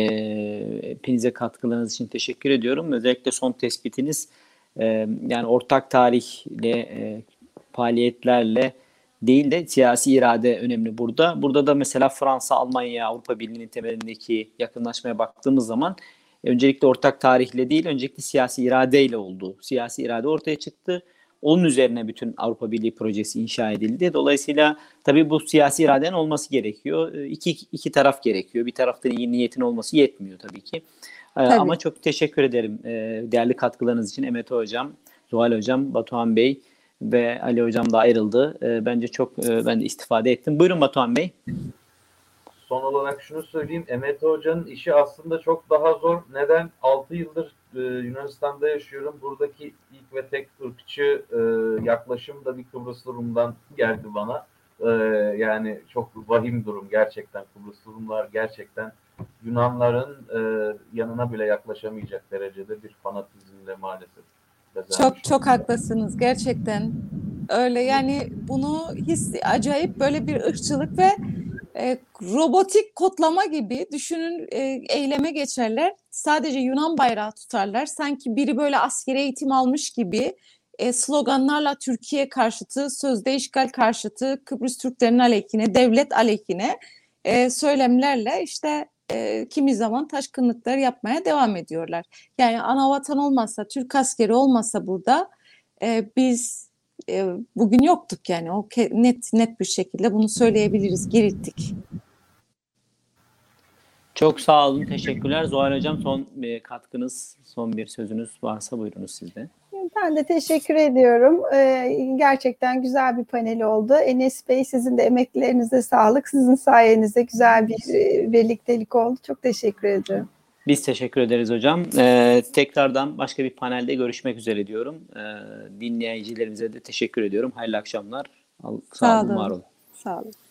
Hepinize katkılarınız için teşekkür ediyorum. Özellikle son tespitiniz, yani ortak tarihle, faaliyetlerle değil de siyasi irade önemli burada. Burada da mesela Fransa, Almanya, Avrupa Birliği'nin temelindeki yakınlaşmaya baktığımız zaman öncelikle ortak tarihle değil, öncelikle siyasi iradeyle oldu. Siyasi irade ortaya çıktı. Onun üzerine bütün Avrupa Birliği projesi inşa edildi. Dolayısıyla tabii bu siyasi iradenin olması gerekiyor. İki taraf gerekiyor. Bir taraftan iyi niyetin olması yetmiyor tabii ki. Tabii. Ama çok teşekkür ederim değerli katkılarınız için. Emete Hocam, Zuhal Hocam, Batuhan Bey ve Ali Hocam da ayrıldı. Bence çok ben de istifade ettim. Buyurun Batuhan Bey. Son olarak şunu söyleyeyim. Emete Hoca'nın işi aslında çok daha zor. Neden? 6 yıldır Yunanistan'da yaşıyorum. Buradaki ilk ve tek ırkçı yaklaşım da bir Kıbrıslı Rum'dan geldi bana. Yani çok vahim durum gerçekten. Kıbrıslı Rumlar gerçekten Yunanların yanına bile yaklaşamayacak derecede bir fanatizmle maalesef. Çok haklısınız gerçekten. Öyle yani, bunu acayip böyle bir ırkçılık ve robotik kodlama gibi düşünün, eyleme geçerler. Sadece Yunan bayrağı tutarlar. Sanki biri böyle askeri eğitim almış gibi sloganlarla Türkiye karşıtı, sözde işgal karşıtı, Kıbrıs Türklerinin aleyhine, devlet aleyhine söylemlerle işte kimi zaman taşkınlıklar yapmaya devam ediyorlar. Yani anavatan olmazsa, Türk askeri olmazsa burada biz bugün yoktuk yani. O net bir şekilde bunu söyleyebiliriz. Girittik. Çok sağ olun. Teşekkürler. Zuhal Hocam, son bir katkınız, son bir sözünüz varsa buyurunuz siz de. Ben de teşekkür ediyorum. Gerçekten güzel bir panel oldu. Enes Bey, sizin de emeklerinize sağlık. Sizin sayenizde güzel bir birliktelik oldu. Çok teşekkür ediyorum. Biz teşekkür ederiz hocam. Tekrardan başka bir panelde görüşmek üzere diyorum. Dinleyicilerimize de teşekkür ediyorum. Hayırlı akşamlar. Sağ olun, var olun. Sağ olun.